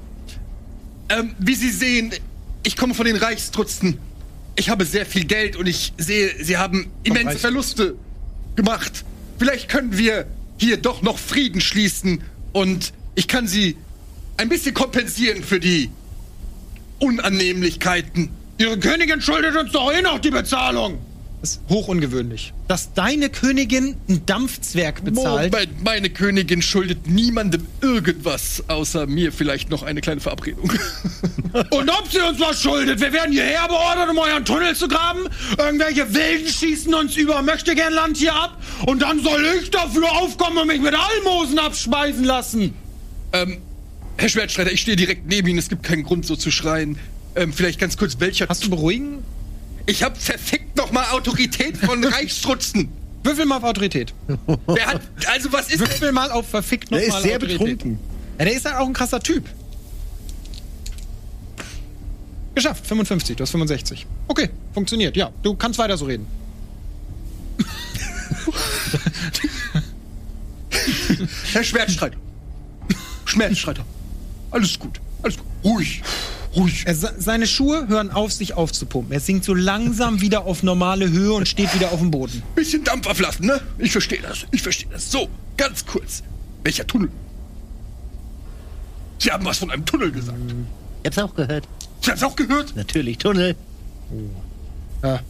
Ähm, wie Sie sehen, ich komme von den Reichstrutzen. Ich habe sehr viel Geld und ich sehe, Sie haben immense Reich. Verluste gemacht. Vielleicht können wir hier doch noch Frieden schließen und ich kann Sie ein bisschen kompensieren für die Unannehmlichkeiten. Ihre Königin schuldet uns doch eh noch die Bezahlung. Das ist hoch ungewöhnlich. Dass deine Königin einen Dampfzwerg bezahlt. Moment, meine Königin schuldet niemandem irgendwas, außer mir vielleicht noch eine kleine Verabredung. Und ob sie uns was schuldet, wir werden hierher beordert, um euren Tunnel zu graben. Irgendwelche Wilden schießen uns über Möchtegernland hier ab. Und dann soll ich dafür aufkommen und mich mit Almosen abspeisen lassen. ähm, Herr Schwertstreiter, ich stehe direkt neben Ihnen, es gibt keinen Grund so zu schreien. Ähm, vielleicht ganz kurz, welcher... Hast du beruhigen? Ich hab verfickt nochmal Autorität von Reichstrutzen. Würfel mal auf Autorität. Wer hat... Also was ist... Würfel mal auf verfickt nochmal Der ist sehr Autorität. betrunken. Ja, der ist halt auch ein krasser Typ. Geschafft, fünfundfünfzig, du hast fünfundsechzig. Okay, funktioniert, ja. Du kannst weiter so reden. Herr Schwertstreiter. Schmerzstreiter. Alles gut, alles gut. Ruhig. Ruhig. Er, seine Schuhe hören auf, sich aufzupumpen. Er sinkt so langsam wieder auf normale Höhe und steht wieder auf dem Boden. Bisschen Dampf ablassen, ne? Ich verstehe das. Ich verstehe das. So, ganz kurz. Welcher Tunnel? Sie haben was von einem Tunnel gesagt. Ich hab's auch gehört. Sie haben es auch gehört? Natürlich, Tunnel. Ja.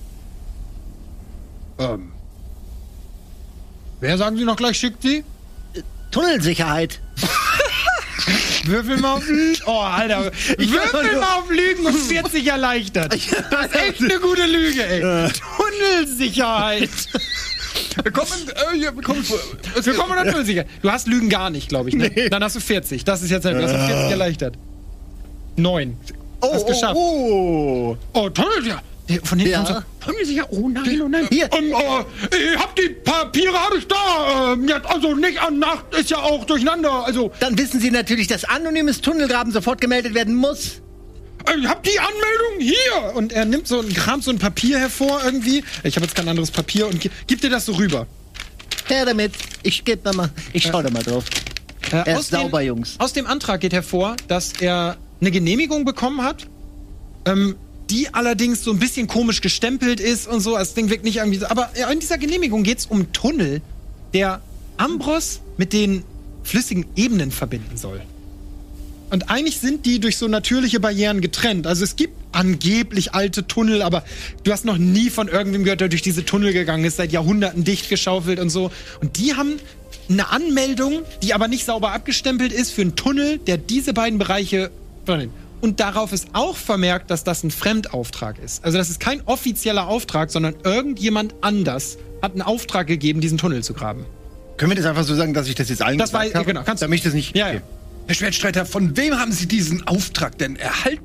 Ähm. Wer, sagen Sie noch gleich, schickt Sie? Tunnelsicherheit. Würfel mal auf Lügen. Oh, Alter. Würfel mal auf Lügen und vierzig erleichtert. Das ist echt eine gute Lüge, ey. Tunnelsicherheit. Wir kommen, äh, hier, wir kommen, Wir kommen unter Tunnelsicherheit. Du hast Lügen gar nicht, glaube ich, ne? Nee. Dann hast du vierzig. Das ist jetzt, du hast vierzig erleichtert. Neun. Oh, hast geschafft. Oh, oh. Oh, Tunnelsicherheit. Von hinten Ja. kommt so, Tunnelsicherheit. Oh nein, oh nein. Hier. Ähm, äh, ich hab die Papiere, hab ich da. Ähm, jetzt, also nicht an Nacht, ist ja auch durcheinander. Also, Dann wissen Sie natürlich, dass anonymes Tunnelgraben sofort gemeldet werden muss. ich hab die Anmeldung hier. Und er nimmt so ein kramt so ein Papier hervor irgendwie. Ich habe jetzt kein anderes Papier und gi- gibt dir das so rüber. Her damit. Ich geb da mal. Ich schau da mal drauf. Äh, Er aus ist sauber, dem, Jungs. Aus dem Antrag geht hervor, dass er eine Genehmigung bekommen hat, ähm, die allerdings so ein bisschen komisch gestempelt ist und so. Das Ding wirkt nicht irgendwie so. Aber ja, in dieser Genehmigung geht es um einen Tunnel, der Ambros mit den flüssigen Ebenen verbinden soll. Und eigentlich sind die durch so natürliche Barrieren getrennt. Also es gibt angeblich alte Tunnel, aber du hast noch nie von irgendwem gehört, der durch diese Tunnel gegangen ist, seit Jahrhunderten dicht geschaufelt und so. Und die haben eine Anmeldung, die aber nicht sauber abgestempelt ist, für einen Tunnel, der diese beiden Bereiche verbindet. Und darauf ist auch vermerkt, dass das ein Fremdauftrag ist. Also das ist kein offizieller Auftrag, sondern irgendjemand anders hat einen Auftrag gegeben, diesen Tunnel zu graben. Können wir das einfach so sagen, dass ich das jetzt allen Das war, gesagt habe? genau, kannst du. Damit ich das nicht... Ja, okay. ja. Herr Schwertstreiter, von wem haben Sie diesen Auftrag denn erhalten?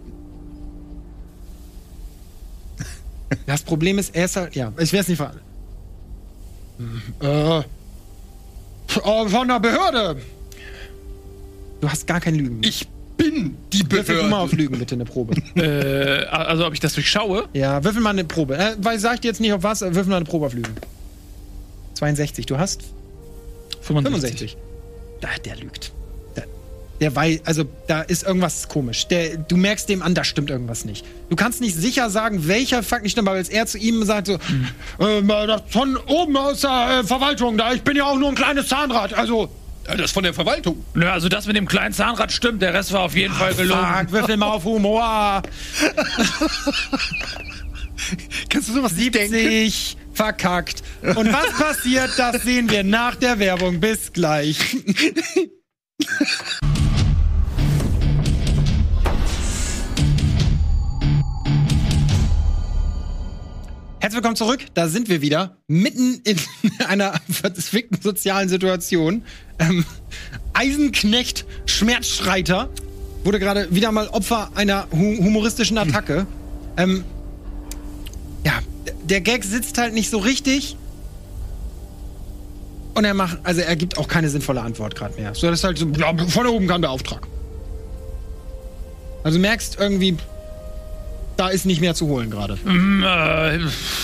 Das Problem ist, er ist halt, ja, ich weiß nicht für alle. Äh, oh, von der Behörde. Du hast gar kein Lügen. Ich bin die Würfel du mal auf Behörde. Lügen, bitte, eine Probe. Äh, also ob ich das durchschaue? Ja, würfel mal eine Probe. Äh, weil sag ich dir jetzt nicht auf was, äh, würfel mal eine Probe auf Lügen. zweiundsechzig, du hast fünfundsechzig. Da, der lügt. Der, der weiß, also da ist irgendwas komisch. Der, du merkst dem an, da stimmt irgendwas nicht. Du kannst nicht sicher sagen, welcher Fakt nicht stimmt, aber als er zu ihm sagt so, Hm. ähm, äh, das von oben aus der äh, Verwaltung, da, ich bin ja auch nur ein kleines Zahnrad, also Ja, das ist von der Verwaltung. Nö, also das mit dem kleinen Zahnrad stimmt, der Rest war auf jeden Fall gelogen. fuck, würfel mal auf Humor. Kannst du sowas nicht denken? siebzig, verkackt. Und was passiert, das sehen wir nach der Werbung. Bis gleich. Herzlich willkommen zurück. Da sind wir wieder. Mitten in einer verzwickten sozialen Situation. Ähm, Eisenknecht Schmerzschreiter wurde gerade wieder mal Opfer einer hu humoristischen Attacke. Ähm, ja, der Gag sitzt halt nicht so richtig. Und er macht, also er gibt auch keine sinnvolle Antwort gerade mehr. So, das ist halt so, ja, von oben kam der Auftrag. Also du merkst irgendwie, da ist nicht mehr zu holen gerade. Mm, äh,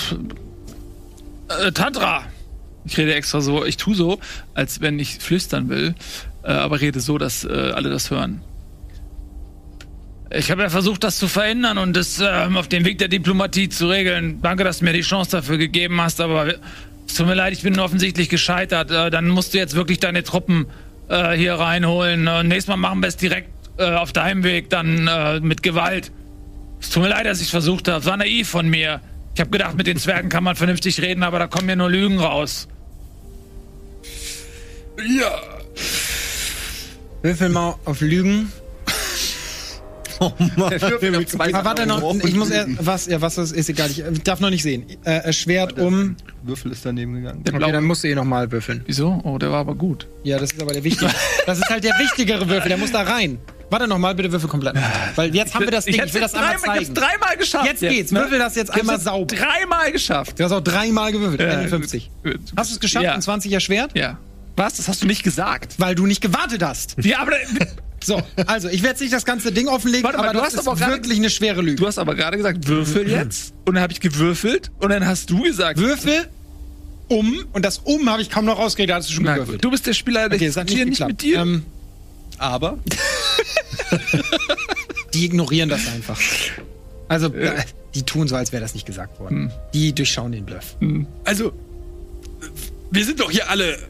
äh, Tantra. Ich rede extra so, ich tue so, als wenn ich flüstern will, äh, aber rede so, dass äh, alle das hören. Ich habe ja versucht, das zu verhindern und das äh, auf dem Weg der Diplomatie zu regeln. Danke, dass du mir die Chance dafür gegeben hast, aber es tut mir leid, ich bin offensichtlich gescheitert. Äh, dann musst du jetzt wirklich deine Truppen äh, hier reinholen. Äh, nächstes Mal machen wir es direkt äh, auf deinem Weg, dann äh, mit Gewalt. Es tut mir leid, dass ich versucht habe. Es war naiv von mir. Ich habe gedacht, mit den Zwergen kann man vernünftig reden, aber da kommen mir nur Lügen raus. Ja. Würfel mal auf Lügen. Oh Mann. Ah, warte noch, ich muss erst, was, ja, was ist, ist egal, ich äh, darf noch nicht sehen. Äh, Schwert um. Würfel ist daneben gegangen. Okay, dann musst du eh nochmal würfeln. Wieso? Oh, der war aber gut. Ja, das ist aber der wichtige. Das ist halt der wichtigere Würfel, der muss da rein. Warte nochmal, bitte würfel komplett. Weil jetzt haben wir das Ding, ich will das einmal zeigen. dreimal geschafft. Jetzt geht's, würfel das jetzt einmal sauber. Dreimal geschafft. Du hast auch dreimal gewürfelt, Ja, einundfünfzig. Hast du es geschafft, Ja. ein zwanziger Schwert? Ja. Was? Das hast du nicht gesagt. Weil du nicht gewartet hast. Ja, aber So, also, ich werde jetzt nicht das ganze Ding offenlegen, Warte mal, aber du das hast ist aber auch gerade- wirklich eine schwere Lüge. du hast aber gerade gesagt, würfel jetzt. Und dann habe ich gewürfelt und dann hast du gesagt, Würfel um, und das um habe ich kaum noch rausgekriegt, da hast du schon na gewürfelt. gut, du bist der Spieler, Okay, ich es hat diskutiere nicht nicht geklappt. mit dir. Ähm, aber Die ignorieren das einfach. Also, äh, die tun so, als wäre das nicht gesagt worden. Hm. Die durchschauen den Bluff. Hm. Also, wir sind doch hier alle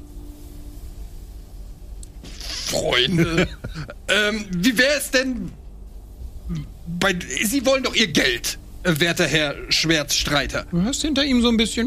Freunde. ähm, wie wäre es denn bei, Sie wollen doch Ihr Geld, äh, werter Herr Schwertstreiter. Du hast hinter ihm so ein bisschen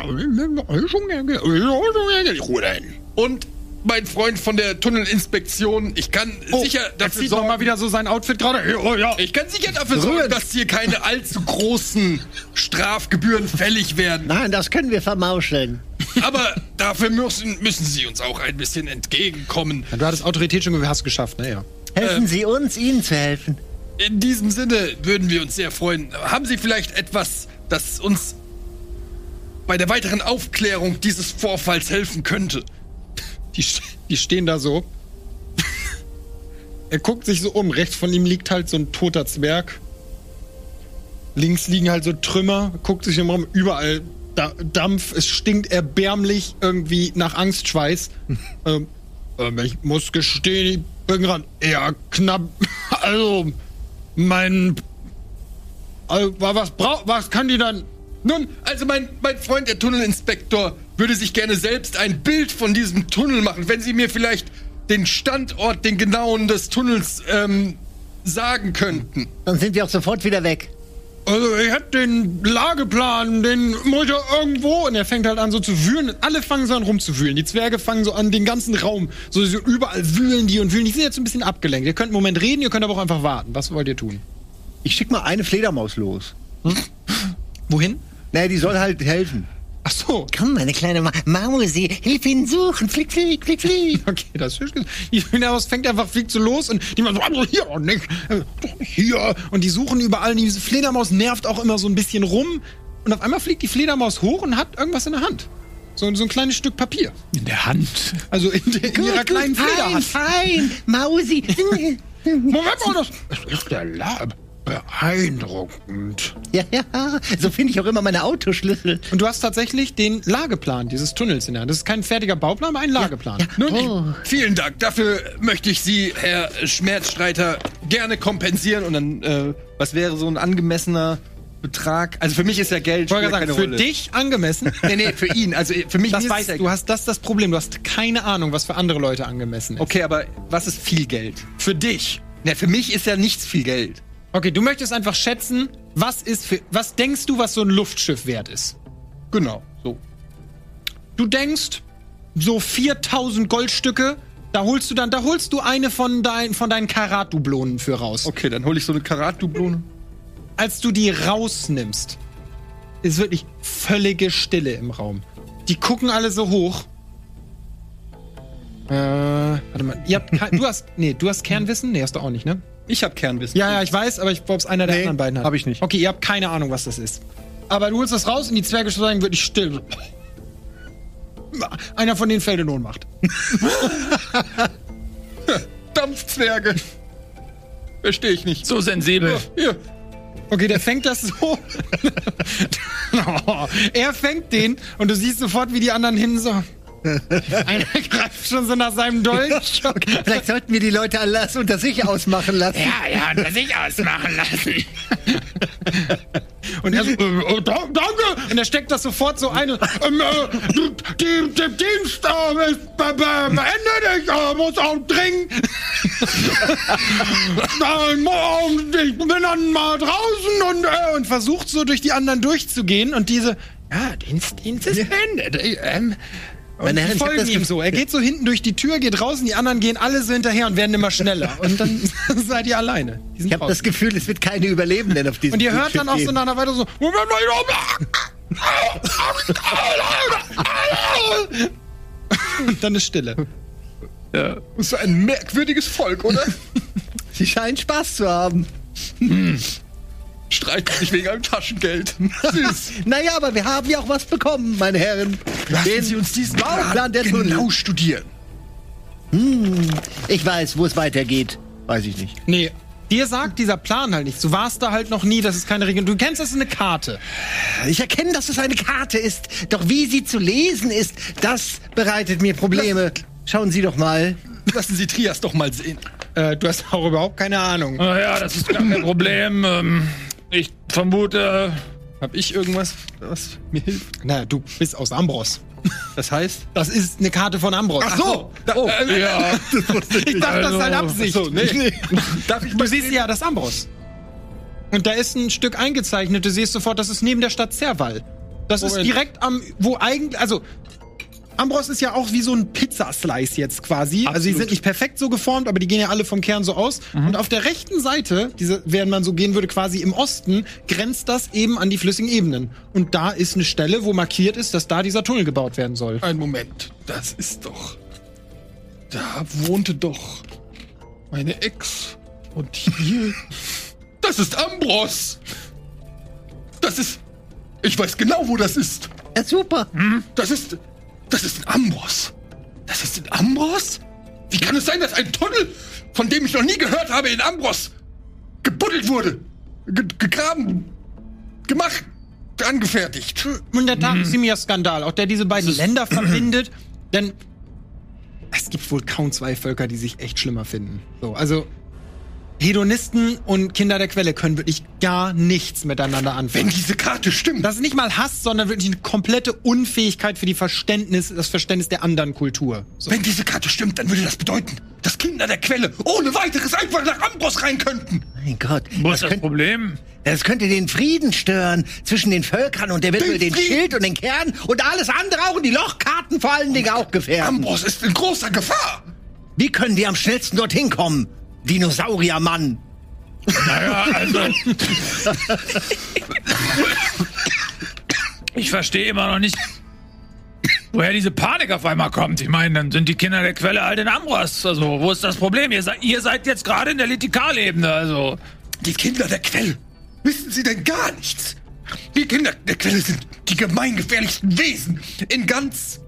und mein Freund von der Tunnelinspektion, ich kann oh, sicher dafür zieht sorgen, doch mal wieder so sein Outfit gerade. Oh, ja. Ich kann sicher dafür sorgen, dass hier keine allzu großen Strafgebühren fällig werden. Nein, das können wir vermauscheln. Aber dafür müssen, müssen Sie uns auch ein bisschen entgegenkommen. Ja, du hattest Autorität schon hast geschafft, naja. Helfen Äh, Sie uns, Ihnen zu helfen. In diesem Sinne würden wir uns sehr freuen. Haben Sie vielleicht etwas, das uns bei der weiteren Aufklärung dieses Vorfalls helfen könnte? Die, die stehen da so. Er guckt sich so um. Rechts von ihm liegt halt so ein toter Zwerg. Links liegen halt so Trümmer. Guckt sich im Raum überall da, Dampf. Es stinkt erbärmlich irgendwie nach Angstschweiß. ähm, ähm, ich muss gestehen, ich bin gerade eher knapp. Also, mein... Also, was braucht... Was kann die dann... Nun, also mein, mein Freund, der Tunnelinspektor, würde sich gerne selbst ein Bild von diesem Tunnel machen. Wenn Sie mir vielleicht den Standort, den genauen des Tunnels ähm, sagen könnten. Dann sind wir auch sofort wieder weg. Also ich hab den Lageplan, den muss ich ja irgendwo... Und er fängt halt an so zu wühlen. Alle fangen so an rumzuwühlen. Die Zwerge fangen so an, den ganzen Raum. So, so überall wühlen die und wühlen. Die sind jetzt ein bisschen abgelenkt. Ihr könnt einen Moment reden, ihr könnt aber auch einfach warten. Was wollt ihr tun? Ich schick mal eine Fledermaus los. Hm? Wohin? Naja, die soll halt helfen. Ach so. Komm, meine kleine Ma Mausi, hilf ihnen suchen. Flick, flick, flick, flick. Okay, das ist die Fledermaus fängt einfach, fliegt so los und die machen so, also hier und nicht, hier. Und die suchen überall. Diese Fledermaus nervt auch immer so ein bisschen rum. Und auf einmal fliegt die Fledermaus hoch und hat irgendwas in der Hand. So, so ein kleines Stück Papier. In der Hand. Also in, der, in Gut, ihrer gut, kleinen Flederhand. fein, fein, Mausi. Moment mal, das ist der Lab. Beeindruckend. Ja, ja, so finde ich auch immer meine Autoschlüssel. Und du hast tatsächlich den Lageplan dieses Tunnels in der Hand. Das ist kein fertiger Bauplan, aber ein Lageplan. Ja, ja. Nun, Oh. ich, vielen Dank. Dafür möchte ich Sie, Herr Schmerzstreiter, gerne kompensieren. Und dann, äh, was wäre so ein angemessener Betrag? Also für mich ist ja Geld Ich wollte spielt sagen, keine für Rolle. dich angemessen. Nee, nee, für ihn. Also für mich Das ist weißt es du, hast das das Problem. Du hast keine Ahnung, was für andere Leute angemessen ist. Okay, aber was ist viel Geld? Für dich. Ja, für mich ist ja nichts viel Geld. Okay, du möchtest einfach schätzen, was ist für, was denkst du, was so ein Luftschiff wert ist? Genau, so. Du denkst, so viertausend Goldstücke, da holst du dann, da holst du eine von, dein, von deinen Karat-Dublonen für raus. Okay, dann hole ich so eine Karat-Dublone. Als du die rausnimmst, ist wirklich völlige Stille im Raum. Die gucken alle so hoch. Äh, warte mal, ihr habt kein, du hast, nee, du hast Kernwissen? Nee, hast du auch nicht, ne? Ich habe Kernwissen. Ja, ja, ich weiß, aber ich glaube, es einer der Nee, anderen beiden hat. hab ich nicht. Okay, ihr habt keine Ahnung, was das ist. Aber du holst das raus und die Zwerge sagen wirklich still. Einer von denen fällt in Ohnmacht. Dampfzwerge. Verstehe ich nicht. So sensibel. Hier. Okay, der fängt das so. Oh, er fängt den und du siehst sofort, wie die anderen hin so. Einer greift schon so nach seinem Dolch. Okay, vielleicht sollten wir die Leute alles unter sich ausmachen lassen. Ja, ja, unter sich ausmachen lassen. Und er so, äh, äh, da, danke! Und er steckt das sofort so ein. Und, ähm, äh, du, die, der Dienst äh, ist be be beendet. Ich äh, muss auch dringend. Nein, morgen, ich bin dann mal draußen und, äh, und versucht so durch die anderen durchzugehen. Und diese, ja, Dienst, Dienst ist beendet. Äh, ähm, Meine Herren, die ich hab folgen das ihm Gef- so. Er geht so hinten durch die Tür, geht raus und die anderen gehen alle so hinterher und werden immer schneller. Und dann seid ihr alleine. Die sind Ich habe raus. das Gefühl, es wird keine Überlebenden auf diesem Und ihr hört Schiff dann auch so geben. nach einer Weile so, Moment mal, und dann ist Stille. Das ist ein merkwürdiges Volk, oder? Sie scheinen Spaß zu haben. Streiten sich wegen einem Taschengeld. Süß. Naja, aber wir haben ja auch was bekommen, meine Herren. Lassen Sie uns diesen Bauplan der Tunnel. genau studieren. Ich weiß, wo es weitergeht. Weiß ich nicht. Nee, dir sagt dieser Plan halt nichts. Du warst da halt noch nie, das ist keine Region. Du kennst, das ist eine Karte. Ich erkenne, dass es eine Karte ist. Doch wie sie zu lesen ist, das bereitet mir Probleme. Schauen Sie doch mal. Lassen Sie Trias doch mal sehen. Äh, du hast auch überhaupt keine Ahnung. Naja, das ist gar kein Problem. Ähm, ich vermute... Hab ich irgendwas, was mir hilft? Na, du bist aus Ambros. Das heißt? Das ist eine Karte von Ambros. Ach so! Da, oh, äh, Ja, ich dachte, das ist halt Absicht. So, nee. Darf ich Du siehst ja das Ambros. Und da ist ein Stück eingezeichnet. Du siehst sofort, das ist neben der Stadt Zerwall. Das Moment. ist direkt am, wo eigentlich, also Ambros ist ja auch wie so ein Pizzaslice jetzt quasi. Also die sind nicht perfekt so geformt, aber die gehen ja alle vom Kern so aus. Mhm. Und auf der rechten Seite, diese, während man so gehen würde, quasi im Osten, grenzt das eben an die flüssigen Ebenen. Und da ist eine Stelle, wo markiert ist, dass da dieser Tunnel gebaut werden soll. Ein Moment, das ist doch... Da wohnte doch meine Ex. Und hier... Das ist Ambros! Das ist... Ich weiß genau, wo das ist. Ja, super. Hm? Das ist... Das ist in Ambros. Das ist in Ambros? Wie kann es sein, dass ein Tunnel, von dem ich noch nie gehört habe, in Ambros gebuddelt wurde? Ge gegraben, gemacht, angefertigt. Und der Tat ist ziemlicher Skandal, auch der diese beiden Länder verbindet. Denn es gibt wohl kaum zwei Völker, die sich echt schlimmer finden. So, also Hedonisten und Kinder der Quelle können wirklich gar nichts miteinander anfangen. Wenn diese Karte stimmt. Das ist nicht mal Hass, sondern wirklich eine komplette Unfähigkeit für die Verständnis, das Verständnis der anderen Kultur. So. Wenn diese Karte stimmt, dann würde das bedeuten, dass Kinder der Quelle ohne weiteres einfach nach Ambros rein könnten. Mein Gott. wo ist das könnte, Problem? das könnte den Frieden stören zwischen den Völkern und der wird Den den, den Frieden? Schild und den Kern und alles andere auch und die Lochkarten vor allen Dingen auch gefährden. Ambros ist in großer Gefahr. Wie können wir am schnellsten dorthin kommen? Dinosauriermann. Naja, also... Ich verstehe immer noch nicht, woher diese Panik auf einmal kommt. Ich meine, dann sind die Kinder der Quelle halt in Ambros. Also, wo ist das Problem? Ihr seid, ihr seid jetzt gerade in der Litikalebene, also... Die Kinder der Quelle. Wissen sie denn gar nichts? Die Kinder der Quelle sind die gemeingefährlichsten Wesen in ganz...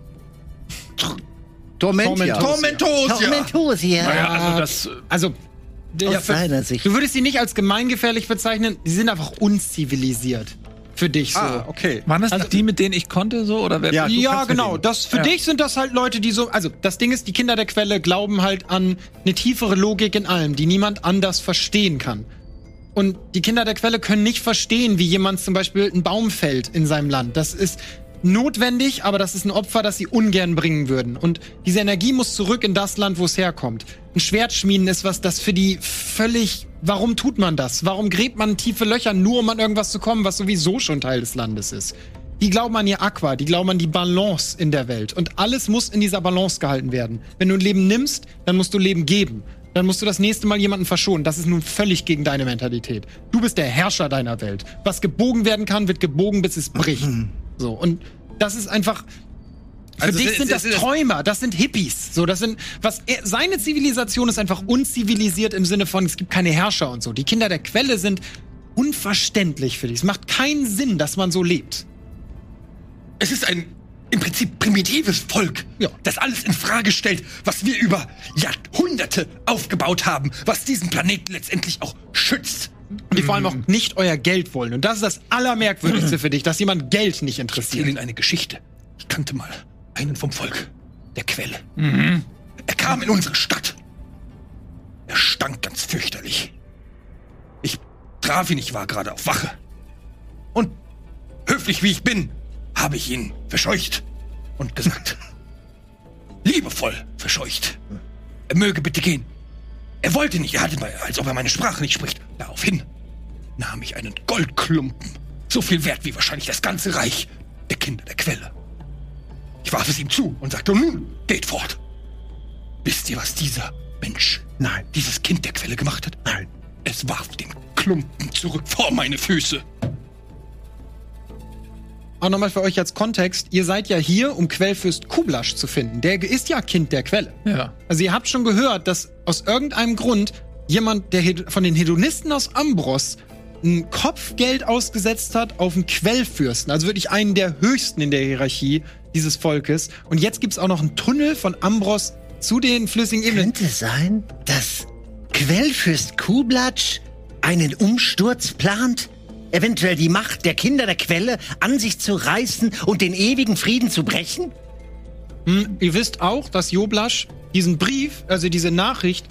Tormentia. Tormentosia. Tormentosia. Naja, also das... Also, der, Aus seiner Sicht. du würdest sie nicht als gemeingefährlich bezeichnen, sie sind einfach unzivilisiert. Für dich so. Ah, okay. Waren das Also- nicht die, mit denen ich konnte, so? Oder wer? Ja, ja kannst mit genau. denen. Das, für Ja. dich sind das halt Leute, die so. Also, das Ding ist, die Kinder der Quelle glauben halt an eine tiefere Logik in allem, die niemand anders verstehen kann. Und die Kinder der Quelle können nicht verstehen, wie jemand zum Beispiel einen Baum fällt in seinem Land. Das ist notwendig, aber das ist ein Opfer, das sie ungern bringen würden. Und diese Energie muss zurück in das Land, wo es herkommt. Ein Schwert schmieden ist was, das für die völlig... Warum tut man das? Warum gräbt man tiefe Löcher, nur um an irgendwas zu kommen, was sowieso schon Teil des Landes ist? Die glauben an ihr Aqua, die glauben an die Balance in der Welt. Und alles muss in dieser Balance gehalten werden. Wenn du ein Leben nimmst, dann musst du Leben geben. Dann musst du das nächste Mal jemanden verschonen. Das ist nun völlig gegen deine Mentalität. Du bist der Herrscher deiner Welt. Was gebogen werden kann, wird gebogen, bis es bricht. So, und das ist einfach... Für Also dich es- sind es- das es- Träumer, das sind Hippies. So, das sind, was er, seine Zivilisation ist einfach unzivilisiert im Sinne von, es gibt keine Herrscher und so. Die Kinder der Quelle sind unverständlich für dich. Es macht keinen Sinn, dass man so lebt. Es ist ein im Prinzip primitives Volk, Ja. das alles in Frage stellt, was wir über Jahrhunderte aufgebaut haben, was diesen Planeten letztendlich auch schützt. Und die vor allem auch nicht euer Geld wollen. Und das ist das Allermerkwürdigste für dich, dass jemand Geld nicht Ich erzähle interessiert. Ihnen eine Geschichte. Ich kannte mal einen vom Volk, der Quelle. Er kam in unsere Stadt. Er stank ganz fürchterlich. Ich traf ihn, ich war gerade auf Wache. Und höflich wie ich bin, habe ich ihn verscheucht und gesagt, liebevoll verscheucht, er möge bitte gehen. Er wollte nicht, er hatte mal, als ob er meine Sprache nicht spricht. Daraufhin nahm ich einen Goldklumpen, so viel wert wie wahrscheinlich das ganze Reich der Kinder der Quelle. Ich warf es ihm zu und sagte, und nun, geht fort. Wisst ihr, was dieser Mensch, Nein. dieses Kind der Quelle gemacht hat? Nein. Es warf den Klumpen zurück vor meine Füße. Auch nochmal für euch als Kontext, ihr seid ja hier, um Quellfürst Kublasch zu finden. Der ist ja Kind der Quelle. Ja. Also ihr habt schon gehört, dass aus irgendeinem Grund jemand, der Hed- von den Hedonisten aus Ambros ein Kopfgeld ausgesetzt hat auf einen Quellfürsten. Also wirklich einen der höchsten in der Hierarchie dieses Volkes. Und jetzt gibt's auch noch einen Tunnel von Ambros zu den flüssigen Ebenen. Könnte es sein, dass Quellfürst Kublatsch einen Umsturz plant? Eventuell die Macht der Kinder der Quelle an sich zu reißen und den ewigen Frieden zu brechen? Hm, ihr wisst auch, dass Joblasch diesen Brief, also diese Nachricht,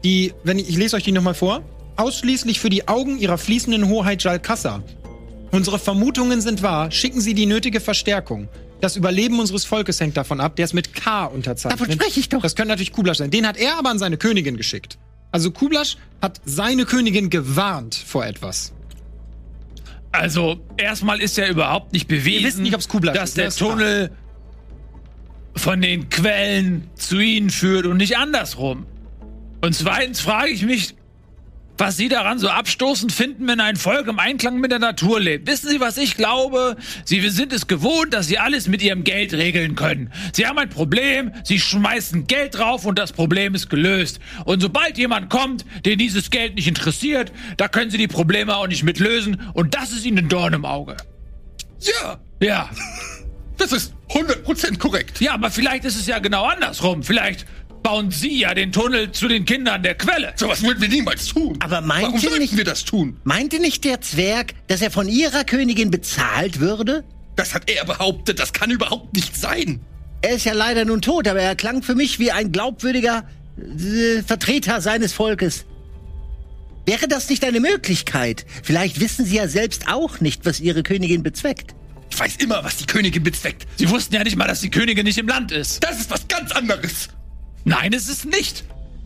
die, wenn ich, ich lese euch die nochmal vor, ausschließlich für die Augen ihrer fließenden Hoheit Jalkassa. Unsere Vermutungen sind wahr, schicken Sie die nötige Verstärkung. Das Überleben unseres Volkes hängt davon ab, der ist mit K unterzeichnet. Davon spreche ich doch. Das könnte natürlich Kublasch sein. Den hat er aber an seine Königin geschickt. Also Kublasch hat seine Königin gewarnt vor etwas. Also, erstmal ist ja überhaupt nicht bewiesen, Wir wissen nicht, ob's Kublasch dass ist, der das ist Tunnel von den Quellen zu ihnen führt und nicht andersrum. Und zweitens frage ich mich, was Sie daran so abstoßend finden, wenn ein Volk im Einklang mit der Natur lebt. Wissen Sie, was ich glaube? Sie sind es gewohnt, dass Sie alles mit Ihrem Geld regeln können. Sie haben ein Problem, Sie schmeißen Geld drauf und das Problem ist gelöst. Und sobald jemand kommt, den dieses Geld nicht interessiert, da können Sie die Probleme auch nicht mit lösen und das ist Ihnen ein Dorn im Auge. Ja, Ja. das ist hundert Prozent korrekt. Ja, aber vielleicht ist es ja genau andersrum. Vielleicht bauen Sie ja den Tunnel zu den Kindern der Quelle. So was würden wir niemals tun. Aber meint Warum ihr sollten nicht- wir das tun? Meinte nicht der Zwerg, dass er von ihrer Königin bezahlt würde? Das hat er behauptet. Das kann überhaupt nicht sein. Er ist ja leider nun tot, aber er klang für mich wie ein glaubwürdiger äh, Vertreter seines Volkes. Wäre das nicht eine Möglichkeit? Vielleicht wissen Sie ja selbst auch nicht, was Ihre Königin bezweckt. Ich weiß immer, was die Königin bezweckt. Sie wussten ja nicht mal, dass die Königin nicht im Land ist. Das ist was ganz anderes. Nein, es ist nicht.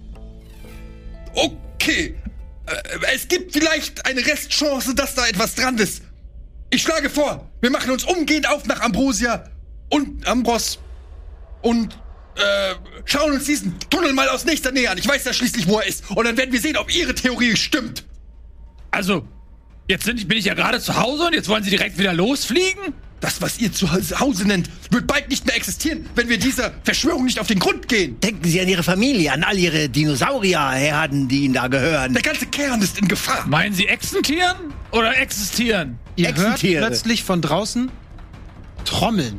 Okay. Äh, es gibt vielleicht eine Restchance, dass da etwas dran ist. Ich schlage vor, wir machen uns umgehend auf nach Ambrosia und Ambros und äh, schauen uns diesen Tunnel mal aus nächster Nähe an. Ich weiß ja schließlich, wo er ist. Und dann werden wir sehen, ob Ihre Theorie stimmt. Also, jetzt sind, bin ich ja gerade zu Hause und jetzt wollen Sie direkt wieder losfliegen? Das, was ihr zu Hause nennt, wird bald nicht mehr existieren, wenn wir dieser Verschwörung nicht auf den Grund gehen. Denken Sie an Ihre Familie, an all Ihre Dinosaurierherden, die Ihnen da gehören. Der ganze Kern ist in Gefahr. Meinen Sie existieren oder existieren? Ihr hört Echsentiere. plötzlich von draußen Trommeln,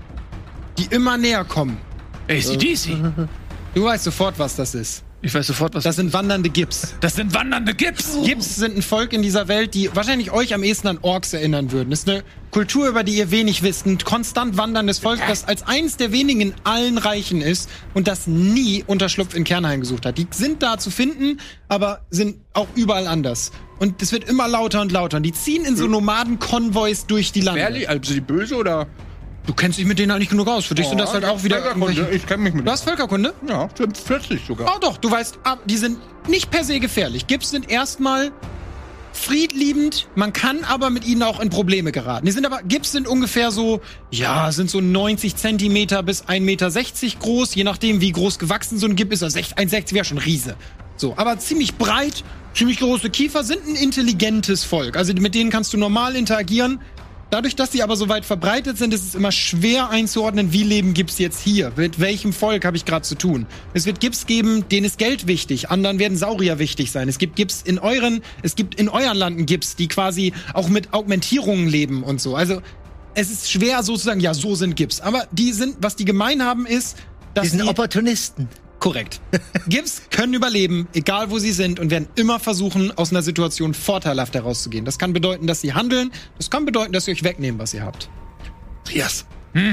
die immer näher kommen. A C D C. Du weißt sofort, was das ist. Ich weiß sofort, was Das sind wandernde Gips. Das sind wandernde Gips. Gips sind ein Volk in dieser Welt, die wahrscheinlich euch am ehesten an Orks erinnern würden. Das ist eine Kultur, über die ihr wenig wisst. Ein konstant wanderndes Volk, das als eines der wenigen in allen Reichen ist und das nie Unterschlupf in Kernheim gesucht hat. Die sind da zu finden, aber sind auch überall anders. Und es wird immer lauter und lauter. Und die ziehen in so Nomadenkonvois durch die Lande. Ehrlich, also die böse oder? Du kennst dich mit denen eigentlich genug aus. Für dich sind das halt auch wieder Völkerkunde. irgendwelche- Ich kenne mich mit. Du hast Völkerkunde? Ja, sind vierzig sogar. Oh doch, du weißt, ah, die sind nicht per se gefährlich. Gips sind erstmal friedliebend, man kann aber mit ihnen auch in Probleme geraten. Die sind aber, Gips sind ungefähr so, ja, sind so neunzig Zentimeter bis ein Meter sechzig groß, je nachdem wie groß gewachsen so ein Gip ist. Also eins Komma sechzig wäre schon Riese. So, aber ziemlich breit, ziemlich große Kiefer, sind ein intelligentes Volk. Also mit denen kannst du normal interagieren. Dadurch, dass sie aber so weit verbreitet sind, ist es immer schwer einzuordnen, wie leben Gips jetzt hier. Mit welchem Volk habe ich gerade zu tun? Es wird Gips geben, denen ist Geld wichtig. Anderen werden Saurier wichtig sein. Es gibt Gips in euren, es gibt in euren Landen Gips, die quasi auch mit Augmentierungen leben und so. Also es ist schwer sozusagen, ja, so sind Gips. Aber die sind, was die gemein haben, ist, dass Die sind die Opportunisten. korrekt. Gips können überleben, egal wo sie sind, und werden immer versuchen, aus einer Situation vorteilhaft herauszugehen. Das kann bedeuten, dass sie handeln. Das kann bedeuten, dass sie euch wegnehmen, was ihr habt. Trias.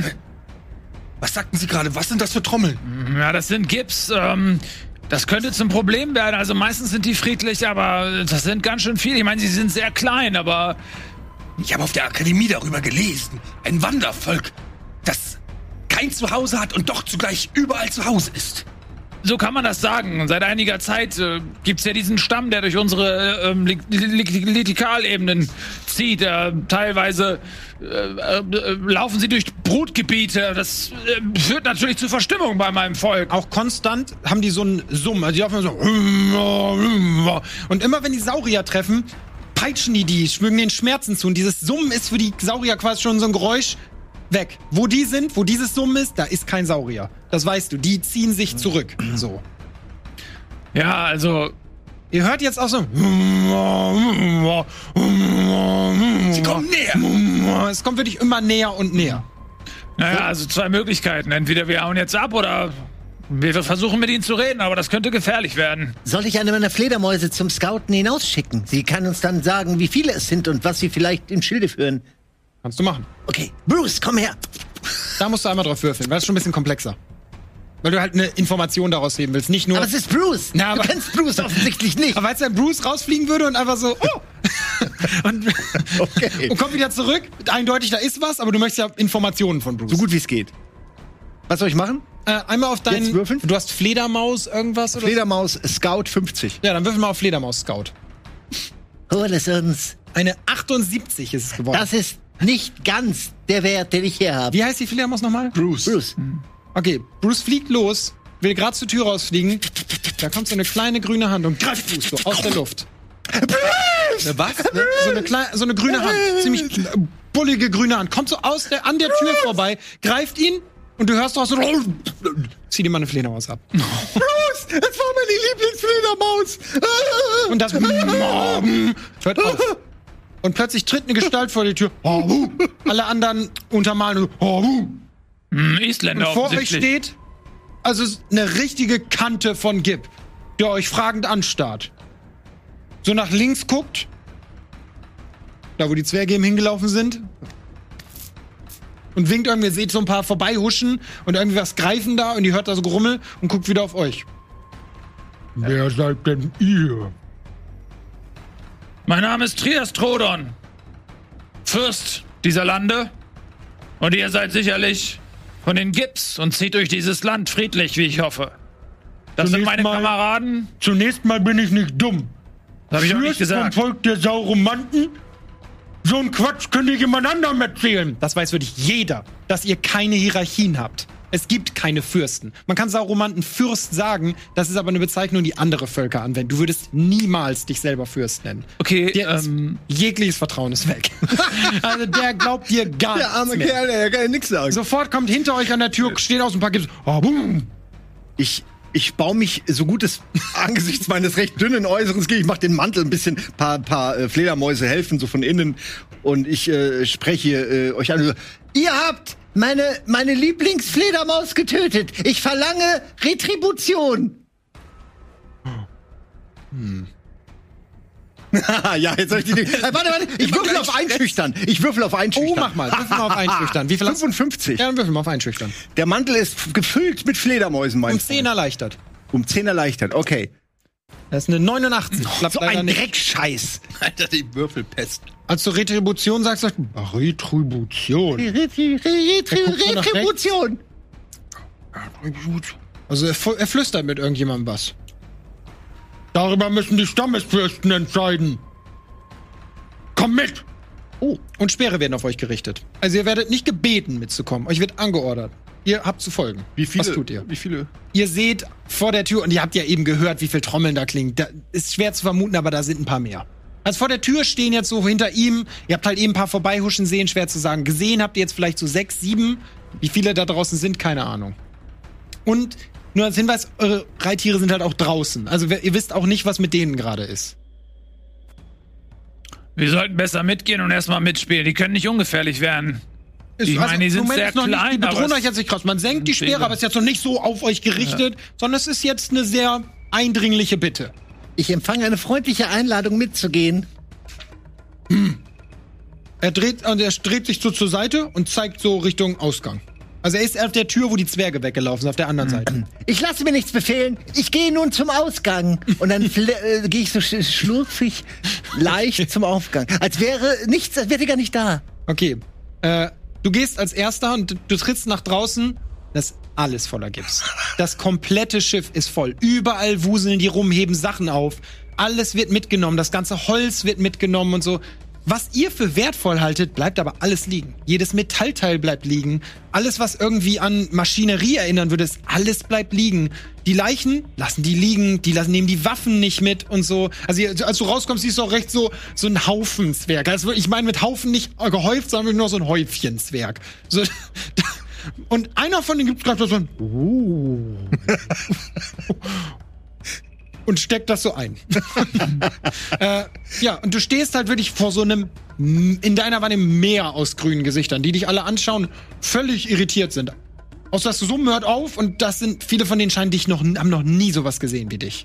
Was sagten Sie gerade? Was sind das für Trommeln? Ja, das sind Gips. Ähm, das könnte zum Problem werden. Also meistens sind die friedlich, aber das sind ganz schön viele. Ich meine, sie sind sehr klein, aber Ich habe auf der Akademie darüber gelesen. Ein Wandervolk, das kein Zuhause hat und doch zugleich überall zu Hause ist. so kann man das sagen. Seit einiger Zeit äh, gibt's ja diesen Stamm, der durch unsere ähm, Litikalebenen zieht. Äh, teilweise äh, äh, laufen sie durch Brutgebiete. Das äh, führt natürlich zu Verstimmung bei meinem Volk. Auch konstant haben die so einen Summ. Also die laufen so. Und immer wenn die Saurier treffen, peitschen die die, schwingen den Schmerzen zu. Und dieses Summen ist für die Saurier quasi schon so ein Geräusch. Weg. Wo die sind, wo dieses Summen ist, da ist kein Saurier. Das weißt du. Die ziehen sich zurück. So. Ja, also Ihr hört jetzt auch so. Sie kommen näher. Es kommt wirklich immer näher und näher. Naja, also zwei Möglichkeiten. Entweder wir hauen jetzt ab oder wir versuchen mit ihnen zu reden, aber das könnte gefährlich werden. Soll ich eine meiner Fledermäuse zum Scouten hinausschicken? Sie kann uns dann sagen, wie viele es sind und was sie vielleicht im Schilde führen. Kannst du machen. Okay, Bruce, komm her. Da musst du einmal drauf würfeln, weil es schon ein bisschen komplexer. Weil du halt eine Information daraus heben willst. Nicht nur. Aber es ist Bruce. Na, aber du kennst Bruce offensichtlich nicht. Aber als dann Bruce rausfliegen würde und einfach so, oh! und, Okay. und kommt wieder zurück, eindeutig, da ist was, aber du möchtest ja Informationen von Bruce. So gut wie es geht. Was soll ich machen? Äh, einmal auf deinen. Jetzt würfeln? Du hast Fledermaus, irgendwas oder Fledermaus Scout fünfzig. so? Ja, dann würfel mal auf Fledermaus Scout. Hol es uns. Eine achtundsiebzig ist es geworden. Das ist nicht ganz der Wert, den ich hier habe. Wie heißt die Fledermaus nochmal? Bruce. Bruce. Okay, Bruce fliegt los, will gerade zur Tür rausfliegen. Da kommt so eine kleine grüne Hand und greift Bruce so aus der Luft. Ne, was? Ne? So eine, kleine, so eine grüne Hand, ziemlich bullige grüne Hand, kommt so aus der, an der Tür vorbei, greift ihn und du hörst doch so, zieh dir mal eine Fledermaus ab. Bruce, das war meine Lieblingsfledermaus. Und das hört auf. Und plötzlich tritt eine Gestalt vor die Tür. Alle anderen untermalen. Und Hm, Isländer vor euch offensichtlich. steht also eine richtige Kante von Gib, der euch fragend anstarrt. So nach links guckt, da wo die Zwerge eben hingelaufen sind, und winkt irgendwie, ihr seht so ein paar vorbeihuschen und irgendwie was greifen da und ihr hört da so Gerummel und guckt wieder auf euch. Wer seid denn ihr? Mein Name ist Trias Trodon, Fürst dieser Lande. Und ihr seid sicherlich von den Gips und zieht durch dieses Land friedlich, wie ich hoffe. Das sind Zunächst meine mal- Kameraden. Zunächst mal bin ich nicht dumm. Das habe ich auch nicht Fürst vom gesagt. Volk der Sauromanten? So ein Quatsch könnte ich jemand anderem erzählen. Das weiß wirklich jeder, dass ihr keine Hierarchien habt. Es gibt keine Fürsten. Man kann Sauromanten Fürst sagen, das ist aber eine Bezeichnung, die andere Völker anwenden. Du würdest niemals dich selber Fürst nennen. Okay, Der ist, ähm, jegliches Vertrauen ist weg. Also der glaubt dir gar Der arme nichts mehr. Kerl, der kann ja nichts sagen. Sofort kommt hinter euch an der Tür, steht aus ein paar Gips. Oh, boom. Ich, ich baue mich so gut es angesichts meines recht dünnen Äußerens geht. Ich mache den Mantel ein bisschen, paar, paar äh, Fledermäuse helfen so von innen und ich äh, spreche äh, euch an. Ihr habt meine, meine Lieblingsfledermaus getötet. Ich verlange Retribution. Ja, jetzt soll ich die. Äh, warte, warte, ich würfel auf Einschüchtern. Ich würfel auf Einschüchtern. Oh, mach mal. Würfel mal auf Einschüchtern. Wie viel hast du? fünfundfünfzig. Ja, dann würfel mal auf Einschüchtern. Der Mantel ist f- gefüllt mit Fledermäusen, Um meinst zehn erleichtert. du? Um zehn erleichtert, okay. Das ist eine neunundachtzig. Klappt So leider ein nicht. Dreckscheiß. Alter, die Würfelpest. Als du Retribution sagst, sagst du, Ach, Retribution. Retri Retri guckt nur nach Retribution. also er, fu- er flüstert mit irgendjemandem was. Darüber müssen die Stammesfürsten entscheiden. Komm mit! Oh, und Speere werden auf euch gerichtet. Also ihr werdet nicht gebeten mitzukommen. Euch wird angeordert. Ihr habt zu folgen. Wie viele? Was tut ihr? Wie viele? Ihr seht vor der Tür, und ihr habt ja eben gehört, wie viel Trommeln da klingen. Da ist schwer zu vermuten, aber da sind ein paar mehr. Also vor der Tür stehen jetzt so hinter ihm. Ihr habt halt eben ein paar vorbeihuschen sehen, schwer zu sagen. Gesehen habt ihr jetzt vielleicht so sechs, sieben. Wie viele da draußen sind, keine Ahnung. Und nur als Hinweis, eure Reittiere sind halt auch draußen. Also ihr wisst auch nicht, was mit denen gerade ist. wir sollten besser mitgehen und erstmal mitspielen. Die können nicht ungefährlich werden. Ist, Ich meine, die sind im Moment sehr ist noch nicht, klein, die bedrohen aber euch jetzt nicht krass. Man senkt die Speere. Speere, aber es ist jetzt noch nicht so auf euch gerichtet, sondern es ist jetzt eine sehr eindringliche Bitte. Ich empfange eine freundliche Einladung mitzugehen. Er dreht, und er dreht sich so zur Seite und zeigt so Richtung Ausgang. Also er ist auf der Tür, wo die Zwerge weggelaufen sind, auf der anderen Seite. Ich lasse mir nichts befehlen. Ich gehe nun zum Ausgang. Und dann fl- äh, gehe ich so sch schlurfig leicht zum Aufgang. Als wäre nichts, als wäre gar nicht da. Okay. Äh, du gehst als Erster und du, du trittst nach draußen. Das ist alles voller Gips. Das komplette Schiff ist voll. Überall wuseln die rum, heben Sachen auf. Alles wird mitgenommen. Das ganze Holz wird mitgenommen und so. Was ihr für wertvoll haltet, bleibt aber alles liegen. Jedes Metallteil bleibt liegen. Alles, was irgendwie an Maschinerie erinnern würde, ist, alles bleibt liegen. Die Leichen lassen die liegen, die lassen, nehmen die Waffen nicht mit und so. Also ihr, als du rauskommst, siehst du auch recht so, so ein Haufenzwerg. Also ich meine mit Haufen nicht gehäuft, sondern nur so ein Häufchenzwerg. So, und einer von denen gibt gerade so ein uh, und steckt das so ein. äh, ja, und du stehst halt wirklich vor so einem, in deiner Wahrnehmung, Meer aus grünen Gesichtern, die dich alle anschauen, völlig irritiert sind. Außer das Summen hört auf und das sind, viele von denen scheinen dich noch, haben noch nie sowas gesehen wie dich.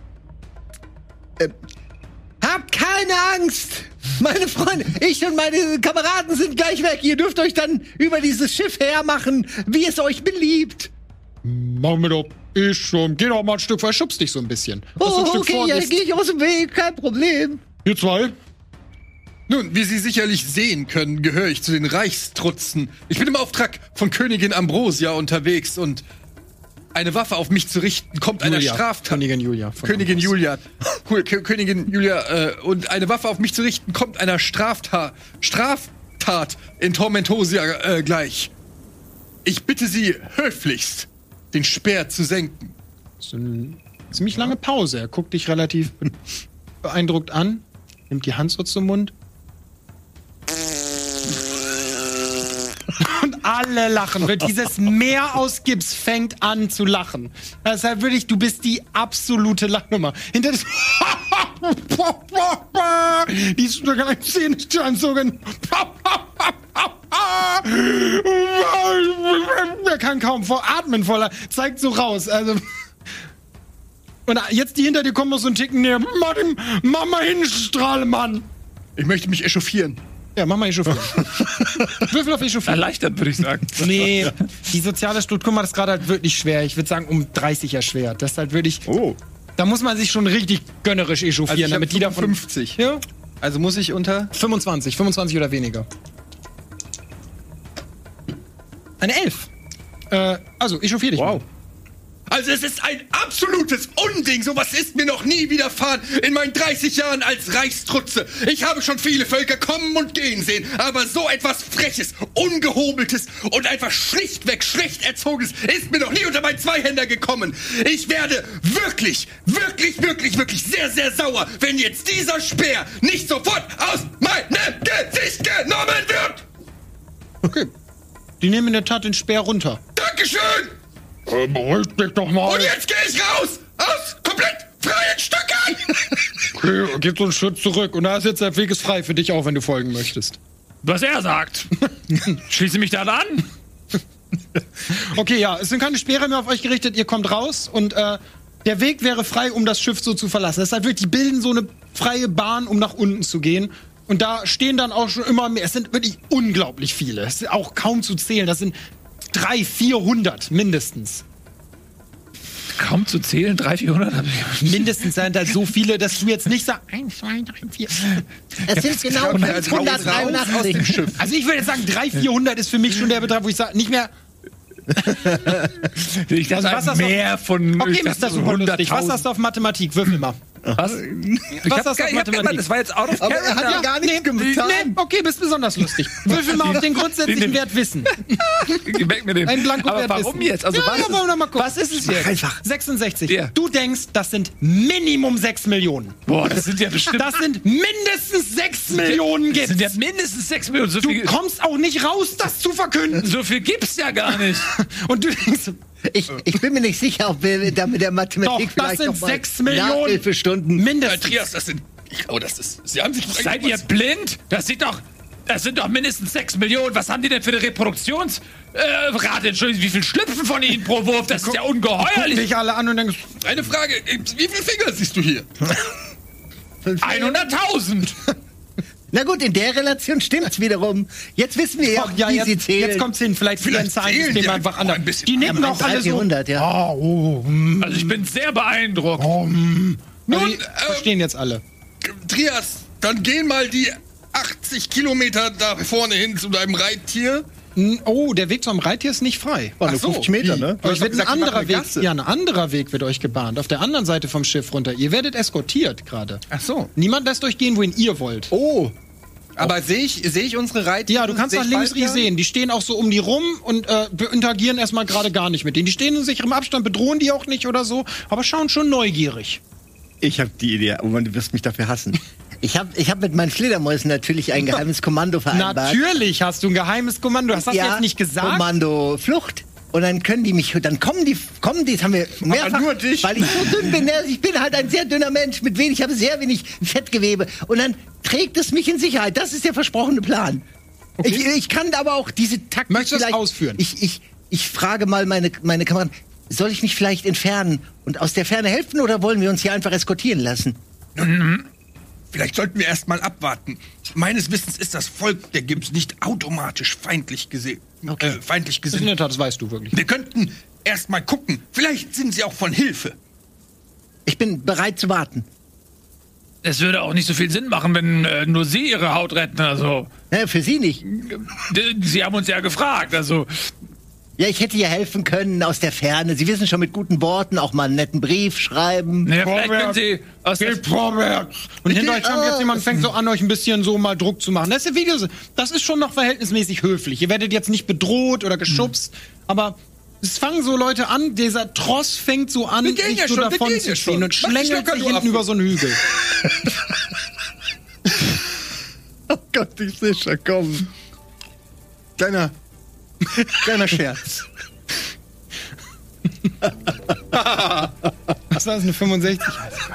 Habt keine Angst! Meine Freunde, ich und meine Kameraden sind gleich weg. Ihr dürft euch dann über dieses Schiff hermachen, wie es euch beliebt. machen wir doch eh schon. Geh doch mal ein Stück vor, schubst dich so ein bisschen. Dass du ein Oh, Stück okay, ja, vorgehst. dann gehe ich aus dem Weg, kein Problem. Ihr zwei? Nun, wie Sie sicherlich sehen können, gehöre ich zu den Reichstrutzen. Ich bin im Auftrag von Königin Ambrosia unterwegs und eine Waffe auf mich zu richten, kommt einer Julia. Straftat. Königin Julia. von Königin Ambros. Julia. Cool, K Königin Julia, äh, und eine Waffe auf mich zu richten, kommt einer Straftat, Straftat in Tormentosia äh, gleich. Ich bitte Sie höflichst, den Speer zu senken. So eine ziemlich lange Pause. Er guckt dich relativ be- beeindruckt an, nimmt die Hand so zum Mund. Und alle lachen. Wird dieses Meer aus Gips fängt an zu lachen. Deshalb würde ich, du bist die absolute Lachnummer. Hinter des die Zähne sogar. Er kann kaum vor atmen voller. Zeigt so raus. Also. Und jetzt die hinter dir kommen, muss so ein Ticken näher. Mach, den, mach mal hin, Strahlemann. Ich möchte mich echauffieren. Ja, mach mal echauffieren. Würfel auf echauffieren. Erleichtert, würde ich sagen. Nee, die soziale Struktur macht das gerade halt wirklich schwer. Ich würde sagen, um dreißig erschwert. Das ist halt wirklich. Oh. Da muss man sich schon richtig gönnerisch echauffieren, damit die davon. fünfzig. Ja? Also muss ich unter... fünfundzwanzig. fünfundzwanzig oder weniger. Eine Elf. Äh, also, echauffier dich. Wow. Mal. Also es ist ein absolutes Unding. Sowas ist mir noch nie widerfahren in meinen dreißig Jahren als Reichstrutze. Ich habe schon viele Völker kommen und gehen sehen, aber so etwas Freches, Ungehobeltes und einfach schlichtweg schlecht Erzogenes ist mir noch nie unter meinen Zweihänder gekommen. Ich werde wirklich, wirklich, wirklich, wirklich sehr, sehr sauer, wenn jetzt dieser Speer nicht sofort aus meinem Gesicht genommen wird. Okay. Die nehmen in der Tat den Speer runter. Dankeschön. Äh, beruhig dich doch mal. Und jetzt gehe ich raus aus komplett freien Stücken. Okay, geht so einen Schritt zurück. Und da ist jetzt der Weg ist frei für dich auch, wenn du folgen möchtest. Was er sagt. Schließe mich da an. Okay, ja, es sind keine Speere mehr auf euch gerichtet. Ihr kommt raus und äh, der Weg wäre frei, um das Schiff so zu verlassen. Deshalb wird die bilden so eine freie Bahn, um nach unten zu gehen. Und da stehen dann auch schon immer mehr. Es sind wirklich unglaublich viele. Es ist auch kaum zu zählen. Das sind dreihundert, vierhundert mindestens. Kaum zu zählen, dreihundert, vierhundert. Mindestens sind halt so viele, dass du jetzt nicht sagst, eins, zwei, drei, vier. Es sind genau hundertdreiundachtzig. Also ich würde jetzt sagen, dreihundert, vierhundert ist für mich schon der Betrag, wo ich sage, nicht mehr. Ich dachte, Also was hast du- mehr von. Okay, ich dachte, Mister Super lustig. Was hast du auf Mathematik? Würfel mal. Was? Ich Was hab, hast du auf ich hab Mathematik? gemacht, das war jetzt out of Aber er character. hat ja gar nichts getan. Nee, okay, bist besonders lustig. Würfel mal auf den grundsätzlichen Wert Wissen. Weg mit dem. Ein Blanko-Wert Aber warum wissen. jetzt? Also ja, was, ja, wollen wir mal ist, gucken. was ist es jetzt? Einfach. sechsundsechzig. Ja. Du denkst, das sind Minimum sechs Millionen. Boah, das sind ja bestimmt. Das sind mindestens sechs Millionen Das sind ja gibt's. mindestens sechs Millionen. So Du viel, kommst auch nicht raus, das zu verkünden. so viel gibt's ja gar nicht. Und du denkst, Ich, ich bin mir nicht sicher, ob wir da mit der Mathematik doch, das vielleicht sind noch mal sechs Millionen. Nachhilfestunden. Mindestens. Trias, das sind... Ich glaube, das ist... Sie haben sich... Seid ihr blind? Das sieht doch. Das sind doch mindestens sechs Millionen. Was haben die denn für eine Reproduktionsrate? Äh, Rate? Entschuldigung, wie viel schlüpfen von ihnen pro Wurf? Das ist ja Guck ungeheuerlich. dich alle an und denkst, Eine Frage, wie viele Finger siehst du hier? hunderttausend. Na gut, in der Relation stimmt's wiederum. Jetzt wissen wir ja, ach ja, wie jetzt, sie zählen. jetzt kommt's hin. Vielleicht Vielleicht vielleicht ein zählen Zahlen, die einfach einfach anders. ein bisschen. Die nicken Ja, auch alle so. vierhundert, ja. Ah, oh, hm. Also ich bin sehr beeindruckt. Oh, hm. Nun, Die ähm, verstehen jetzt alle. Trias, dann gehen mal die achtzig Kilometer da vorne hin zu deinem Reittier. N- Oh, der Weg zum Reittier ist nicht frei. War nur Ach so, fünfzig Meter, wie? ne? Euch wird ein gesagt, wir machen anderer eine Weg, Gasse. ja, ein anderer Weg wird euch gebahnt. Auf der anderen Seite vom Schiff runter. Ihr werdet eskortiert gerade. Ach so. Niemand lässt euch gehen, wohin ihr wollt. Oh. Aber sehe ich, sehe ich unsere Reittiere? Ja, du kannst Seh nach ich links beide? nicht sehen. Die stehen auch so um die rum und äh, be- interagieren erstmal gerade gar nicht mit denen. Die stehen in sicherem Abstand, bedrohen die auch nicht oder so, aber schauen schon neugierig. Ich habe die Idee, oh Mann, du wirst mich dafür hassen. Ich habe ich hab mit meinen Fledermäusen natürlich ein geheimes Kommando vereinbart. Natürlich hast du ein geheimes Kommando. Das hast du jetzt nicht gesagt. Kommando Flucht. Und dann können die mich, dann kommen die, kommen die, das haben wir mehrfach, nur dich. weil ich so dünn bin. ne? Ich bin halt ein sehr dünner Mensch mit wenig, ich habe sehr wenig Fettgewebe. Und dann trägt es mich in Sicherheit. Das ist der versprochene Plan. Ich, ich kann aber auch diese Taktik Möchtest du das vielleicht- ausführen? Ich, ich, ich frage mal meine, meine Kameraden, soll ich mich vielleicht entfernen und aus der Ferne helfen oder wollen wir uns hier einfach eskortieren lassen? Vielleicht sollten wir erst mal abwarten. Meines Wissens ist das Volk der Gibbs nicht automatisch feindlich gesehen. Okay. Äh, feindlich Das ist in gesinnt. der Tat, das weißt du wirklich. Wir könnten erst mal gucken. Vielleicht sind sie auch von Hilfe. Ich bin bereit zu warten. Es würde auch nicht so viel Sinn machen, wenn äh, nur Sie Ihre Haut retten. Also, Ja, für Sie nicht. d- Sie haben uns ja gefragt. Also, Ja, ich hätte ihr helfen können aus der Ferne. Sie wissen schon, mit guten Worten auch mal einen netten Brief schreiben. naja, vielleicht können Vorwärts. Sie aus der Geht vorwärts. Und hinter euch kommt Ah. jetzt jemand, fängt so an, euch ein bisschen so mal Druck zu machen. Das ist, Video, das ist schon noch verhältnismäßig höflich. Ihr werdet jetzt nicht bedroht oder geschubst, aber es fangen so Leute an, dieser Tross fängt so an, Wir gehen sich ja so schon, wir davon gehen zu ja ziehen schon. und Mach dich schlängelt locker, sich du hinten Affe. über so einen Hügel. Oh Gott, ich sehe schon kommen. Kleiner, kleiner Scherz. Was war das, eine fünfundsechzig?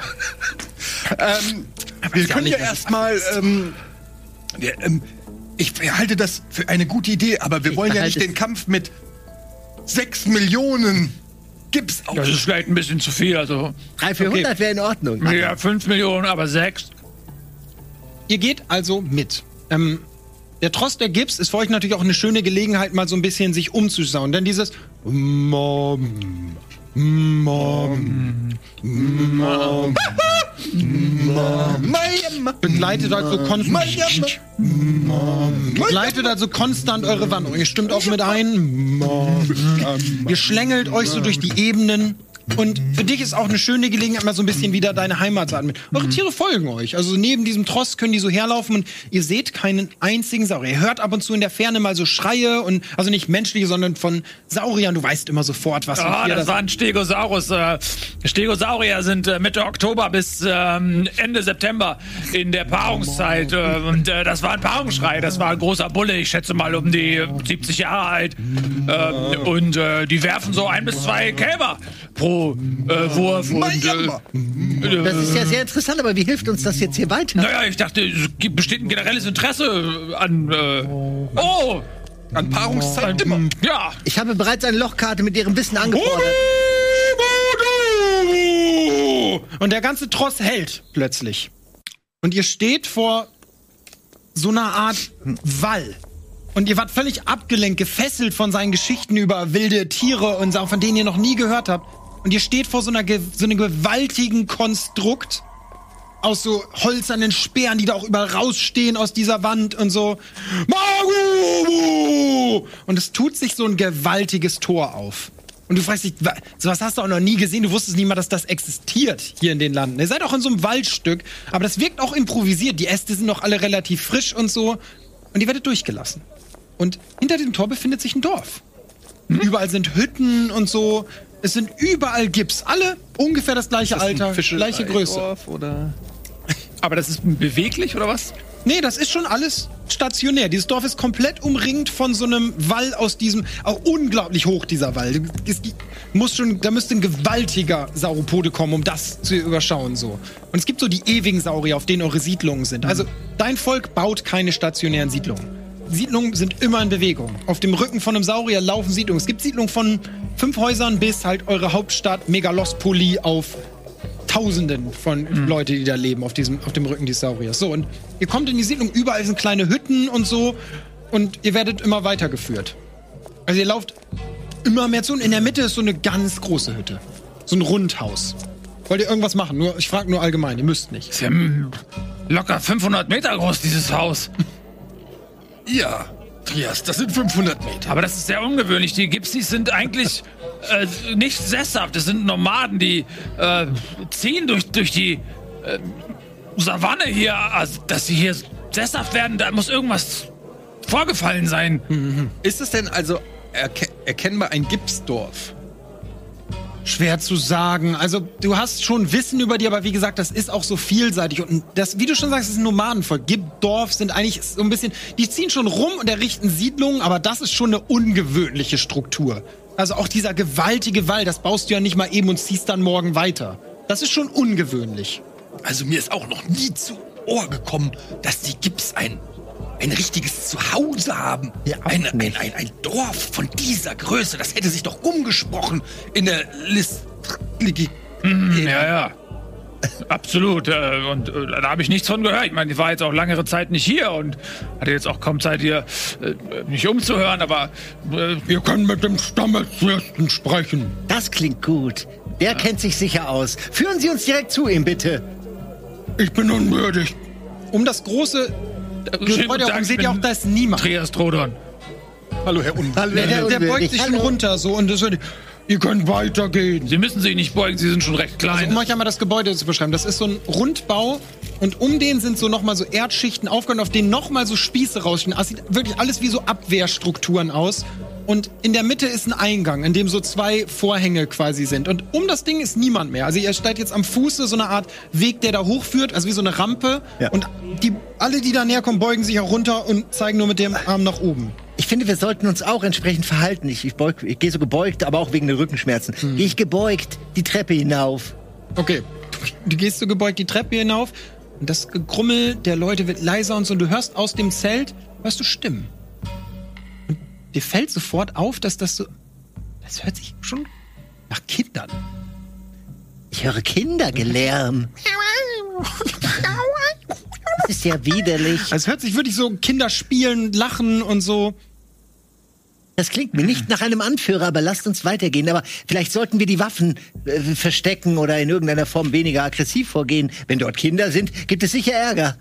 ähm, wir können nicht, ja was erstmal, ähm, wir, ähm, ich halte das für eine gute Idee, aber wir Ich wollen ja halte nicht es- den Kampf mit sechs Millionen Gips auf. Das ist vielleicht ein bisschen zu viel. Also, drei vierhundert wäre in Ordnung. ja, fünf Millionen, aber sechs. Ihr geht also mit. Ähm, der Tross der Gips ist für euch natürlich auch eine schöne Gelegenheit, mal so ein bisschen sich umzuschauen. Denn dieses Mom, Mom, Mom, begleitet also konstant, begleitet also konstant eure Wanderung. Ihr stimmt auch mit ein. Mom. Ihr schlängelt euch so durch die Ebenen. Und für dich ist auch eine schöne Gelegenheit, mal so ein bisschen wieder deine Heimat zu atmen. Eure Tiere folgen euch. Also neben diesem Tross können die so herlaufen und ihr seht keinen einzigen Saurier. Ihr hört ab und zu in der Ferne mal so Schreie und, also nicht menschliche, sondern von Sauriern. Du weißt immer sofort, was Ah, hier das war ein Stegosaurus. Äh, Stegosaurier sind äh, Mitte Oktober bis ähm, Ende September in der Paarungszeit. Äh, und äh, das war ein Paarungsschrei. Das war ein großer Bulle, ich schätze mal um die siebzig Jahre alt. Ähm, und äh, die werfen so ein bis zwei Kälber pro äh, Wurf. Und, äh, Das ist ja sehr interessant, aber wie hilft uns das jetzt hier weiter? naja, ich dachte, es gibt- besteht ein generelles Interesse an. Äh, oh! An Paarungszeit immer. Ja! Ich habe bereits eine Lochkarte mit Ihrem Wissen angefordert. Und der ganze Tross hält plötzlich. Und ihr steht vor so einer Art Wall. Und ihr wart völlig abgelenkt, gefesselt von seinen Geschichten über wilde Tiere und Sachen, von denen ihr noch nie gehört habt. Und ihr steht vor so einer ge- so einem gewaltigen Konstrukt aus so holzernen Speeren, die da auch überall rausstehen aus dieser Wand und so. Magu! Und es tut sich so ein gewaltiges Tor auf. Und du fragst dich, wa- sowas hast du auch noch nie gesehen. Du wusstest nicht mal, dass das existiert hier in den Landen. Ihr seid auch in so einem Waldstück, aber das wirkt auch improvisiert. Die Äste sind noch alle relativ frisch und so. Und ihr werdet durchgelassen. Und hinter dem Tor befindet sich ein Dorf. Überall sind Hütten und so. Es sind überall Gips. Alle ungefähr das gleiche Alter, gleiche Größe. Oder? Aber das ist beweglich oder was? Nee, das ist schon alles stationär. Dieses Dorf ist komplett umringt von so einem Wall aus diesem, auch unglaublich hoch dieser Wall. Es muss schon, da müsste ein gewaltiger Sauropode kommen, um das zu überschauen so. Und es gibt so die ewigen Saurier, auf denen eure Siedlungen sind. Also dein Volk baut keine stationären Siedlungen. Siedlungen sind immer in Bewegung. Auf dem Rücken von einem Saurier laufen Siedlungen. Es gibt Siedlungen von fünf Häusern bis halt eure Hauptstadt Megalospoli auf Tausenden von Mhm. Leute, die da leben auf diesem, auf dem Rücken des Sauriers. So, und ihr kommt in die Siedlung, überall sind kleine Hütten und so, und ihr werdet immer weitergeführt. Also ihr lauft immer mehr zu, und in der Mitte ist so eine ganz große Hütte. So ein Rundhaus. Wollt ihr irgendwas machen? Nur, ich frage nur allgemein, ihr müsst nicht. Ist ja mm, locker fünfhundert Meter groß, dieses Haus. Ja, Trias, das sind fünfhundert Meter. Aber das ist sehr ungewöhnlich. Die Gypsies sind eigentlich äh, nicht sesshaft. Das sind Nomaden, die äh, ziehen durch, durch die äh, Savanne hier. Also, dass sie hier sesshaft werden, da muss irgendwas vorgefallen sein. Ist es denn also erke erkennbar ein Gipsdorf? Schwer zu sagen. Also, du hast schon Wissen über die, aber wie gesagt, das ist auch so vielseitig. Und das, wie du schon sagst, ist ein Nomadenvolk. Gibdorf sind eigentlich so ein bisschen, die ziehen schon rum und errichten Siedlungen, aber das ist schon eine ungewöhnliche Struktur. Also auch dieser gewaltige Wall, das baust du ja nicht mal eben und ziehst dann morgen weiter. Das ist schon ungewöhnlich. Also mir ist auch noch nie zu Ohr gekommen, dass die Gips ein, ein richtiges Zuhause haben. Ja, auch ein, ein, nicht. ein, ein Dorf von dieser Größe, das hätte sich doch umgesprochen in der List... Ja, ja. Absolut. Äh, und äh, da habe ich nichts von gehört. Ich meine, ich war jetzt auch langere Zeit nicht hier und hatte jetzt auch kaum Zeit, hier äh, mich umzuhören, aber äh, Wir können mit dem Stammesfürsten sprechen. Das klingt gut. Der kennt sich sicher aus. Führen Sie uns direkt zu ihm, bitte. Ich bin unwürdig. Um das große Gebäude herum seht ihr auch, da ist niemand. Trias Trodon. Hallo, Herr Un. Hallo, Der, der, der beugt sich schon Hallo. runter so und das wird. Ihr könnt weitergehen. Sie müssen sich nicht beugen, Sie sind schon recht Also, klein. um euch einmal das Gebäude zu beschreiben, das ist so ein Rundbau und um den sind so nochmal so Erdschichten aufgebaut, auf denen nochmal so Spieße rausstehen. Das sieht wirklich alles wie so Abwehrstrukturen aus. Und in der Mitte ist ein Eingang, in dem so zwei Vorhänge quasi sind. Und um das Ding ist niemand mehr. Also ihr steht jetzt am Fuße so eine Art Weg, der da hochführt, also wie so eine Rampe. Ja. Und die, alle, die da näher kommen, beugen sich auch runter und zeigen nur mit dem Arm nach oben. Ich finde, wir sollten uns auch entsprechend verhalten. Ich, ich, beug, ich gehe so gebeugt, aber auch wegen den Rückenschmerzen. Hm. Gehe ich gebeugt die Treppe hinauf. Okay, du gehst so gebeugt die Treppe hinauf und das Gegrummel der Leute wird leiser und so. Und du hörst aus dem Zelt, hörst du Stimmen. Und dir fällt sofort auf, dass das so, das hört sich schon nach Kindern. Ich höre Kindergelärm. Das ist ja widerlich. Also es hört sich wirklich so Kinder spielen, lachen und so. Das klingt mir nicht nach einem Anführer, aber lasst uns weitergehen. Aber vielleicht sollten wir die Waffen äh, verstecken oder in irgendeiner Form weniger aggressiv vorgehen. Wenn dort Kinder sind, gibt es sicher Ärger.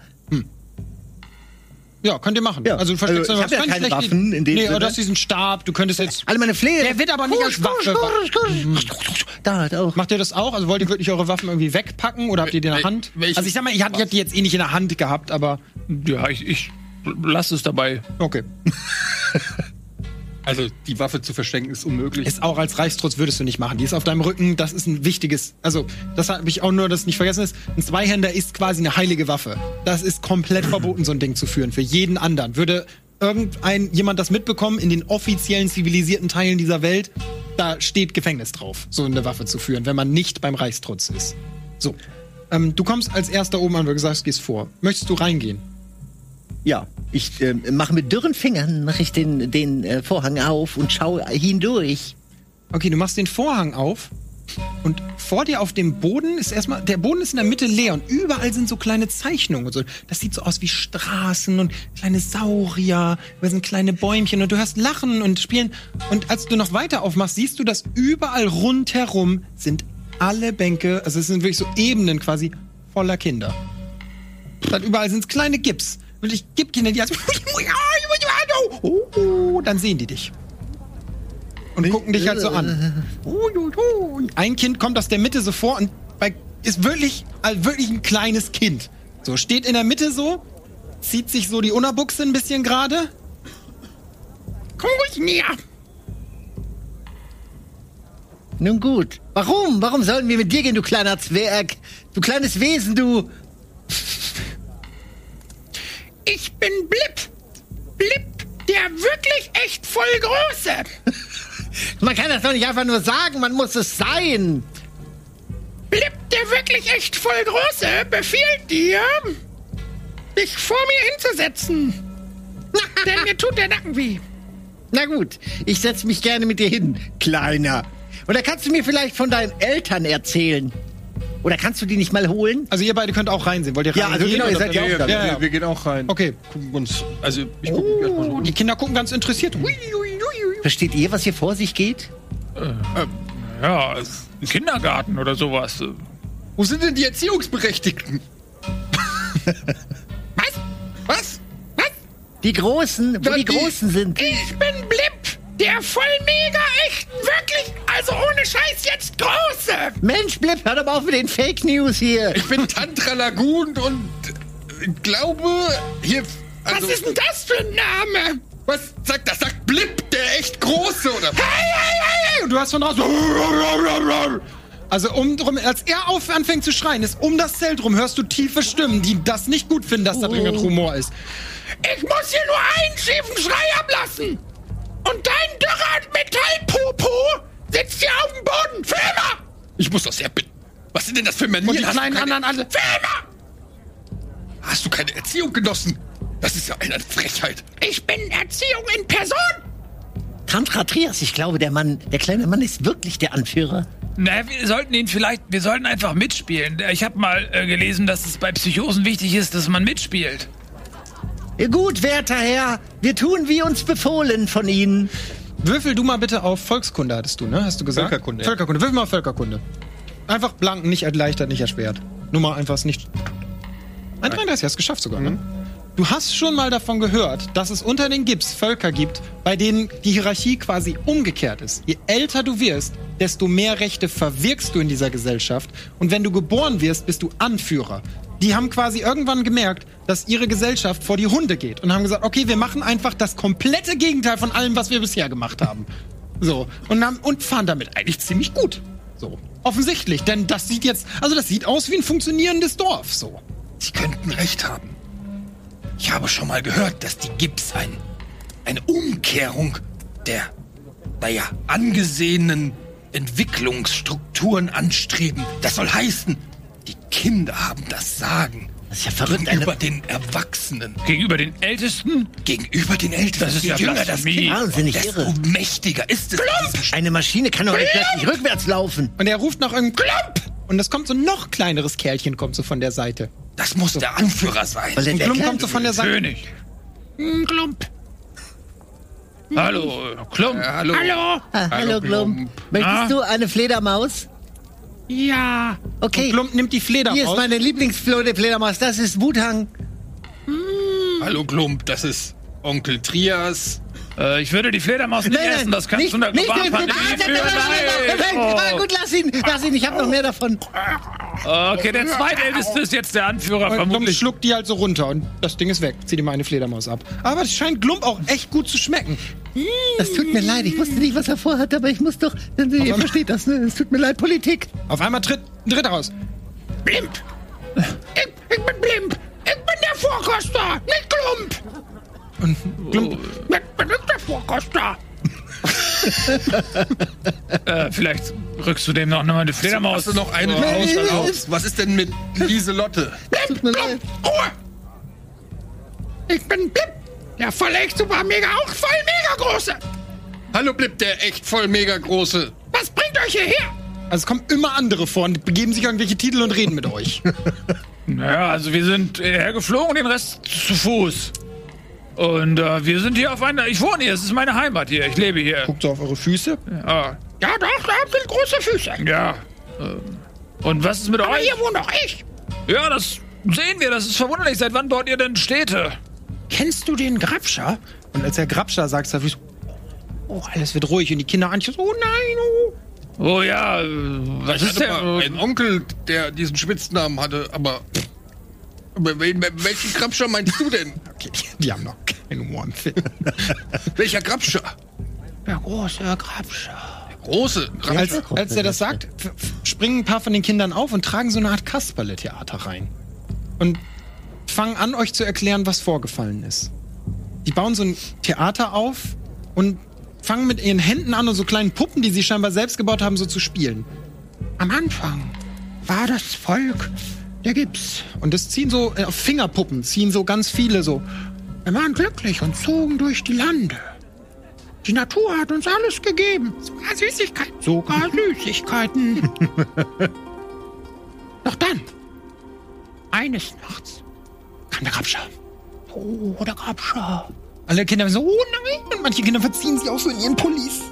Ja, könnt ihr machen. Ja, Also du versteckst also ich was hab ja ganz keine schlecht- Waffen in dem Nee, Sinne. aber du hast diesen Stab, du könntest jetzt... Alle meine Flehe. Der wird aber nicht als Waffe... Da halt auch. Macht ihr das auch? Also wollt ihr wirklich eure Waffen irgendwie wegpacken oder habt ihr die in der Wel- Hand? welchen- Also ich sag mal, ihr habt ihr habt die jetzt eh nicht in der Hand gehabt, aber... Ja, ich, ich lasse es dabei. Okay. Also, die Waffe zu verschenken ist unmöglich. Ist auch als Reichstrotz würdest du nicht machen. Die ist auf deinem Rücken, das ist ein wichtiges, also das habe ich auch nur, dass nicht vergessen ist, ein Zweihänder ist quasi eine heilige Waffe. Das ist komplett verboten, so ein Ding zu führen, für jeden anderen. Würde irgendein, jemand das mitbekommen, in den offiziellen zivilisierten Teilen dieser Welt, da steht Gefängnis drauf, so eine Waffe zu führen, wenn man nicht beim Reichstrotz ist. So, ähm, du kommst als erster oben an, weil du sagst, gehst vor. Möchtest du reingehen? Ja, ich äh, mache mit dürren Fingern mache ich den, den äh, Vorhang auf und schaue hindurch. Okay, du machst den Vorhang auf und vor dir auf dem Boden ist erstmal, der Boden ist in der Mitte leer und überall sind so kleine Zeichnungen und so. Das sieht so aus wie Straßen und kleine Saurier, da sind kleine Bäumchen und du hörst Lachen und Spielen. Und als du noch weiter aufmachst, siehst du, dass überall rundherum sind alle Bänke, also es sind wirklich so Ebenen quasi voller Kinder. Dann überall sind es kleine Gips. Und ich gib Kinder, die also, oh, dann sehen die dich. Und gucken dich halt so an. Ein Kind kommt aus der Mitte so vor und bei, ist wirklich, also wirklich ein kleines Kind. So, steht in der Mitte so, zieht sich so die Unterbuchse ein bisschen gerade. Komm ruhig näher. Nun gut. Warum? Warum sollen wir mit dir gehen, du kleiner Zwerg? Du kleines Wesen, du. Ich bin Blip. Blip, der wirklich echt voll große. Man kann das doch nicht einfach nur sagen, man muss es sein. Blip, der wirklich echt voll große, befiehlt dir, dich vor mir hinzusetzen. Denn mir tut der Nacken weh. Na gut, ich setz mich gerne mit dir hin, Kleiner. Oder kannst du mir vielleicht von deinen Eltern erzählen? Oder kannst du die nicht mal holen? Also ihr beide könnt auch reinsehen. Wollt ihr Ja, reingehen? also genau, ihr oder- seid ja auch da. Ja, ja. Wir, wir gehen auch rein. Okay. Gucken uns, also ich gucke mich erstmal so um. Die Kinder gucken ganz interessiert. Versteht ihr, was hier vor sich geht? Ja, ein Kindergarten oder sowas. Wo sind denn die Erziehungsberechtigten? Was? Was? Was? Die Großen, wo Ja, die die- Großen sind. Ich bin Blip, der voll mega echt, wirklich, also ohne Scheiß jetzt große. Mensch, Blip, hör doch mal auf mit den Fake News hier. Ich bin Tantra Lagoon und äh, glaube, hier. Also, Was ist denn das für ein Name? Was sagt das? Sagt Blip, der echt große, oder? Hey, hey, hey, hey! Und du hast von draußen. Also um drum, als er auf anfängt zu schreien, ist um das Zelt rum, hörst du tiefe Stimmen, die das nicht gut finden, dass da drin ein Rumor ist. Ich muss hier nur einen schiefen Schrei ablassen. Und dein dürrer Metallpopo sitzt hier auf dem Boden. Filmer! Ich muss das herbitten. Was sind denn das für Manieren? Und die Hast du kleinen keine- anderen alle. Filmer! Hast du keine Erziehung genossen? Das ist ja eine Frechheit. Ich bin Erziehung in Person. Tantratrias, ich glaube, der Mann, der kleine Mann ist wirklich der Anführer. Na, wir sollten ihn vielleicht, wir sollten einfach mitspielen. Ich habe mal äh, gelesen, dass es bei Psychosen wichtig ist, dass man mitspielt. Ja, gut, werter Herr, wir tun wie uns befohlen von Ihnen. Würfel du mal bitte auf Volkskunde, hattest du, ne? Hast du gesagt? Völkerkunde. Völkerkunde. Würfel mal auf Völkerkunde. Einfach blank, nicht erleichtert, nicht erschwert. Nur mal einfach nicht. Ein dreiunddreißig, hast du geschafft sogar, ne? Du hast schon mal davon gehört, dass es unter den Gips Völker gibt, bei denen die Hierarchie quasi umgekehrt ist. Je älter du wirst, desto mehr Rechte verwirkst du in dieser Gesellschaft. Und wenn du geboren wirst, bist du Anführer. Die haben quasi irgendwann gemerkt, dass ihre Gesellschaft vor die Hunde geht. Und haben gesagt, okay, wir machen einfach das komplette Gegenteil von allem, was wir bisher gemacht haben. So. Und, haben, und fahren damit eigentlich ziemlich gut. So. Offensichtlich. Denn das sieht jetzt, also das sieht aus wie ein funktionierendes Dorf. So. Sie könnten recht haben. Ich habe schon mal gehört, dass die Gips ein, eine Umkehrung der, naja, angesehenen Entwicklungsstrukturen anstreben. Das soll heißen, die Kinder haben das Sagen. Das ist ja verrückt. Gegenüber Eine, den Erwachsenen. Gegenüber den Ältesten? Gegenüber den Ältesten. Das ist ja Je jünger das Blasphemie. Kind, Wahnsinnig desto irre. mächtiger ist es. eine Maschine kann doch nicht plötzlich rückwärts laufen. Und er ruft nach irgendeinem Klump! Und es kommt so ein noch kleineres Kerlchen, kommt so von der Seite. Das muss der Anführer sein. Weil der, Und der Klump Kleine- kommt so von der Seite. König. Hm, Klump. Hallo, Klump. Ja, hallo. Hallo. Ah, hallo, Glump. Möchtest Ah. du eine Fledermaus? Ja. Okay. Klump nimmt die Fleder Hier ist raus. meine Lieblingsfledermaus. Das ist Wuthang. Hallo Klump, das ist Onkel Trias. Äh, ich würde die Fledermaus nicht essen, das kann nicht, zu einer nicht, globalen nicht, Pandemie nicht, führen. Perfekt. Nein. Ah, gut, lass ihn. Lass ihn. Ich habe noch mehr davon. Oh. Okay, der zweitälteste ist jetzt der Anführer, Und Glump vermutlich. schluckt die halt so runter und das Ding ist weg. Zieh dir mal eine Fledermaus ab. Aber es scheint Glump auch echt gut zu schmecken. Das tut mir leid. Ich wusste nicht, was er vorhat, aber ich muss doch. Ihr versteht das, ne? Es tut mir leid. Politik. Auf einmal tritt ein Dritter raus. Blimp. Ich, ich bin Blimp. Ich bin der Vorkoster, nicht Klump. Und Glump, Ich bin nicht der Vorkoster. Äh, vielleicht rückst du dem noch mal eine Fledermaus. Hast du noch eine Oh. raus, raus? Was ist denn mit Lieselotte? Tut mir leid. Ruhe. Ich bin Blimp. Der voll echt super mega, auch voll mega große. Hallo Blip, der echt voll mega große. Was bringt euch hierher? also es kommen immer andere vor und begeben sich irgendwelche Titel und reden mit euch. Naja, also wir sind äh, hergeflogen und den Rest zu Fuß. Und äh, wir sind hier auf einer... Ich wohne hier, es ist meine Heimat hier, ich lebe hier. Guckt so auf eure Füße. Ja, Ja doch, da sind große Füße. ja. Ähm, Und was ist mit Aber euch? hier wohne doch ich. Ja, das sehen wir, das ist verwunderlich. Seit wann baut ihr denn Städte? Kennst du den Grabscher? Und als er Grabscher sagt, sagt er, oh, alles wird ruhig und die Kinder an, oh nein, oh. Oh ja, äh, was Ich ist hatte der? mal einen Onkel, der diesen Spitznamen hatte, aber... aber wen, welchen Grabscher meinst du denn? Okay, die haben noch keinen Humor im Film. Welcher Grabscher? Der große Grabscher. Große Grabscher. Als, als er das sagt, f- f- springen ein paar von den Kindern auf und tragen so eine Art Kasperle-Theater rein. Und fangen an, euch zu erklären, was vorgefallen ist. Die bauen so ein Theater auf und fangen mit ihren Händen an und so kleinen Puppen, die sie scheinbar selbst gebaut haben, so zu spielen. Am Anfang war das Volk der Gips. Und das ziehen so, äh, Fingerpuppen, ziehen so ganz viele so. Wir waren glücklich und zogen durch die Lande. Die Natur hat uns alles gegeben. Sogar Süßigkeiten. Sogar Süßigkeiten. Doch dann, eines Nachts, kam der Grabscher. Oh, der Grabscher. Alle Kinder so, oh nein! Und manche Kinder verziehen sich auch so in ihren Pullis.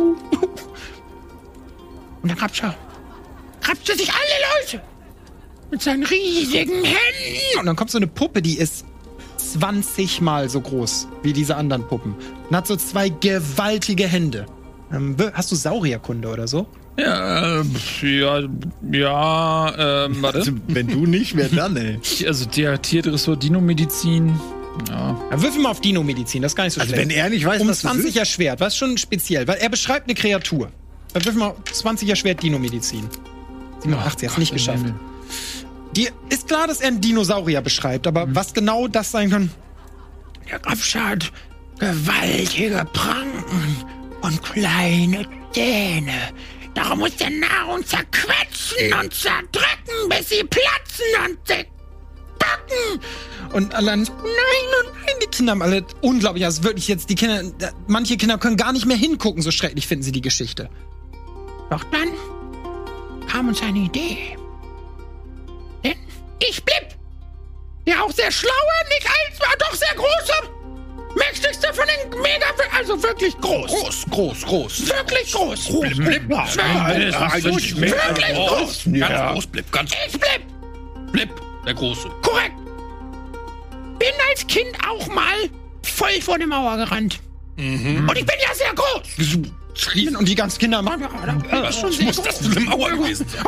Und der Grabscher grabste sich alle Leute mit seinen riesigen Händen. Und dann kommt so eine Puppe, die ist zwanzig Mal so groß wie diese anderen Puppen. Und hat so zwei gewaltige Hände. Ähm, hast du Saurierkunde oder so? Ja, ähm, ja, ja, ähm, warte. Also, wenn du nicht, wer dann, ey? Also der Tierdressur, Dinomedizin. Ja. Dann würfel mal auf Dino-Medizin, das ist gar nicht so Also, schlecht. wenn er nicht weiß, um was das zwanzig ist. erschwert, was schon speziell, weil er beschreibt eine Kreatur. Dann würfel mal zwanzig erschwert Dino-Medizin. siebenundachtzig, hast nicht geschafft. Dir ist klar, dass er einen Dinosaurier beschreibt, aber was genau das sein kann. Der Grabscher hat gewaltige Pranken und kleine Zähne. Darum muss der Nahrung zerquetschen und zerdrücken, bis sie platzen und sich backen. Und allein so, nein, oh nein, die Kinder haben alle unglaublich, also wirklich jetzt die Kinder, manche Kinder können gar nicht mehr hingucken, so schrecklich finden sie die Geschichte. Doch dann kam uns eine Idee. Denn ich Blip, der auch sehr schlaue, nicht alt, war doch sehr große, mächtigste von den Mega, also wirklich groß. Groß, groß, groß. Wirklich groß. Blip, Blip. Ja, Wirklich wirklich, wirklich groß. Ganz Ja. groß, Blip, ganz Ich Blip, Blip, der Große. korrekt. Bin als Kind auch mal voll vor die Mauer gerannt. Mhm. Und ich bin ja sehr groß. Riesen. Und die ganzen Kinder machen, Was schon sehr muss das für eine Mauer gewesen sein?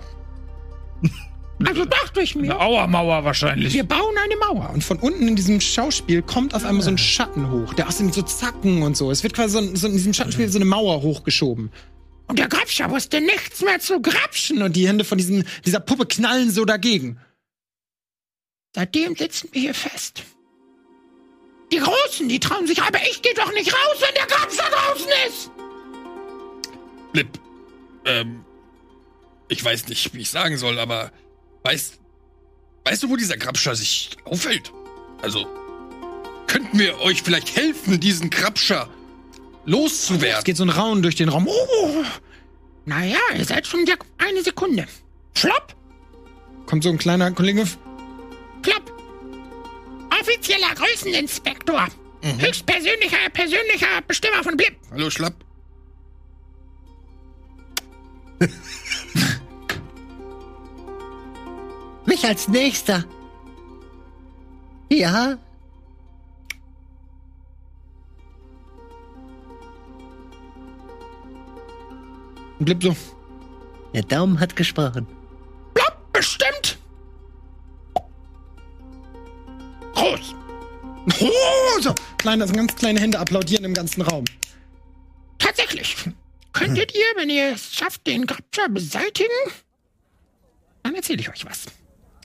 Also dachte ich mir, Eine Auermauer wahrscheinlich. wir bauen eine Mauer. und von unten in diesem Schauspiel kommt auf einmal so ein Schatten hoch, der aus dem so Zacken und so. Es wird quasi so, ein- so in diesem Schattenspiel so eine Mauer hochgeschoben. Und der Grabscher wusste nichts mehr zu grapschen. Und die Hände von diesem, dieser Puppe knallen so dagegen. Seitdem sitzen wir hier fest. Die Großen, die trauen sich, aber ich gehe doch nicht raus, wenn der Grabscher draußen ist. Blip. Ähm, ich weiß nicht, wie ich sagen soll, aber weißt, weißt du, wo dieser Grabscher sich aufhält? Also, könnten wir euch vielleicht helfen, diesen Grabscher Es loszuwerden? geht so ein Raunen durch den Raum. Oh, Naja, ihr seid schon sek- eine Sekunde. Schlopp, kommt so ein kleiner Kollege. klapp. Offizieller Größeninspektor. Höchstpersönlicher, persönlicher Bestimmer von Blip. Hallo, Schlapp. Mich als Nächster. Ja, Und Blip so. der Daumen hat gesprochen. Blop, bestimmt. Groß. Oh, so. Kleine, so ganz kleine Hände applaudieren im ganzen Raum. Tatsächlich. Könntet ihr, wenn ihr es schafft, den Grabscher beseitigen? Dann erzähle ich euch was.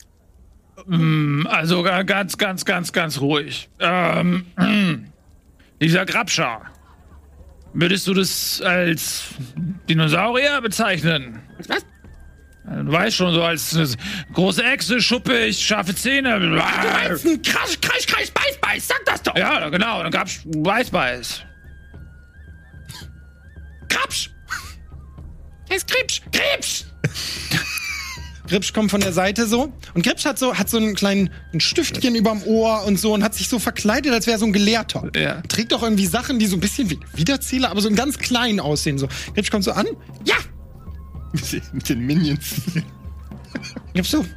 Also ga- ganz, ganz, ganz, ganz ruhig. Ähm, dieser Grabscher. Würdest du das als Dinosaurier bezeichnen? Was? Du weißt schon, so als äh, große Echse, schuppig, scharfe Zähne. Du meinst ein Krasch, Krasch, Krasch, Beiß, Beiß, sag das doch. Ja, genau, dann gab's Weißbeiß. Krabsch. Er ist Krebsch, Krebsch. Gripsch kommt von der Seite so. Und Gripsch hat so, hat so einen kleinen ein Stiftchen überm Ohr und so und hat sich so verkleidet, als wäre er so ein Gelehrter. Ja. Trägt auch irgendwie Sachen, die so ein bisschen wie Wiederzähler, aber so ein ganz klein aussehen. So. Gripsch kommt so an. Ja, Mit den Minions. Gripsch so.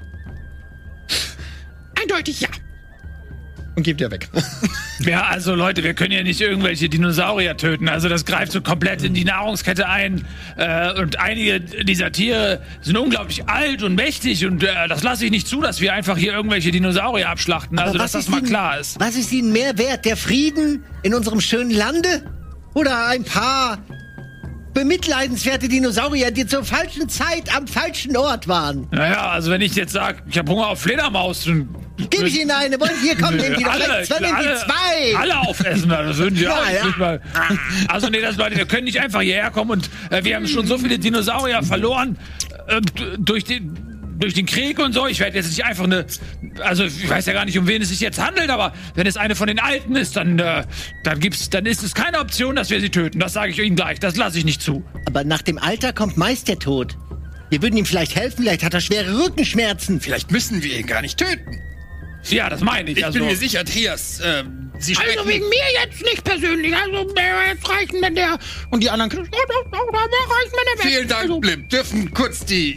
eindeutig ja. Und gibt er weg. Ja, also Leute, wir können ja nicht irgendwelche Dinosaurier töten. Also das greift so komplett in die Nahrungskette ein. Äh, und einige dieser Tiere sind unglaublich alt und mächtig. Und äh, das lasse ich nicht zu, dass wir einfach hier irgendwelche Dinosaurier abschlachten. Aber Also dass was das ist mal Ihnen- klar ist. Was ist Ihnen mehr wert? Der Frieden in unserem schönen Lande? Oder ein paar bemitleidenswerte Dinosaurier, die zur falschen Zeit am falschen Ort waren? Naja, also wenn ich jetzt sage, ich habe Hunger auf Fledermaus, dann... Gib ich Ihnen eine. Wollen hier kommen, nehmen die doch gleich zwei, nehmen die alle, zwei. alle aufessen, das würden die Ja, auch ja. nicht mal. Also nee, das Leute, wir können nicht einfach hierher kommen und äh, wir haben schon so viele Dinosaurier verloren äh, d- durch den durch den Krieg und so. Ich werde jetzt nicht einfach eine, also ich weiß ja gar nicht, um wen es sich jetzt handelt, aber wenn es eine von den Alten ist, dann äh, dann gibt's, dann ist es keine Option, dass wir sie töten. Das sage ich Ihnen gleich. Das lasse ich nicht zu. Aber nach dem Alter kommt meist der Tod. Wir würden ihm vielleicht helfen, vielleicht hat er schwere Rückenschmerzen. Vielleicht müssen wir ihn gar nicht töten. Ja, das meine ich. Ich also, bin mir sicher, Trias, ähm, Sie Also sprechen... wegen mir jetzt nicht persönlich. Also wäre jetzt reichen, wenn der... Und die anderen Gripsch, Oh, oh, oh, da reichen, wenn der weg Vielen ist. Dank, Also, Blim. Dürfen kurz die...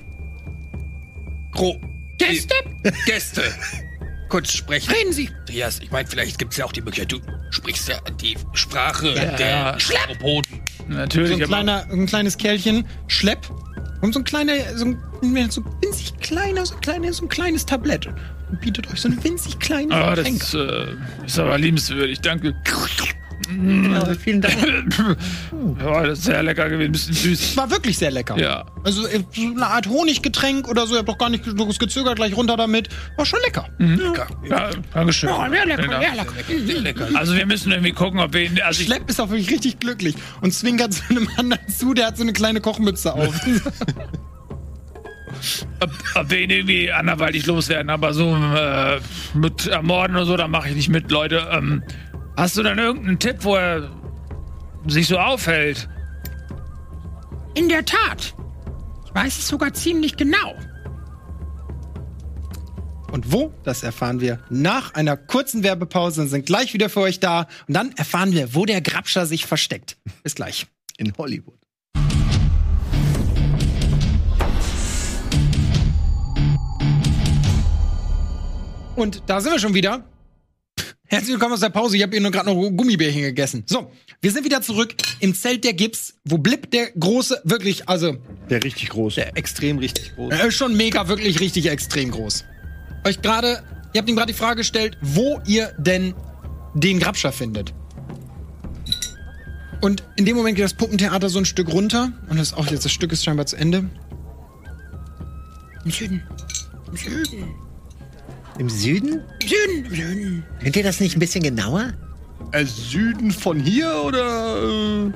Gro Gäste? Die Gäste kurz sprechen. Reden Sie. Trias, ich meine, vielleicht gibt es ja auch die Möglichkeit, du sprichst ja die Sprache Ja. der Schlepphoden. natürlich. so ein, aber- kleiner, ein kleines Kerlchen, Schlepp. Und so ein kleiner, so ein so winzig kleiner, so ein kleines, so ein kleines Tablett. Und bietet euch so eine winzig kleine Ah, Getränk. das äh, ist aber liebenswürdig, danke. Ja, vielen Dank. Ja, das ist sehr lecker gewesen, ein bisschen süß. War wirklich sehr lecker. Ja. Also äh, so eine Art Honiggetränk oder so. Ihr habt doch gar nicht groß gezögert, gleich runter damit. War schon lecker. Lecker. Ja, Dankeschön. Oh, sehr lecker, Vielen Dank. sehr lecker. Sehr lecker. Also wir müssen irgendwie gucken, ob wir ihn. Also ich, Schlepp ist auch wirklich richtig glücklich und zwinkert so einem anderen zu, der hat so eine kleine Kochmütze auf. ob, ob wir ihn irgendwie anderweitig loswerden, aber so äh, mit Ermorden oder so, da mache ich nicht mit, Leute. Ähm, Hast du denn irgendeinen Tipp, wo er sich so aufhält? In der Tat. Ich weiß es sogar ziemlich genau. Und wo? Das erfahren wir nach einer kurzen Werbepause und sind gleich wieder für euch da. Und dann erfahren wir, wo der Grabscher sich versteckt. Bis gleich. In Hollywood. Und da sind wir schon wieder. Herzlich willkommen aus der Pause. Ich habe hier nur gerade noch Gummibärchen gegessen. So, wir sind wieder zurück im Zelt der Gibbs, wo Blip der große, wirklich, also Der richtig groß. Der extrem richtig groß. er ist schon mega, wirklich richtig extrem groß. Euch gerade, ihr habt ihm gerade die Frage gestellt, wo ihr denn den Grabscher findet. Und in dem Moment geht das Puppentheater so ein Stück runter und das ist auch jetzt, das Stück ist scheinbar zu Ende. Im Süden. Im Süden. Im Süden? Im Süden. Im Süden. Könnt ihr das nicht ein bisschen genauer? Äh, Süden von hier oder? Äh?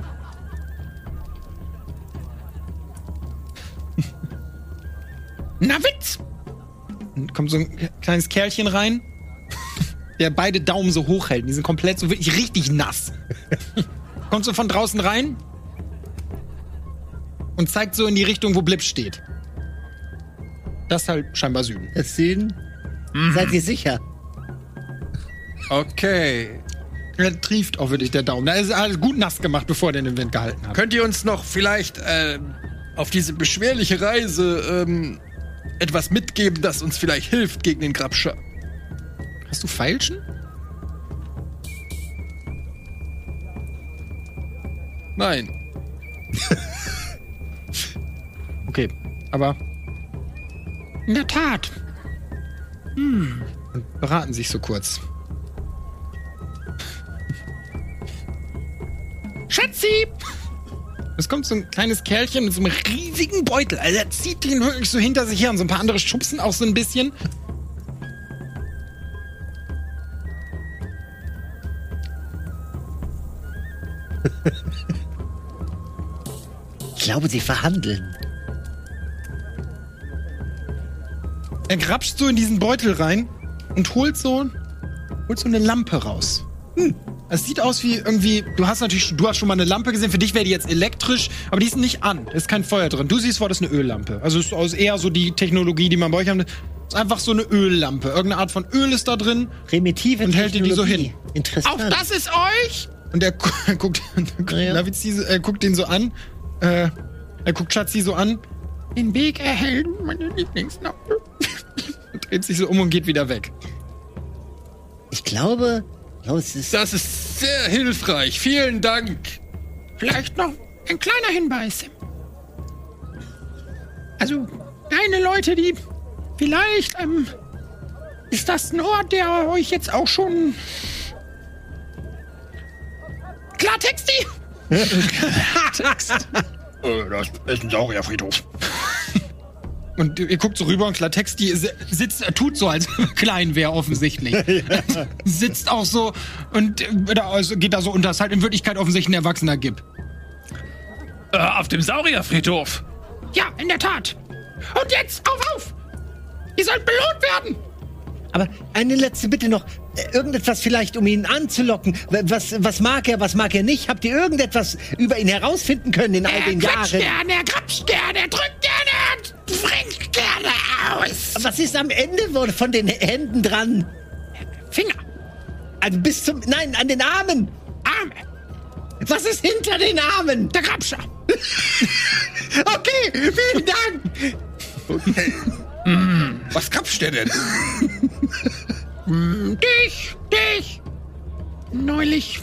Na Witz. Und kommt so ein kleines Kerlchen rein, der beide Daumen so hoch hält. Die sind komplett so wirklich richtig nass. Kommt so von draußen rein und zeigt so in die Richtung, wo Blip steht. Das ist halt scheinbar Süden. Das Süden? Mhm. Seid ihr sicher? Okay. Er trieft auch wirklich der Daumen. Da ist alles gut nass gemacht, bevor er den im Wind gehalten hat. Könnt ihr uns noch vielleicht äh, auf diese beschwerliche Reise ähm, etwas mitgeben, das uns vielleicht hilft gegen den Grabscher? Hast du Feilschen? Nein. Okay, aber In der Tat. hm, beraten sich so kurz. Schatzi! Es kommt so ein kleines Kerlchen mit so einem riesigen Beutel. Also er zieht den wirklich so hinter sich her und so ein paar andere schubsen auch so ein bisschen. Ich glaube, sie verhandeln. Er grapscht so in diesen Beutel rein und holt so, holt so eine Lampe raus. Hm. Es sieht aus wie irgendwie, du hast natürlich, du hast schon mal eine Lampe gesehen, für dich wäre die jetzt elektrisch, aber die ist nicht an, da ist kein Feuer drin. Du siehst vor, das ist eine Öllampe. Also es ist eher so die Technologie, die man bei euch hat. Es ist einfach so eine Öllampe. Irgendeine Art von Öl ist da drin. Primitive und hält dir die so hin. Interessant. Auch das ist euch? Und er, gu er guckt, Ja. Navizi, er guckt den so an. Äh, er guckt Schatzi so an. Den Weg erhellen, meine Lieblingslampe. Und dreht sich so um und geht wieder weg. Ich glaube, ich glaube, es ist. Das ist sehr hilfreich. Vielen Dank. Vielleicht noch ein kleiner Hinweis. Also, deine Leute, die vielleicht, ähm, ist das ein Ort, der euch jetzt auch schon Klartexti? Klartext. Äh, das ist ein Saurierfriedhof. Und ihr guckt so rüber und Klartexti sitzt, tut so, als klein wäre offensichtlich. Sitzt auch so und äh, also geht da so unter. Ist halt in Wirklichkeit offensichtlich ein Erwachsener gibt. Äh, auf dem Saurierfriedhof. Ja, in der Tat. Und jetzt, auf, auf! Ihr sollt belohnt werden! Aber eine letzte Bitte noch. Äh, Irgendetwas vielleicht, um ihn anzulocken. W- Was, was mag er, was mag er nicht? Habt ihr irgendetwas über ihn herausfinden können in all Er den quatscht Jahren? gerne, er grapscht gerne, er drückt gerne, er fringt gerne aus. Was ist am Ende von- von den Händen dran? Finger, Also bis zum. Nein, an den Armen! Arme, Was ist hinter den Armen? der Grabscher. Okay, vielen Dank! Okay. Was kapscht der denn? Dich, dich. Neulich.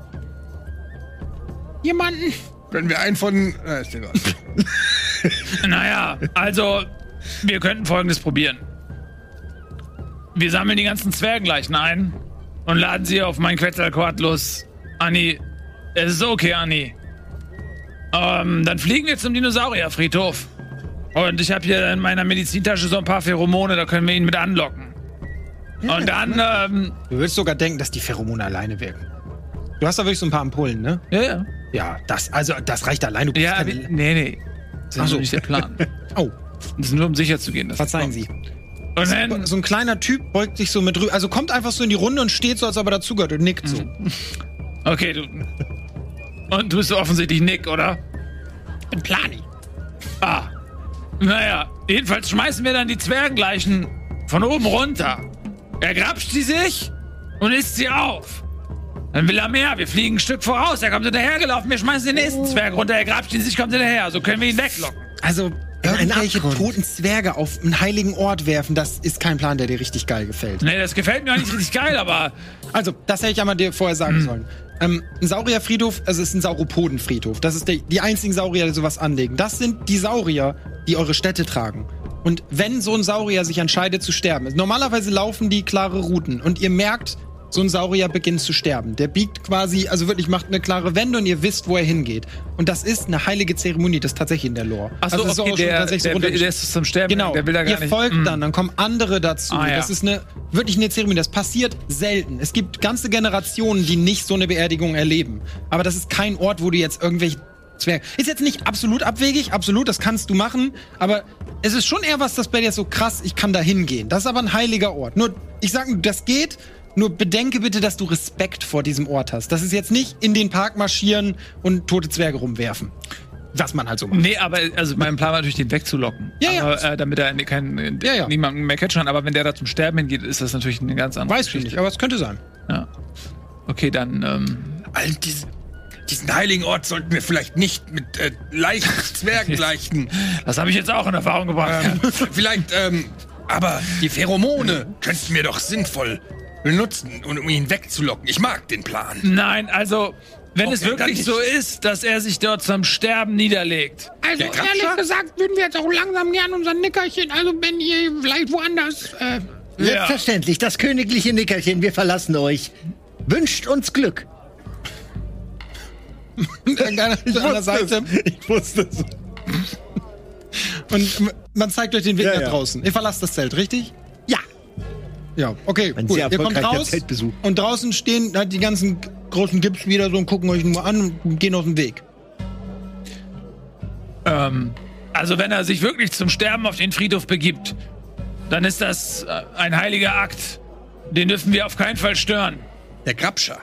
Jemanden. Können wir einen von... Äh, ist egal. Naja, also, wir könnten Folgendes probieren. Wir sammeln die ganzen Zwergenleichen ein und laden sie auf meinen Quetzalcoatlus. Anni, es ist okay, Anni. Ähm, dann fliegen wir zum Dinosaurierfriedhof. Und ich habe hier in meiner Medizintasche so ein paar Pheromone, da können wir ihn mit anlocken. Und dann, ähm... Du würdest sogar denken, dass die Pheromone alleine wirken. Du hast da wirklich so ein paar Ampullen, ne? Ja, ja. Ja, das, also, das reicht allein. Du bist Ja, keine- wir, nee, nee. Das ist Ach so. nicht der Plan. Oh, Das ist nur, um sicher zu gehen. Dass verzeihen es Sie. kommt. Und dann, So ein kleiner Typ beugt sich so mit rüber. Also kommt einfach so in die Runde und steht so, als ob er dazugehört und nickt so. okay, du. Und du bist offensichtlich Nick, oder? Ein Plani. Ah. Naja, jedenfalls schmeißen wir dann die Zwergleichen von oben runter. Er grapscht sie sich und isst sie auf. Dann will er mehr. Wir fliegen ein Stück voraus. Er kommt hinterhergelaufen. Wir schmeißen den nächsten Zwerg runter. Er grapscht ihn sich, kommt hinterher. So können wir ihn weglocken. Also, irgendwelche toten Zwerge auf einen heiligen Ort werfen, das ist kein Plan, der dir richtig geil gefällt. Nee, das gefällt mir auch nicht richtig geil, aber... Also, das hätte ich einmal dir vorher sagen sollen. Ähm, ein Saurierfriedhof, also es ist ein Sauropodenfriedhof. Das ist der, die einzigen Saurier, die sowas anlegen. Das sind die Saurier, die eure Städte tragen. Und wenn so ein Saurier sich entscheidet zu sterben, normalerweise laufen die klare Routen und ihr merkt, so ein Saurier beginnt zu sterben. Der biegt quasi, also wirklich macht eine klare Wende und ihr wisst, wo er hingeht. Und das ist eine heilige Zeremonie, das ist tatsächlich in der Lore. Achso, also das okay, ist auch schon der, tatsächlich der, so der, der ist zum Sterben. Genau, Der will da gar ihr nicht. folgt Mm. dann, dann kommen andere dazu. Ah, ja. Das ist eine, wirklich eine Zeremonie, das passiert selten. Es gibt ganze Generationen, die nicht so eine Beerdigung erleben. Aber das ist kein Ort, wo du jetzt irgendwelche Zwerge... Ist jetzt nicht absolut abwegig, absolut, das kannst du machen. Aber es ist schon eher was, das bei dir so krass, ich kann da hingehen. Das ist aber ein heiliger Ort. Nur, ich sag, das geht... Nur bedenke bitte, dass du Respekt vor diesem Ort hast. Das ist jetzt nicht in den Park marschieren und tote Zwerge rumwerfen. Was man halt so macht. Nee, aber also mein Plan war natürlich, den wegzulocken. Ja, ja. Aber, äh, damit er kein, Ja, ja. niemanden mehr catchen kann. Aber wenn der da zum Sterben hingeht, ist das natürlich eine ganz andere Weiß ich Geschichte. nicht, aber es könnte sein. Ja. Okay, dann, ähm, All diese, diesen heiligen Ort sollten wir vielleicht nicht mit äh, leichten Zwergen leichten. das habe ich jetzt auch in Erfahrung gebracht. Ähm, vielleicht, ähm, aber die Pheromone könnten wir doch sinnvoll benutzen, um ihn wegzulocken. Ich mag den Plan. Nein, also, wenn Okay, es dann wirklich nicht. so ist, dass er sich dort zum Sterben niederlegt. Also Der Grabscher? ehrlich gesagt würden wir jetzt auch langsam gern unser Nickerchen, also wenn ihr vielleicht woanders... Äh, Selbstverständlich, das königliche Nickerchen, wir verlassen euch. Wünscht uns Glück. Irgendeiner an der Seite. Ich wusste es. Und man zeigt euch den Weg Ja, nach ja. draußen. Ihr verlasst das Zelt, richtig? Ja. Ja, okay, Ein cool. sehr Ihr kommt erfolgreicher raus Zeltbesuch. und draußen stehen halt die ganzen großen Gips wieder so und gucken euch nur an und gehen auf den Weg. Ähm, also wenn er sich wirklich zum Sterben auf den Friedhof begibt, dann ist das äh, ein heiliger Akt. Den dürfen wir auf keinen Fall stören. Der Grabscher.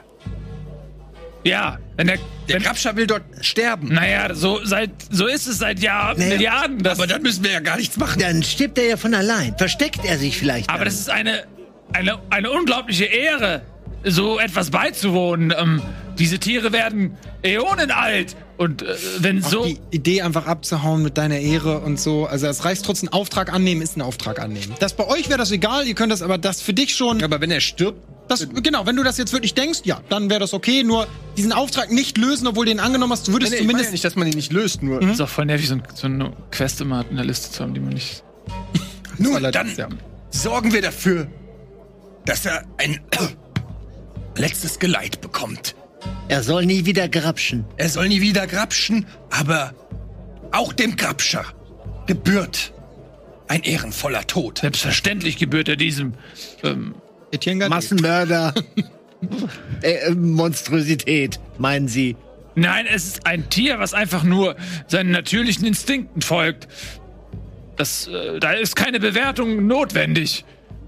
Ja, wenn der... Der wenn, Grabscher will dort sterben. naja, so, seit, so ist es seit Jahr, Naja, Milliarden. Das, Aber dann müssen wir ja gar nichts machen. Dann stirbt er ja von allein. Versteckt er sich vielleicht. aber dann. das ist eine, eine, eine unglaubliche Ehre, so etwas beizuwohnen. Ähm, diese Tiere werden Äonen alt. Und äh, wenn Auch so... die Idee einfach abzuhauen mit deiner Ehre und so. Also als Reichstrotz einen Auftrag annehmen, ist ein Auftrag annehmen. Das bei euch wäre das egal, ihr könnt das, aber das für dich schon. Aber wenn er stirbt, Das, genau, wenn du das jetzt wirklich denkst, ja, dann wäre das okay. Nur diesen Auftrag nicht lösen, obwohl du ihn angenommen hast, du würdest Nee, nee, ich meine zumindest. ja nicht, dass man ihn nicht löst, nur. ist auch voll nervig, so, ein, so eine Quest immer in der Liste zu haben, die man nicht... nun, Allerdings, dann ja. sorgen wir dafür, dass er ein letztes Geleit bekommt. Er soll nie wieder grapschen. Er soll nie wieder grapschen, aber auch dem Grabscher gebührt ein ehrenvoller Tod. Selbstverständlich gebührt er diesem... Ähm, Etienne Gade. Massenmörder. äh, äh, Monstrosität, meinen Sie. Nein, es ist ein Tier, was einfach nur seinen natürlichen Instinkten folgt. Das, äh, da ist keine Bewertung notwendig.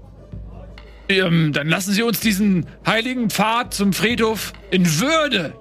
Ähm, dann lassen Sie uns diesen heiligen Pfad zum Friedhof in Würde.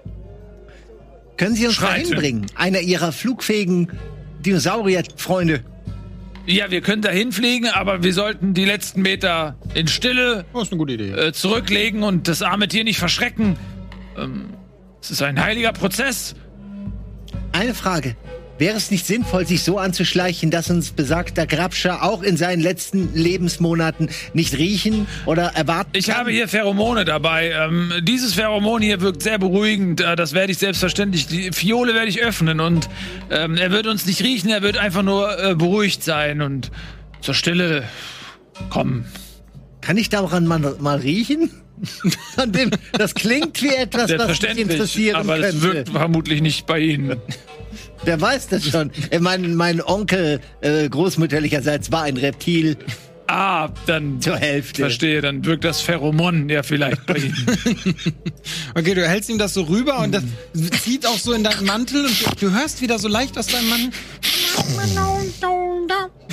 Können Sie uns Schreite. dahin bringen? Einer Ihrer flugfähigen Dinosaurier-Freunde. Ja, wir können dahin fliegen, aber wir sollten die letzten Meter in Stille Oh, ist eine gute Idee. äh, zurücklegen und das arme Tier nicht verschrecken. Ähm, es ist ein heiliger Prozess. Eine Frage. Wäre es nicht sinnvoll, sich so anzuschleichen, dass uns besagter Grabscher auch in seinen letzten Lebensmonaten nicht riechen oder erwarten Ich kann? habe hier Pheromone dabei. Ähm, dieses Pheromon hier wirkt sehr beruhigend. Äh, das werde ich selbstverständlich. Die Fiole werde ich öffnen und ähm, er wird uns nicht riechen. Er wird einfach nur äh, beruhigt sein und zur Stille kommen. Kann ich daran mal, mal riechen? An dem, das klingt wie etwas, was mich Selbstverständlich. interessieren Aber könnte. es wirkt vermutlich nicht bei Ihnen. Wer weiß das schon? Äh, Mein, mein Onkel äh, großmütterlicherseits war ein Reptil Ah, dann zur Hälfte. verstehe. Dann wirkt das Pheromon ja vielleicht bei Ihnen. Okay, du hältst ihm das so rüber und das zieht auch so in deinen Mantel und du, du hörst wieder so leicht aus deinem Mantel.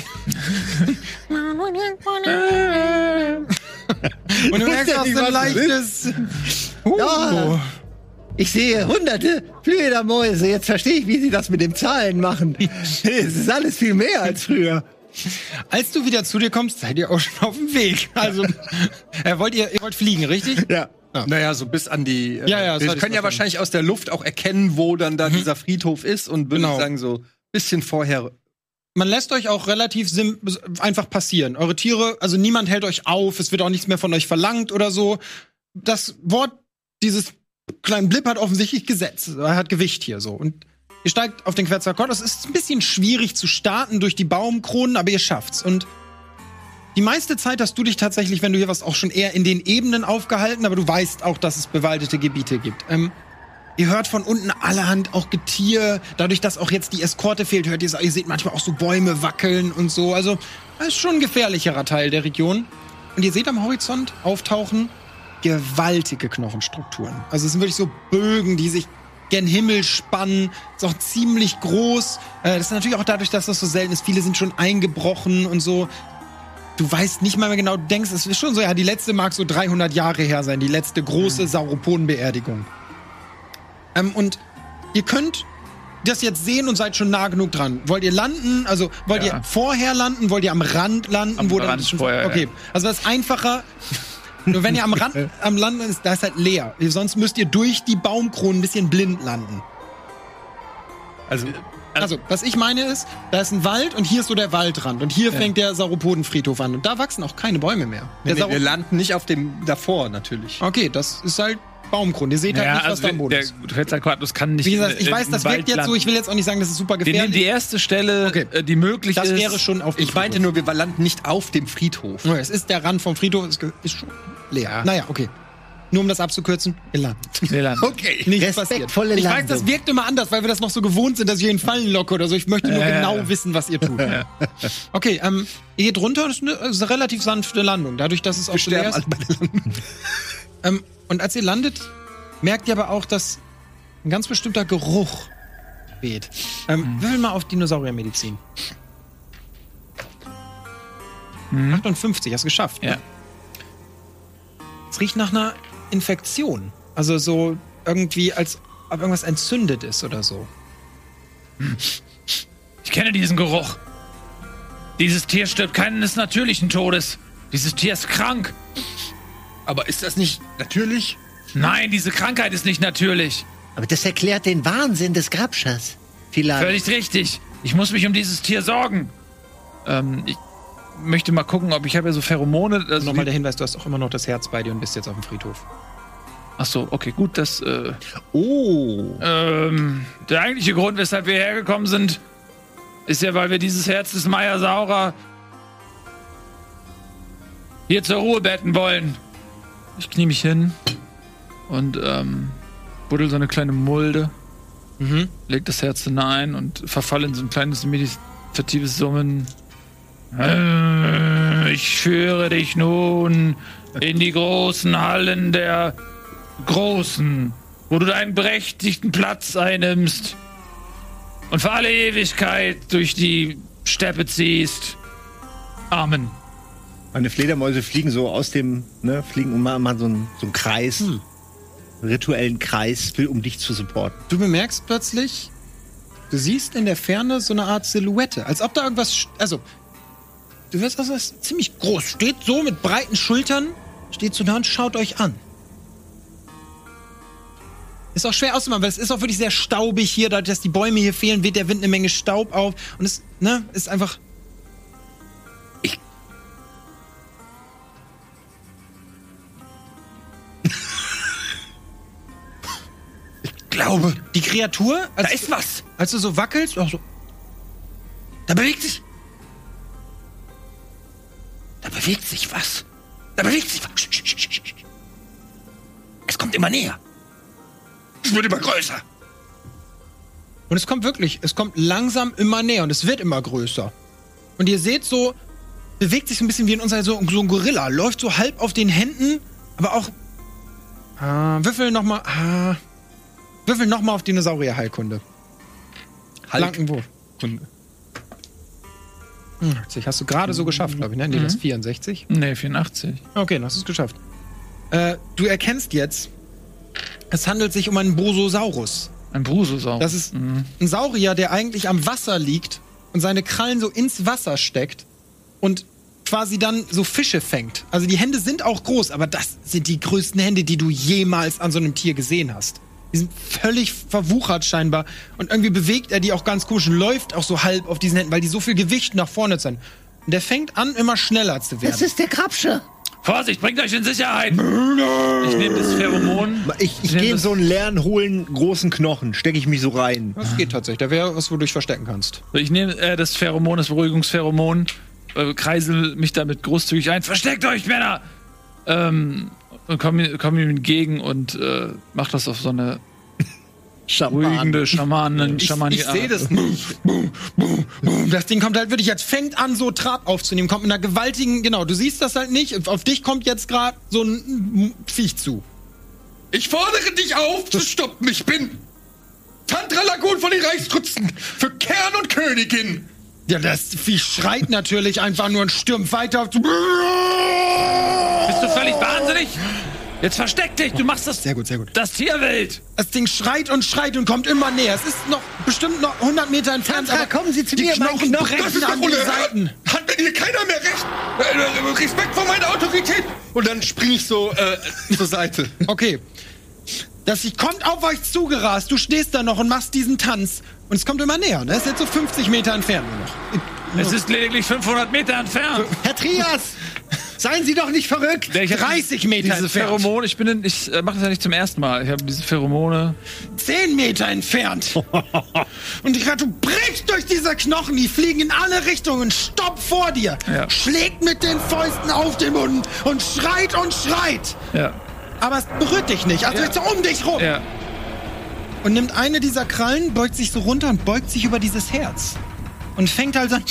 Und du merkst auch so ein leichtes. Ja. Ich sehe hunderte Fledermäuse. Jetzt verstehe ich, wie sie das mit dem Zahlen machen. Es ist alles viel mehr als früher. Als du wieder zu dir kommst, seid ihr auch schon auf dem Weg. Also, äh, wollt ihr, ihr wollt fliegen, richtig? Ja. Ja. Naja, so bis an die. Äh, Ja, ja, das wir hatte ich können ja verstanden. wahrscheinlich aus der Luft auch erkennen, wo dann da dieser Friedhof ist und würde Genau. ich sagen, so ein bisschen vorher. Man lässt euch auch relativ sim einfach passieren. Eure Tiere, also niemand hält euch auf, es wird auch nichts mehr von euch verlangt oder so. Das Wort dieses kleinen Blip hat offensichtlich Gesetz. Er hat Gewicht hier so. Und ihr steigt auf den Quetzalcoatl. Es ist ein bisschen schwierig zu starten durch die Baumkronen, aber ihr schafft's. Und die meiste Zeit hast du dich tatsächlich, wenn du hier warst, auch schon eher in den Ebenen aufgehalten, aber du weißt auch, dass es bewaldete Gebiete gibt. Ähm, ihr hört von unten allerhand auch Getier. Dadurch, dass auch jetzt die Eskorte fehlt, hört ihr, ihr seht manchmal auch so Bäume wackeln und so. Also, das ist schon ein gefährlicherer Teil der Region. Und ihr seht am Horizont auftauchen gewaltige Knochenstrukturen. Also es sind wirklich so Bögen, die sich gen Himmel spannen. Ist auch ziemlich groß. Äh, das ist natürlich auch dadurch, dass das so selten ist. Viele sind schon eingebrochen und so. Du weißt nicht mal mehr genau, du denkst, es ist schon so, ja, die letzte mag so dreihundert Jahre her sein, die letzte große mhm. Sauropoden-Beerdigung. Ähm, und ihr könnt das jetzt sehen und seid schon nah genug dran. Wollt ihr landen? Also, wollt Ja. ihr vorher landen? Wollt ihr am Rand landen? Am wo Rand dann schon vorher, okay. ja. Also, das ist einfacher. Nur wenn ihr am Rand, am Landen ist, da ist halt leer. Sonst müsst ihr durch die Baumkronen ein bisschen blind landen. Also, Also, was ich meine ist, da ist ein Wald und hier ist so der Waldrand. Und hier fängt der Sauropodenfriedhof an. Und da wachsen auch keine Bäume mehr. nee, Der nee, Sauro- wir landen nicht auf dem davor, natürlich. okay, das ist halt Baumkronen. Ihr seht halt Ja, nicht, was also da am Boden der ist. Quetzalcoatlus kann nicht. Wie gesagt, ich in- weiß, im das Wald wirkt jetzt so. landen. Ich will jetzt auch nicht sagen, das ist super Wir nehmen gefährlich. die erste Stelle, Okay. äh, die möglich Das ist. wäre schon auf dem Ich meinte nur, wir landen nicht auf dem Friedhof. Friedhof. Es ist der Rand vom Friedhof, ist, ge- ist schon leer. Naja, okay. Nur um das abzukürzen, ihr landet. Wir landen. Okay. Nichts passiert. Respektvolle Ich weiß, Landung. das wirkt immer anders, weil wir das noch so gewohnt sind, dass ich ihn fallen locke oder so. Ich möchte nur Ja, ja, genau ja. wissen, was ihr tut. Okay, ähm, ihr geht runter und es ist eine, es ist eine relativ sanfte Landung. Dadurch, dass es auch Wir so leer sterben ist. alle bei der Landung. Ähm, und als ihr landet, merkt ihr aber auch, dass ein ganz bestimmter Geruch weht. Ähm, Würfel mal auf Dinosauriermedizin. achtundfünfzig, hast geschafft. Ja. Ne? Es riecht nach einer Infektion. Also so irgendwie, als ob irgendwas entzündet ist oder so. Ich kenne diesen Geruch. Dieses Tier stirbt keines natürlichen Todes. Dieses Tier ist krank. Aber ist das nicht natürlich? Nein, diese Krankheit ist nicht natürlich. Aber das erklärt den Wahnsinn des Grabschers. Vielleicht. Völlig richtig. Ich muss mich um dieses Tier sorgen. Ähm, ich möchte mal gucken, ob ich habe ja so Pheromone. Also Nochmal der Hinweis, du hast auch immer noch das Herz bei dir und bist jetzt auf dem Friedhof. Ach so, okay, gut, das. Äh, Oh. Ähm, der eigentliche Grund, weshalb wir hergekommen sind, ist ja, weil wir dieses Herz des Maiasaura hier zur Ruhe betten wollen. ich knie mich hin und ähm, buddel so eine kleine Mulde, Mhm. leg das Herz hinein und verfalle in so ein kleines meditatives Summen. Äh, Ich führe dich nun in die großen Hallen der Großen, wo du deinen berechtigten Platz einnimmst und für alle Ewigkeit durch die Steppe ziehst. Amen. Meine Fledermäuse fliegen so aus dem, ne, fliegen um mal, mal so einen so einen Kreis, Hm. rituellen Kreis, will, um dich zu supporten. Du bemerkst plötzlich, du siehst in der Ferne so eine Art Silhouette, als ob da irgendwas, st- also, du wirst also, das ist ziemlich groß, steht so mit breiten Schultern, steht so da und schaut euch an. Ist auch schwer auszumachen, weil es ist auch wirklich sehr staubig hier, dadurch, dass die Bäume hier fehlen, weht der Wind eine Menge Staub auf und es, ne, ist einfach... Glaube. Die Kreatur, als, Da ist was. als du so wackelst, auch so, Da bewegt sich. Da bewegt sich was. Da bewegt sich was. Sch, sch, sch, sch, sch. Es kommt immer näher. Es wird immer größer. und es kommt wirklich, es kommt langsam immer näher und es wird immer größer. Und ihr seht so, bewegt sich so ein bisschen wie in unserer, so, so ein Gorilla, läuft so halb auf den Händen, aber auch, ah, würfel nochmal, ah, würfel nochmal auf Dinosaurier-Heilkunde. Halt. Blanken Wurf. fünfundachtzig hast du gerade so geschafft, glaube ich, ne? Nee, das ist vierundsechzig. Nee, vierundachtzig. Okay, dann hast du es geschafft. Äh, du erkennst jetzt, es handelt sich um einen Brososaurus. Ein Brososaurus. Das ist ein Saurier, der eigentlich am Wasser liegt und seine Krallen so ins Wasser steckt und quasi dann so Fische fängt. Also die Hände sind auch groß, aber das sind die größten Hände, die du jemals an so einem Tier gesehen hast. Die sind völlig verwuchert scheinbar. Und irgendwie bewegt er die auch ganz komisch und läuft auch so halb auf diesen Händen, weil die so viel Gewicht nach vorne sind. Und der fängt an, immer schneller zu werden. Das ist der Grabsche. Vorsicht, bringt euch in Sicherheit! Ich nehme das Pheromon. Ich, ich gehe in so einen leeren, hohlen, großen Knochen, stecke ich mich so rein. Das geht tatsächlich. Da wäre was, wo du dich verstecken kannst. Ich nehme äh, das Pheromon, das Beruhigungspheromon, äh, kreisel mich damit großzügig ein. Versteckt euch, Männer! Ähm, und komme komm ihm entgegen und äh, mach das auf so eine beruhigende Schamanen, Ich, Schamanen. ich sehe das nicht. Das Ding kommt halt wirklich, jetzt fängt an, so Trab aufzunehmen, kommt mit einer gewaltigen, genau, du siehst das halt nicht, auf dich kommt jetzt gerade so ein Viech zu. Ich fordere dich auf, zu stoppen. Ich bin Tantra-Lagoon von den Reichstrutzen für Kern und Königin. Ja, das Viech schreit natürlich einfach nur und stürmt weiter auf. Bist du völlig wahnsinnig? Jetzt versteck dich, du machst das. Sehr gut, sehr gut. Das Tierwelt. Das Ding schreit und schreit und kommt immer näher. Es ist noch bestimmt noch hundert Meter entfernt. Tantra, aber kommen Sie zu die mir, mein Knochen Knochen. Das brechen ist doch an den unerhört. Seiten. Hat mir hier keiner mehr recht. Äh, Respekt vor meiner Autorität. Und dann springe ich so äh, zur Seite. Okay. Das Viech kommt auf euch zugerast. Du stehst da noch und machst diesen Tanz. Und es kommt immer näher. Ne? Es ist jetzt so fünfzig Meter entfernt nur noch. Es ist lediglich fünfhundert Meter entfernt. Herr Trias, seien Sie doch nicht verrückt. Ich hab dreißig Meter diese entfernt. Pheromone, ich bin in, ich äh, mache das ja nicht zum ersten Mal. Ich habe diese Pheromone. Zehn Meter entfernt. Und die Kreatur bricht durch diese Knochen. Die fliegen in alle Richtungen. Stopp vor dir. Ja. Schlägt mit den Fäusten auf den Mund und schreit und schreit. Ja. Aber es berührt dich nicht. Also Ja. jetzt so um dich rum. Ja. Und nimmt eine dieser Krallen, beugt sich so runter und beugt sich über dieses Herz. Und fängt halt an,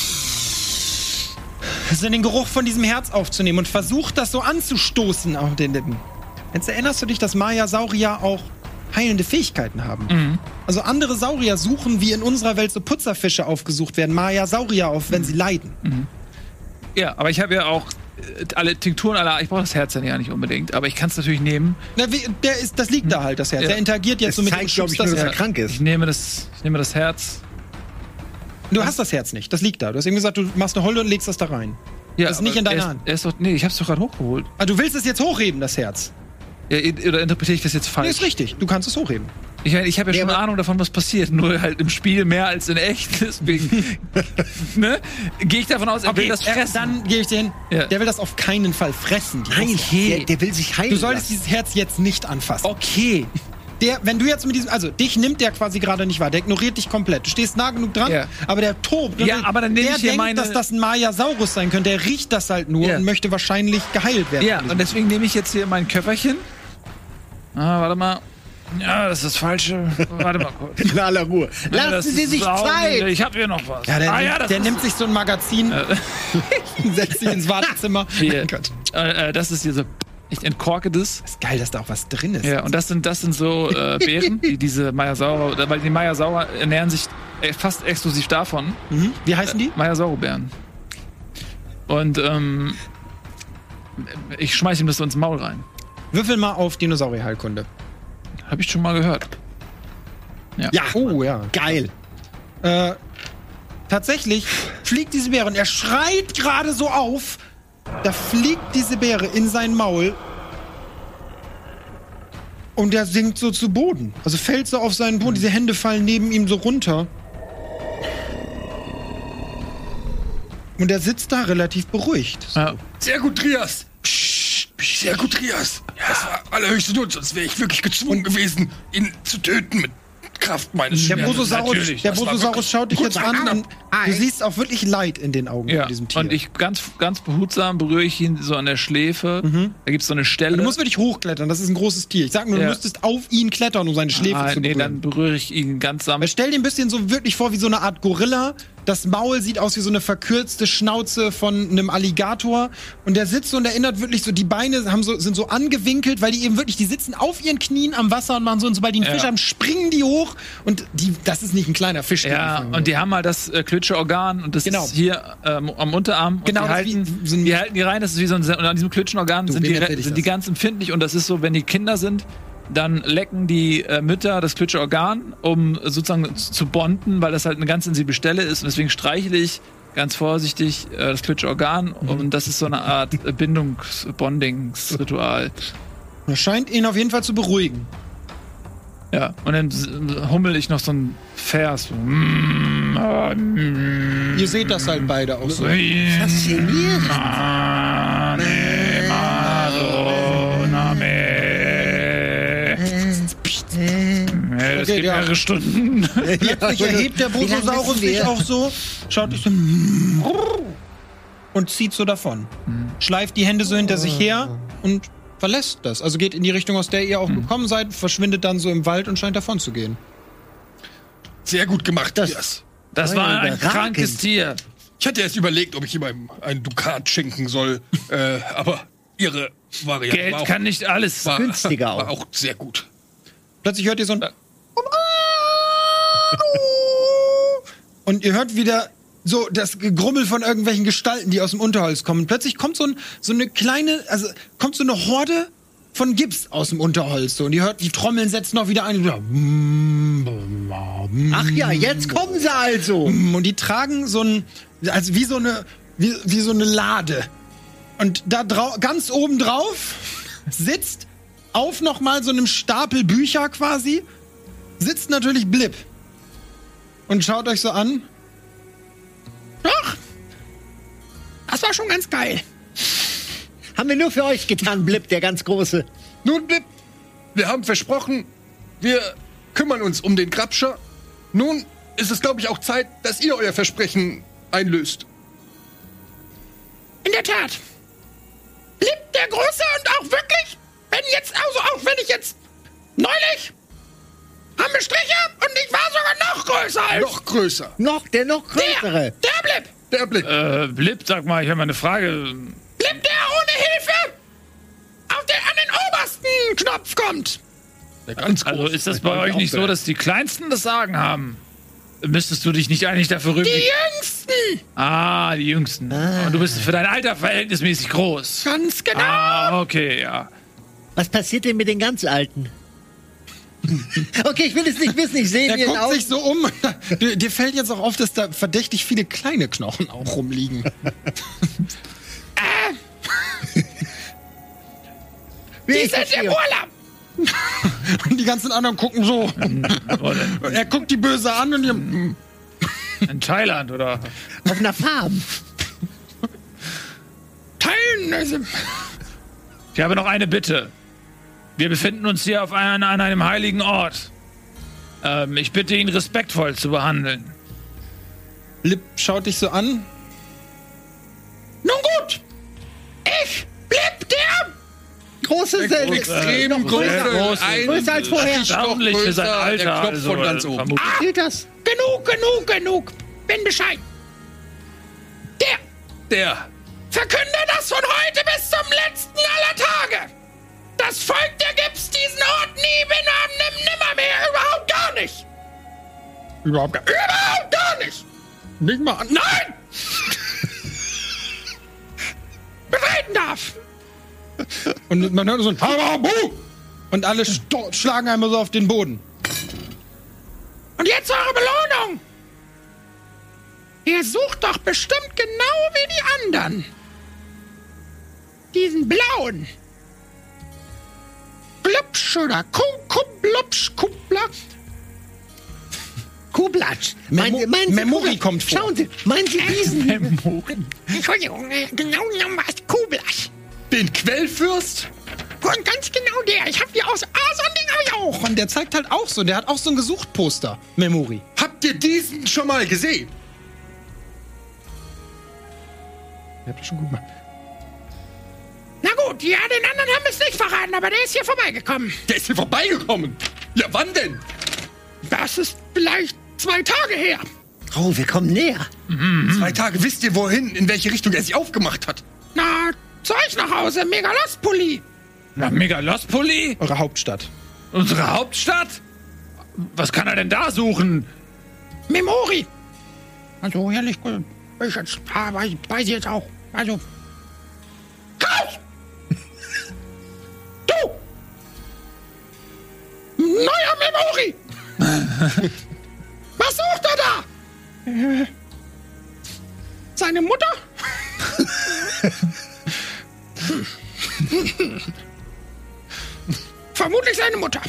so den Geruch von diesem Herz aufzunehmen und versucht das so anzustoßen auf den Lippen. Jetzt erinnerst du dich, dass Maya-Saurier auch heilende Fähigkeiten haben. Mhm. Also andere Saurier suchen, wie in unserer Welt so Putzerfische aufgesucht werden, Maya-Saurier auf, wenn sie leiden. Ja, aber ich habe ja auch äh, alle Tinkturen, alle, ich brauche das Herz dann ja nicht unbedingt, aber ich kann es natürlich nehmen. Na, wie, der ist, das liegt da halt, das Herz. Ja. Der interagiert jetzt Es so mit zeigt, dem glaub ich, nur, dass er krank ist. Ich nehme das, ich nehme das Herz. Du hast das Herz nicht, das liegt da. Du hast eben gesagt, du machst eine Holle und legst das da rein. Ja, Das ist nicht aber in deiner er ist, Hand. Er ist doch, nee, ich hab's doch gerade hochgeholt. Ah, du willst es jetzt hochheben, das Herz. Ja, oder interpretiere ich das jetzt Nee, falsch? ist richtig. Du kannst es hochheben. Ich, mein, ich habe ja Nee, schon eine aber- Ahnung davon, was passiert. Nur halt im Spiel mehr als in echt. Deswegen ne? gehe ich davon aus, er will das er- fressen. dann gehe ich dir hin. Ja. Der will das auf keinen Fall fressen. die Nein, Russen. der, der will sich heilen Du solltest lassen. dieses Herz jetzt nicht anfassen. Okay. Der, wenn du jetzt mit diesem, also dich nimmt der quasi gerade nicht wahr, der ignoriert dich komplett. Du stehst nah genug dran, Ja. aber der tobt. Ja, Und aber dann nehm der ich hier denkt, meine- dass das ein Mayasaurus sein könnte. Der riecht das halt nur Ja. und möchte wahrscheinlich geheilt werden. Ja, und deswegen nehme ich jetzt hier mein Köfferchen. Ah, warte mal. Ja, das ist das Falsche. Warte mal kurz. In aller Ruhe. Das Lassen Sie ist sich Saugen. Zeit. Ich habe hier noch was. Ja, der, ah, nimmt, ja, das der ist nimmt sich so ein Magazin, setzt sich ins Wartezimmer. Hier. Mein Gott. Äh, äh, das ist hier so. Ich entkorke das. Ist geil, dass da auch was drin ist. Ja, und das sind, das sind so äh, Beeren, die diese Mayasaura, weil die Mayasaura ernähren sich äh, fast exklusiv davon. Mhm. Wie heißen die? Mayasaurobären. Und ähm, ich schmeiß ihm das so ins Maul rein. Würfel mal auf Dinosaurierheilkunde. Hab ich schon mal gehört. Ja. Oh, ja. Geil. Äh, tatsächlich fliegt diese Beere und er schreit gerade so auf. Da fliegt diese Beere in sein Maul. Und er sinkt so zu Boden. Also fällt so auf seinen Boden. Diese Hände fallen neben ihm so runter. Und er sitzt da relativ beruhigt. Ja. Sehr gut, Trias. Psst, sehr gut, Trias. Das war allerhöchste Not, sonst wäre ich wirklich gezwungen gewesen, ihn zu töten mit Kraft meines Der Schwertes. Brososaurus, natürlich. der Das war Brososaurus wirklich schaut dich gut jetzt an verhandelt. und du siehst auch wirklich Leid in den Augen Ja, von diesem Tier. und ich ganz, ganz behutsam berühre ich ihn so an der Schläfe. Da gibt's so eine Stelle. du musst wirklich hochklettern, das ist ein großes Tier. Ich sag nur, du Ja. müsstest auf ihn klettern, um seine Schläfe ah, zu nee, berühren. dann berühre ich ihn ganz Weil sanft. stell dir ein bisschen so wirklich vor wie so eine Art Gorilla, Das Maul sieht aus wie so eine verkürzte Schnauze von einem Alligator. Und der sitzt so und erinnert wirklich so, die Beine haben so, sind so angewinkelt, weil die eben wirklich, die sitzen auf ihren Knien am Wasser und machen so, und sobald die einen Ja. Fisch haben, springen die hoch. Und die, das ist nicht ein kleiner Fisch. den die Ja, fangen. und die haben halt das äh, Klitscheorgan und das Genau. ist hier ähm, am Unterarm. Genau, und die das ist halten, wie so ein- die halten die rein, das ist wie so ein, und an diesem Klitschenorgan Du, sind, wem die, erzähl ich sind die das? ganz empfindlich und das ist so, wenn die Kinder sind, dann lecken die äh, Mütter das Klitscheorgan, um sozusagen z- zu bonden, weil das halt eine ganz sensible Stelle ist und deswegen streichle ich ganz vorsichtig äh, das Klitscheorgan Mhm. und das ist so eine Art äh, Bindungs-, Bondingsritual. Das scheint ihn auf jeden Fall zu beruhigen. Ja, und dann s- hummel ich noch so ein Vers. So, mm, ah, mm, Ihr seht das halt beide auch so. Faszinierend. Ja, das Okay, geht ja. mehrere Stunden. Plötzlich erhebt der Wie lange Brontosaurus wissen wir? sich auch so, schaut dich so und zieht so davon. Schleift die Hände so hinter sich her und verlässt das. Also geht in die Richtung, aus der ihr auch gekommen seid, verschwindet dann so im Wald und scheint davon zu gehen. Sehr gut gemacht, Das- Dias. Das war ein Überragend. krankes Tier. Ich hatte erst überlegt, ob ich ihm einen, einen Dukat schenken soll, äh, aber ihre Variante Geld war, auch, kann nicht alles. war, günstiger auch. war auch sehr gut. Plötzlich hört ihr so ein und ihr hört wieder so das Gegrummel von irgendwelchen Gestalten, die aus dem Unterholz kommen. Plötzlich kommt so, ein, so eine kleine, also kommt so eine Horde von Gips aus dem Unterholz. So. Und ihr hört, die Trommeln setzen noch wieder ein. Ach ja, jetzt kommen sie also. Und die tragen so ein, also wie so eine, wie, wie so eine Lade. Und da drau ganz oben drauf sitzt auf nochmal so einem Stapel Bücher quasi, sitzt natürlich Blip. Und schaut euch so an. Ach, das war schon ganz geil. Haben wir nur für euch getan, Blip, der ganz Große. Nun, Blip, wir haben versprochen, wir kümmern uns um den Grabscher. Nun ist es, glaube ich, auch Zeit, dass ihr euer Versprechen einlöst. In der Tat. Blip der Große und auch wirklich, wenn jetzt, also auch wenn ich jetzt neulich haben wir Striche und ich war sogar noch größer als Noch größer. Noch, der noch größere. der Blip. Der Blip. Äh, Blip, sag mal, ich habe mal eine Frage. Blip, der ohne Hilfe auf den, an den obersten Knopf kommt. Der ganz große. Also ist das bei euch nicht so, dass die Kleinsten das Sagen haben? Müsstest du dich nicht eigentlich dafür rühmen? Die Jüngsten. Ah, die Jüngsten. Und du bist für dein Alter verhältnismäßig groß. Ganz genau. Ah, okay, ja. Was passiert denn mit den ganz Alten? Okay, ich will es nicht wissen, ich sehe Er ihn guckt aus. sich so um. Dir, dir fällt jetzt auch auf, dass da verdächtig viele kleine Knochen auch rumliegen. Wie Die ich sind verstehe. im Urlaub. Und die ganzen anderen gucken so. Und er guckt die böse an und die, In Thailand, oder? Auf einer Farm. Teilen. Also, Ich habe noch eine Bitte. Wir befinden uns hier auf ein, an einem heiligen Ort. Ähm, ich bitte ihn, respektvoll zu behandeln. Lip schaut dich so an. nun gut. Ich, Blip, der Große Sel Extrem noch große. größer. Groß. Ein- Größer als vorher. Noch Erstaunlich für sein größer, Alter. Der Knopf also, von ganz äh, oben. vermutlich. Gilt das? genug, genug, genug. Bin Bescheid. Der Der. verkünde das von heute bis zum letzten aller Tage. Das Volk der Gips diesen Ort nie benahm, nimmermehr, überhaupt gar nicht. Überhaupt gar, Überhaupt gar nicht. nicht mal an. Nein! Betreten darf. Und man hört so ein Harabu! Und alle sto- schlagen einmal so auf den Boden. Und jetzt eure Belohnung. Ihr sucht doch bestimmt genau wie die anderen. Diesen blauen. Glubsch oder Kublubsch, Kubla. Kublatsch. Memo- Meinen- meinen Sie Memory Kublatsch? kommt vor. Schauen Sie, meinen Sie diesen? Entschuldigung, äh, genau genommen war es Kublasch. Den Quellfürst? Und ganz genau der. Ich hab die aus. Ah, so ein Ding hab ich auch. Und der zeigt halt auch so. Der hat auch so ein Gesuchtposter. Memory. Habt ihr diesen schon mal gesehen? Der hat das schon gut gemacht. Na gut, ja, den anderen haben es nicht verraten, aber der ist hier vorbeigekommen. Der ist hier vorbeigekommen. Ja, wann denn? Das ist vielleicht zwei Tage her. Oh, wir kommen näher. Zwei Tage, wisst ihr wohin, in welche Richtung er sich aufgemacht hat? Na, zu euch nach Hause, Megalospoli. Nach Megalospoli? Eure Hauptstadt. Unsere Hauptstadt? Was kann er denn da suchen? Memori. Also, ehrlich, ich jetzt, ah, weiß, weiß ich jetzt auch. Also. Raus! Du! Neuer Memori! Was sucht er da? Äh, seine Mutter? Vermutlich seine Mutter.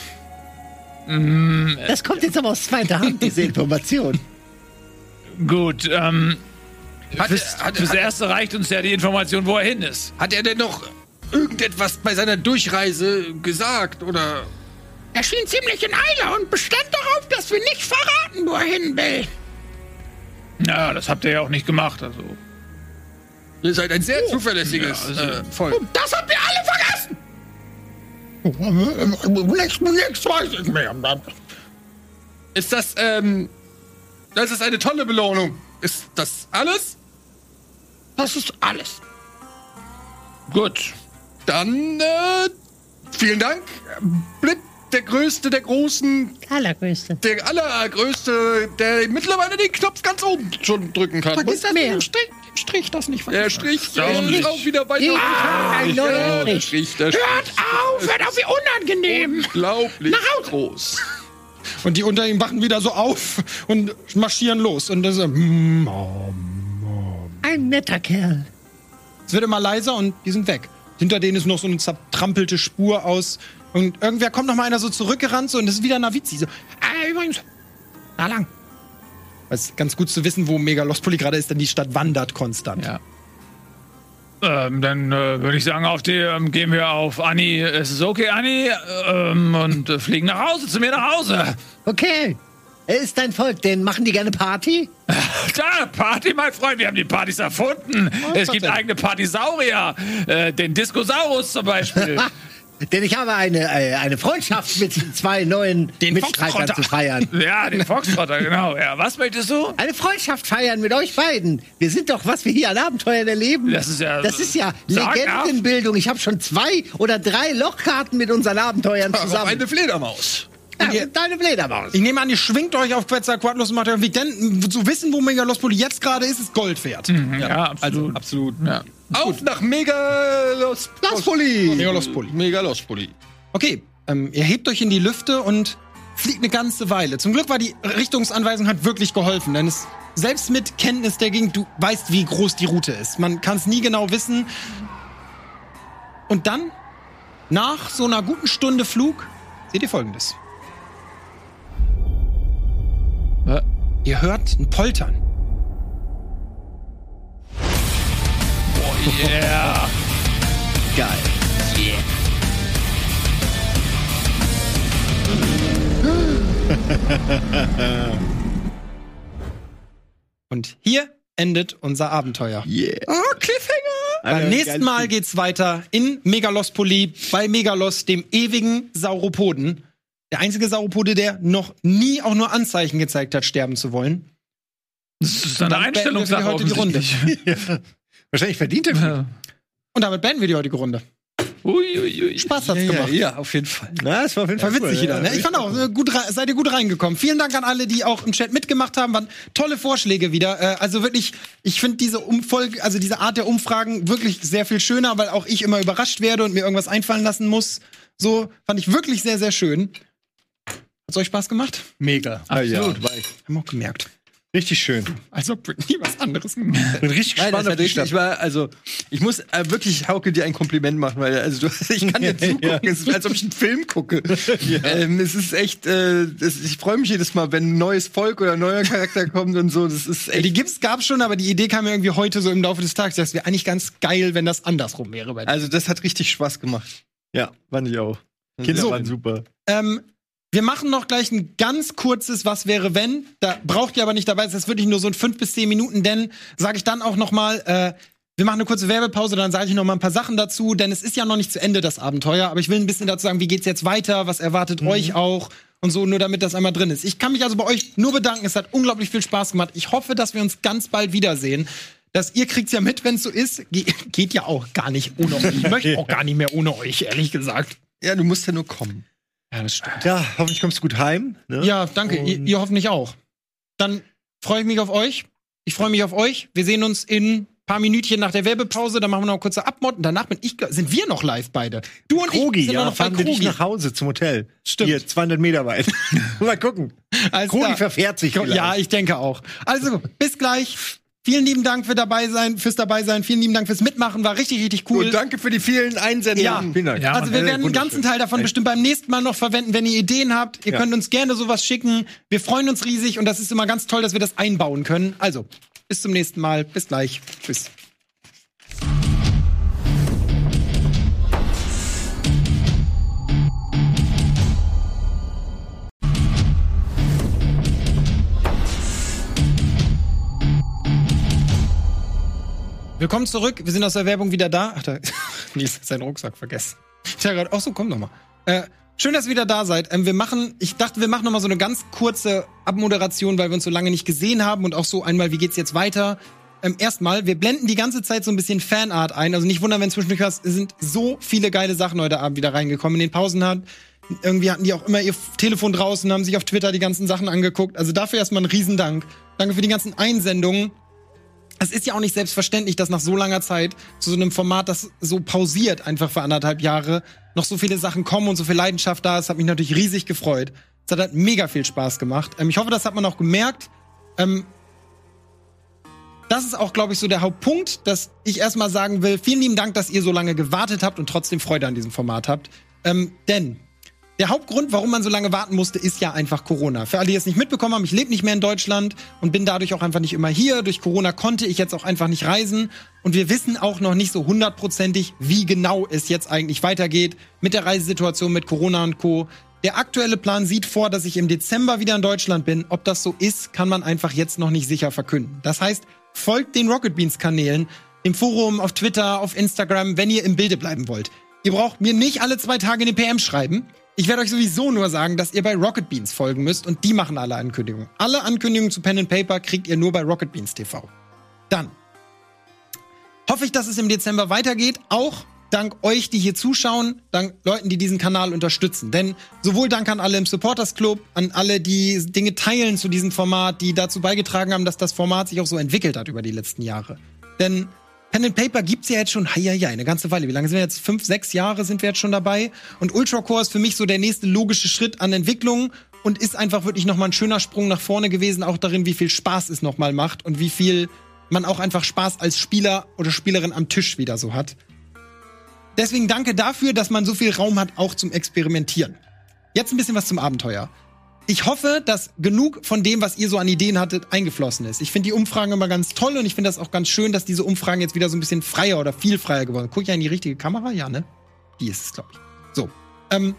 Das kommt jetzt aber aus zweiter Hand, diese Information. Gut, ähm. Hat, Fürs, hat, fürs hat, Erste reicht uns ja die Information, wo er hin ist. hat er denn noch irgendetwas bei seiner Durchreise gesagt, oder? Er schien ziemlich in Eile und bestand darauf, dass wir nicht verraten, wo er hin will. Ja, das habt ihr ja auch nicht gemacht, also. Ihr seid ein sehr zuverlässiges Ja, also- äh, Volk. Das habt ihr alle vergessen! Nichts, nichts weiß ich mehr. Ist das, ähm, das ist eine tolle Belohnung. Ist das alles? Das ist alles. Gut. Dann, äh, vielen Dank. Blit, der Größte der Großen, Allergrößte. der Allergrößte, der mittlerweile den Knopf ganz oben schon drücken kann. Vergiss das mehr. mit dem Strich, Strich das nicht Der vergessen. Strich, der Erstaunlich. Strich auch wieder weiter. Ja, ein neuer Ja, der Strich. Strich, der Strich. Hört auf, hört auf, wie unangenehm. Unglaublich Nach Hause. groß. Und die unter ihm wachen wieder so auf und marschieren los. Und das, äh, Ein netter Kerl. es wird immer leiser und die sind weg. Hinter denen ist noch so eine zertrampelte Spur aus. Und irgendwer kommt noch mal einer so zurückgerannt so, und das ist wieder Navizi. So, Äh, übrigens, da lang. es ist ganz gut zu wissen, wo Megalospoli gerade ist, denn die Stadt wandert konstant. Ja. Ähm, dann äh, würde ich sagen, auf die ähm, gehen wir auf Anni. Es ist okay, Anni. Ähm, und äh, fliegen nach Hause, zu mir nach Hause. Okay. Er ist dein Volk, denn machen die gerne Party? Klar, Party, mein Freund. Wir haben die Partys erfunden. es gibt eigene Partisaurier. Äh, den Diskosaurus zum Beispiel. Denn ich habe eine, äh, eine Freundschaft mit zwei neuen Mitstreitern Foxtrotter. zu feiern. ja, den Foxtrotter, genau. Ja, was möchtest du? Eine Freundschaft feiern mit euch beiden. Wir sind doch, was wir hier an Abenteuern erleben. Das ist ja- Das ist ja Sag Legendenbildung. Ich habe schon zwei oder drei Lochkarten mit unseren Abenteuern Auf zusammen. eine Fledermaus. Ja, und deine Fledermaus. Ich nehme an, ihr schwingt euch auf Quetzalcoatlus und macht euren Weg, denn zu wissen, wo Megalospoli jetzt gerade ist, ist Gold wert. Ja, absolut. Absolut. Ja. Auf nach Megalospoli. Megalospoli. Megalospoli. Okay, ähm, ihr hebt euch in die Lüfte und fliegt eine ganze Weile. Zum Glück war die Richtungsanweisung hat wirklich geholfen, denn es selbst mit Kenntnis der Gegend, du weißt, wie groß die Route ist. Man kann es nie genau wissen. Und dann, nach so einer guten Stunde Flug, seht ihr Folgendes. Was? Ihr hört ein Poltern. Yeah. Geil. Und hier endet unser Abenteuer. Yeah. Oh, Cliffhanger! Beim nächsten Mal geht's weiter in Megalospoli bei Megalos, dem ewigen Sauropoden. Der einzige Sauropode, der noch nie auch nur Anzeichen gezeigt hat, sterben zu wollen. Das ist eine Dann Einstellungssache beenden wir heute die Runde. offensichtlich. Wahrscheinlich verdient er. Ja. Und damit beenden wir die heutige Runde. Ui, ui, ui. Spaß hat's Ja, gemacht. ja, auf jeden Fall. Na, das war auf jeden Fall War witzig cool, wieder, ja. ne? Ich fand auch, äh, gut, rei- seid ihr gut reingekommen. Vielen Dank an alle, die auch im Chat mitgemacht haben. Waren tolle Vorschläge wieder. Äh, also wirklich, ich finde diese Umfolge, also diese Art der Umfragen wirklich sehr viel schöner, weil auch ich immer überrascht werde und mir irgendwas einfallen lassen muss. So fand ich wirklich sehr, sehr schön. Hat's euch Spaß gemacht? Mega. Ah, ja. Haben wir auch gemerkt. Richtig schön. Als ob Britney was anderes gemacht hätte. Bin richtig Nein, das gespannt war auf die richtig, Stadt. ich war, also, ich muss äh, wirklich Hauke dir ein Kompliment machen, weil, also, du, ich kann dir zugucken, es ist, als ob ich einen Film gucke. ähm, es ist echt, äh, das, ich freue mich jedes Mal, wenn ein neues Volk oder ein neuer Charakter kommt und so, das ist Ja, echt. die gibt's, gab's schon, aber die Idee kam mir irgendwie heute so im Laufe des Tages. Das wäre eigentlich ganz geil, wenn das andersrum wäre bei dir. Also, das hat richtig Spaß gemacht. Ja, fand ich auch. Kinder So. waren super. Ähm, wir machen noch gleich ein ganz kurzes Was wäre wenn. Da braucht ihr aber nicht dabei sein. Das ist wirklich nur so ein fünf bis zehn Minuten, denn, sage ich dann auch noch mal, äh, Wir machen eine kurze Werbepause, dann sage ich noch mal ein paar Sachen dazu, denn es ist ja noch nicht zu Ende, das Abenteuer. Aber ich will ein bisschen dazu sagen, wie geht's jetzt weiter, was erwartet mhm. euch auch und so, nur damit das einmal drin ist. Ich kann mich also bei euch nur bedanken, es hat unglaublich viel Spaß gemacht. Ich hoffe, dass wir uns ganz bald wiedersehen. Dass ihr kriegt's ja mit, wenn es so ist. Ge- geht ja auch gar nicht ohne euch. Ich möchte auch gar nicht mehr ohne euch, ehrlich gesagt. Ja, du musst ja nur kommen. Ja, das stimmt. Ja, hoffentlich kommst du gut heim. Ne? Ja, danke. Ihr, ihr hoffentlich auch. Dann freue ich mich auf euch. Ich freue mich auf euch. Wir sehen uns in paar Minütchen nach der Werbepause, dann machen wir noch eine kurze Abmod und danach bin ich, sind wir noch live beide. Du und Krogi, ich sind ja, noch bei fahren wir dich Krogi. nach Hause zum Hotel. Stimmt. Hier, zweihundert Meter weit. Mal gucken. Alles Krogi klar. verfährt sich vielleicht. Ja, ich denke auch. Also, bis gleich. Vielen lieben Dank für dabei sein, fürs dabei sein. Vielen lieben Dank fürs Mitmachen. War richtig, richtig cool. Und danke für die vielen Einsendungen. Ja. Vielen Dank. Ja, Also wir Mann, werden einen ganzen Teil davon bestimmt beim nächsten Mal noch verwenden, wenn ihr Ideen habt. Ihr Ja. könnt uns gerne sowas schicken. Wir freuen uns riesig und das ist immer ganz toll, dass wir das einbauen können. Also, bis zum nächsten Mal. Bis gleich. Tschüss. Willkommen zurück. Wir sind aus der Werbung wieder da. Ach, da Nils hat seinen Rucksack vergessen. Ich dachte gerade, ach so, komm noch mal. Äh, schön, dass ihr wieder da seid. Ähm, wir machen, ich dachte, wir machen noch mal so eine ganz kurze Abmoderation, weil wir uns so lange nicht gesehen haben und auch so einmal, wie geht's jetzt weiter? Ähm, erstmal, wir blenden die ganze Zeit so ein bisschen Fanart ein. Also nicht wundern, wenn zwischendurch was, es sind so viele geile Sachen heute Abend wieder reingekommen. In den Pausen hat irgendwie hatten die auch immer ihr Telefon draußen, haben sich auf Twitter die ganzen Sachen angeguckt. Also dafür erstmal einen Riesendank. Danke für die ganzen Einsendungen. Es ist ja auch nicht selbstverständlich, dass nach so langer Zeit zu so einem Format, das so pausiert, einfach für anderthalb Jahre, noch so viele Sachen kommen und so viel Leidenschaft da ist. Das hat mich natürlich riesig gefreut. Es hat halt mega viel Spaß gemacht. Ähm, ich hoffe, das hat man auch gemerkt. Ähm, das ist auch, glaube ich, so der Hauptpunkt, dass ich erstmal sagen will, vielen lieben Dank, dass ihr so lange gewartet habt und trotzdem Freude an diesem Format habt. Ähm, denn der Hauptgrund, warum man so lange warten musste, ist ja einfach Corona. Für alle, die es nicht mitbekommen haben, ich lebe nicht mehr in Deutschland und bin dadurch auch einfach nicht immer hier. Durch Corona konnte ich jetzt auch einfach nicht reisen. Und wir wissen auch noch nicht so hundertprozentig, wie genau es jetzt eigentlich weitergeht mit der Reisesituation, mit Corona und Co. Der aktuelle Plan sieht vor, dass ich im Dezember wieder in Deutschland bin. Ob das so ist, kann man einfach jetzt noch nicht sicher verkünden. Das heißt, folgt den Rocket Beans Kanälen, im Forum, auf Twitter, auf Instagram, wenn ihr im Bilde bleiben wollt. Ihr braucht mir nicht alle zwei Tage eine P M schreiben. Ich werde euch sowieso nur sagen, dass ihr bei Rocket Beans folgen müsst und die machen alle Ankündigungen. Alle Ankündigungen zu Pen and Paper kriegt ihr nur bei Rocket Beans T V. Dann hoffe ich, dass es im Dezember weitergeht, auch dank euch, die hier zuschauen, dank Leuten, die diesen Kanal unterstützen. Denn sowohl Dank an alle im Supporters Club, an alle, die Dinge teilen zu diesem Format, die dazu beigetragen haben, dass das Format sich auch so entwickelt hat über die letzten Jahre. Denn Pen and Paper gibt's ja jetzt schon, hei, hei, hei, eine ganze Weile. Wie lange sind wir jetzt? Fünf, sechs Jahre sind wir jetzt schon dabei. Und Ultracore ist für mich so der nächste logische Schritt an Entwicklung und ist einfach wirklich nochmal ein schöner Sprung nach vorne gewesen, auch darin, wie viel Spaß es nochmal macht und wie viel man auch einfach Spaß als Spieler oder Spielerin am Tisch wieder so hat. Deswegen danke dafür, dass man so viel Raum hat, auch zum Experimentieren. Jetzt ein bisschen was zum Abenteuer. Ich hoffe, dass genug von dem, was ihr so an Ideen hattet, eingeflossen ist. Ich finde die Umfragen immer ganz toll und ich finde das auch ganz schön, dass diese Umfragen jetzt wieder so ein bisschen freier oder viel freier geworden sind. Guck ich ja in die richtige Kamera? Ja, ne? Die ist es, glaube ich. So. Ähm,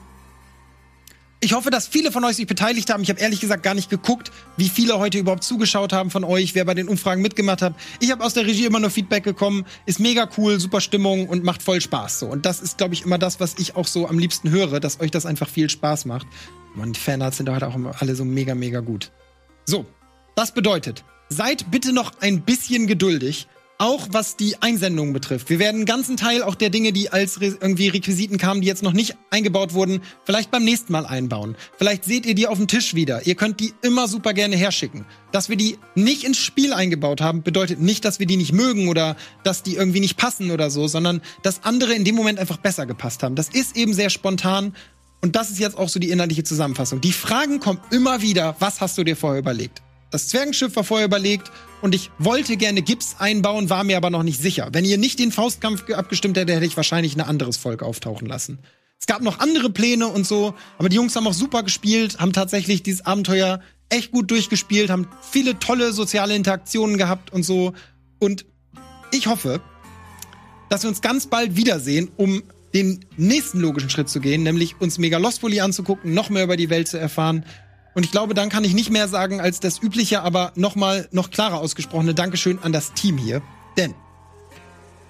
ich hoffe, dass viele von euch sich beteiligt haben. Ich habe ehrlich gesagt gar nicht geguckt, wie viele heute überhaupt zugeschaut haben von euch, wer bei den Umfragen mitgemacht hat. Ich habe aus der Regie immer nur Feedback bekommen. Ist mega cool, super Stimmung und macht voll Spaß. So. Und das ist, glaube ich, immer das, was ich auch so am liebsten höre, dass euch das einfach viel Spaß macht. Und die Fanarts sind heute auch immer alle so mega, mega gut. So, das bedeutet, seid bitte noch ein bisschen geduldig, auch was die Einsendungen betrifft. Wir werden einen ganzen Teil auch der Dinge, die als Re- irgendwie Requisiten kamen, die jetzt noch nicht eingebaut wurden, vielleicht beim nächsten Mal einbauen. Vielleicht seht ihr die auf dem Tisch wieder. Ihr könnt die immer super gerne herschicken. Dass wir die nicht ins Spiel eingebaut haben, bedeutet nicht, dass wir die nicht mögen oder dass die irgendwie nicht passen oder so, sondern dass andere in dem Moment einfach besser gepasst haben. Das ist eben sehr spontan. Und das ist jetzt auch so die inhaltliche Zusammenfassung. Die Fragen kommen immer wieder, was hast du dir vorher überlegt? Das Zwergenschiff war vorher überlegt und ich wollte gerne Gips einbauen, war mir aber noch nicht sicher. Wenn ihr nicht den Faustkampf abgestimmt hättet, hätte ich wahrscheinlich ein anderes Volk auftauchen lassen. Es gab noch andere Pläne und so, aber die Jungs haben auch super gespielt, haben tatsächlich dieses Abenteuer echt gut durchgespielt, haben viele tolle soziale Interaktionen gehabt und so. Und ich hoffe, dass wir uns ganz bald wiedersehen, um den nächsten logischen Schritt zu gehen, nämlich uns Megalospoly anzugucken, noch mehr über die Welt zu erfahren. Und ich glaube, dann kann ich nicht mehr sagen als das übliche, aber noch mal noch klarer ausgesprochene Dankeschön an das Team hier. Denn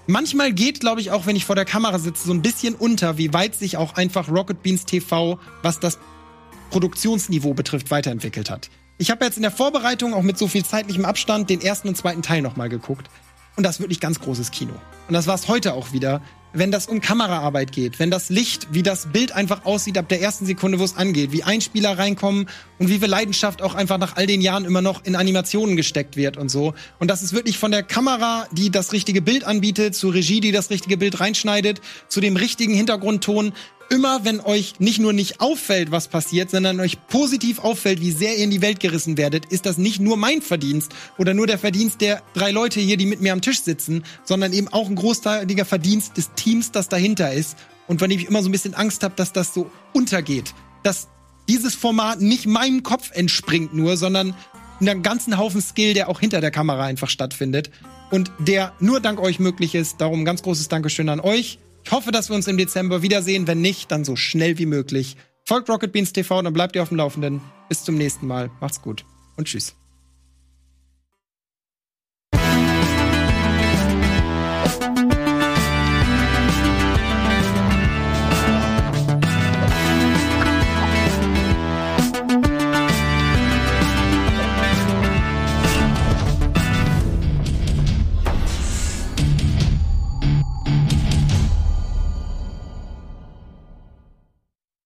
manchmal geht, glaube ich, auch, wenn ich vor der Kamera sitze, so ein bisschen unter, wie weit sich auch einfach Rocket Beans T V, was das Produktionsniveau betrifft, weiterentwickelt hat. Ich habe jetzt in der Vorbereitung auch mit so viel zeitlichem Abstand den ersten und zweiten Teil nochmal geguckt. Und das ist wirklich ganz großes Kino. Und das war es heute auch wieder. Wenn das um Kameraarbeit geht, wenn das Licht, wie das Bild einfach aussieht ab der ersten Sekunde, wo es angeht, wie Einspieler reinkommen und wie viel Leidenschaft auch einfach nach all den Jahren immer noch in Animationen gesteckt wird und so. Und das ist wirklich von der Kamera, die das richtige Bild anbietet, zur Regie, die das richtige Bild reinschneidet, zu dem richtigen Hintergrundton. Immer wenn euch nicht nur nicht auffällt, was passiert, sondern euch positiv auffällt, wie sehr ihr in die Welt gerissen werdet, ist das nicht nur mein Verdienst oder nur der Verdienst der drei Leute hier, die mit mir am Tisch sitzen, sondern eben auch ein großteiliger Verdienst des Teams, das dahinter ist und von dem ich immer so ein bisschen Angst habe, dass das so untergeht. Dass dieses Format nicht meinem Kopf entspringt nur, sondern einen ganzen Haufen Skill, der auch hinter der Kamera einfach stattfindet und der nur dank euch möglich ist. Darum ganz großes Dankeschön an euch. Ich hoffe, dass wir uns im Dezember wiedersehen. Wenn nicht, dann so schnell wie möglich. Folgt Rocket Beans T V, dann bleibt ihr auf dem Laufenden. Bis zum nächsten Mal. Macht's gut und tschüss.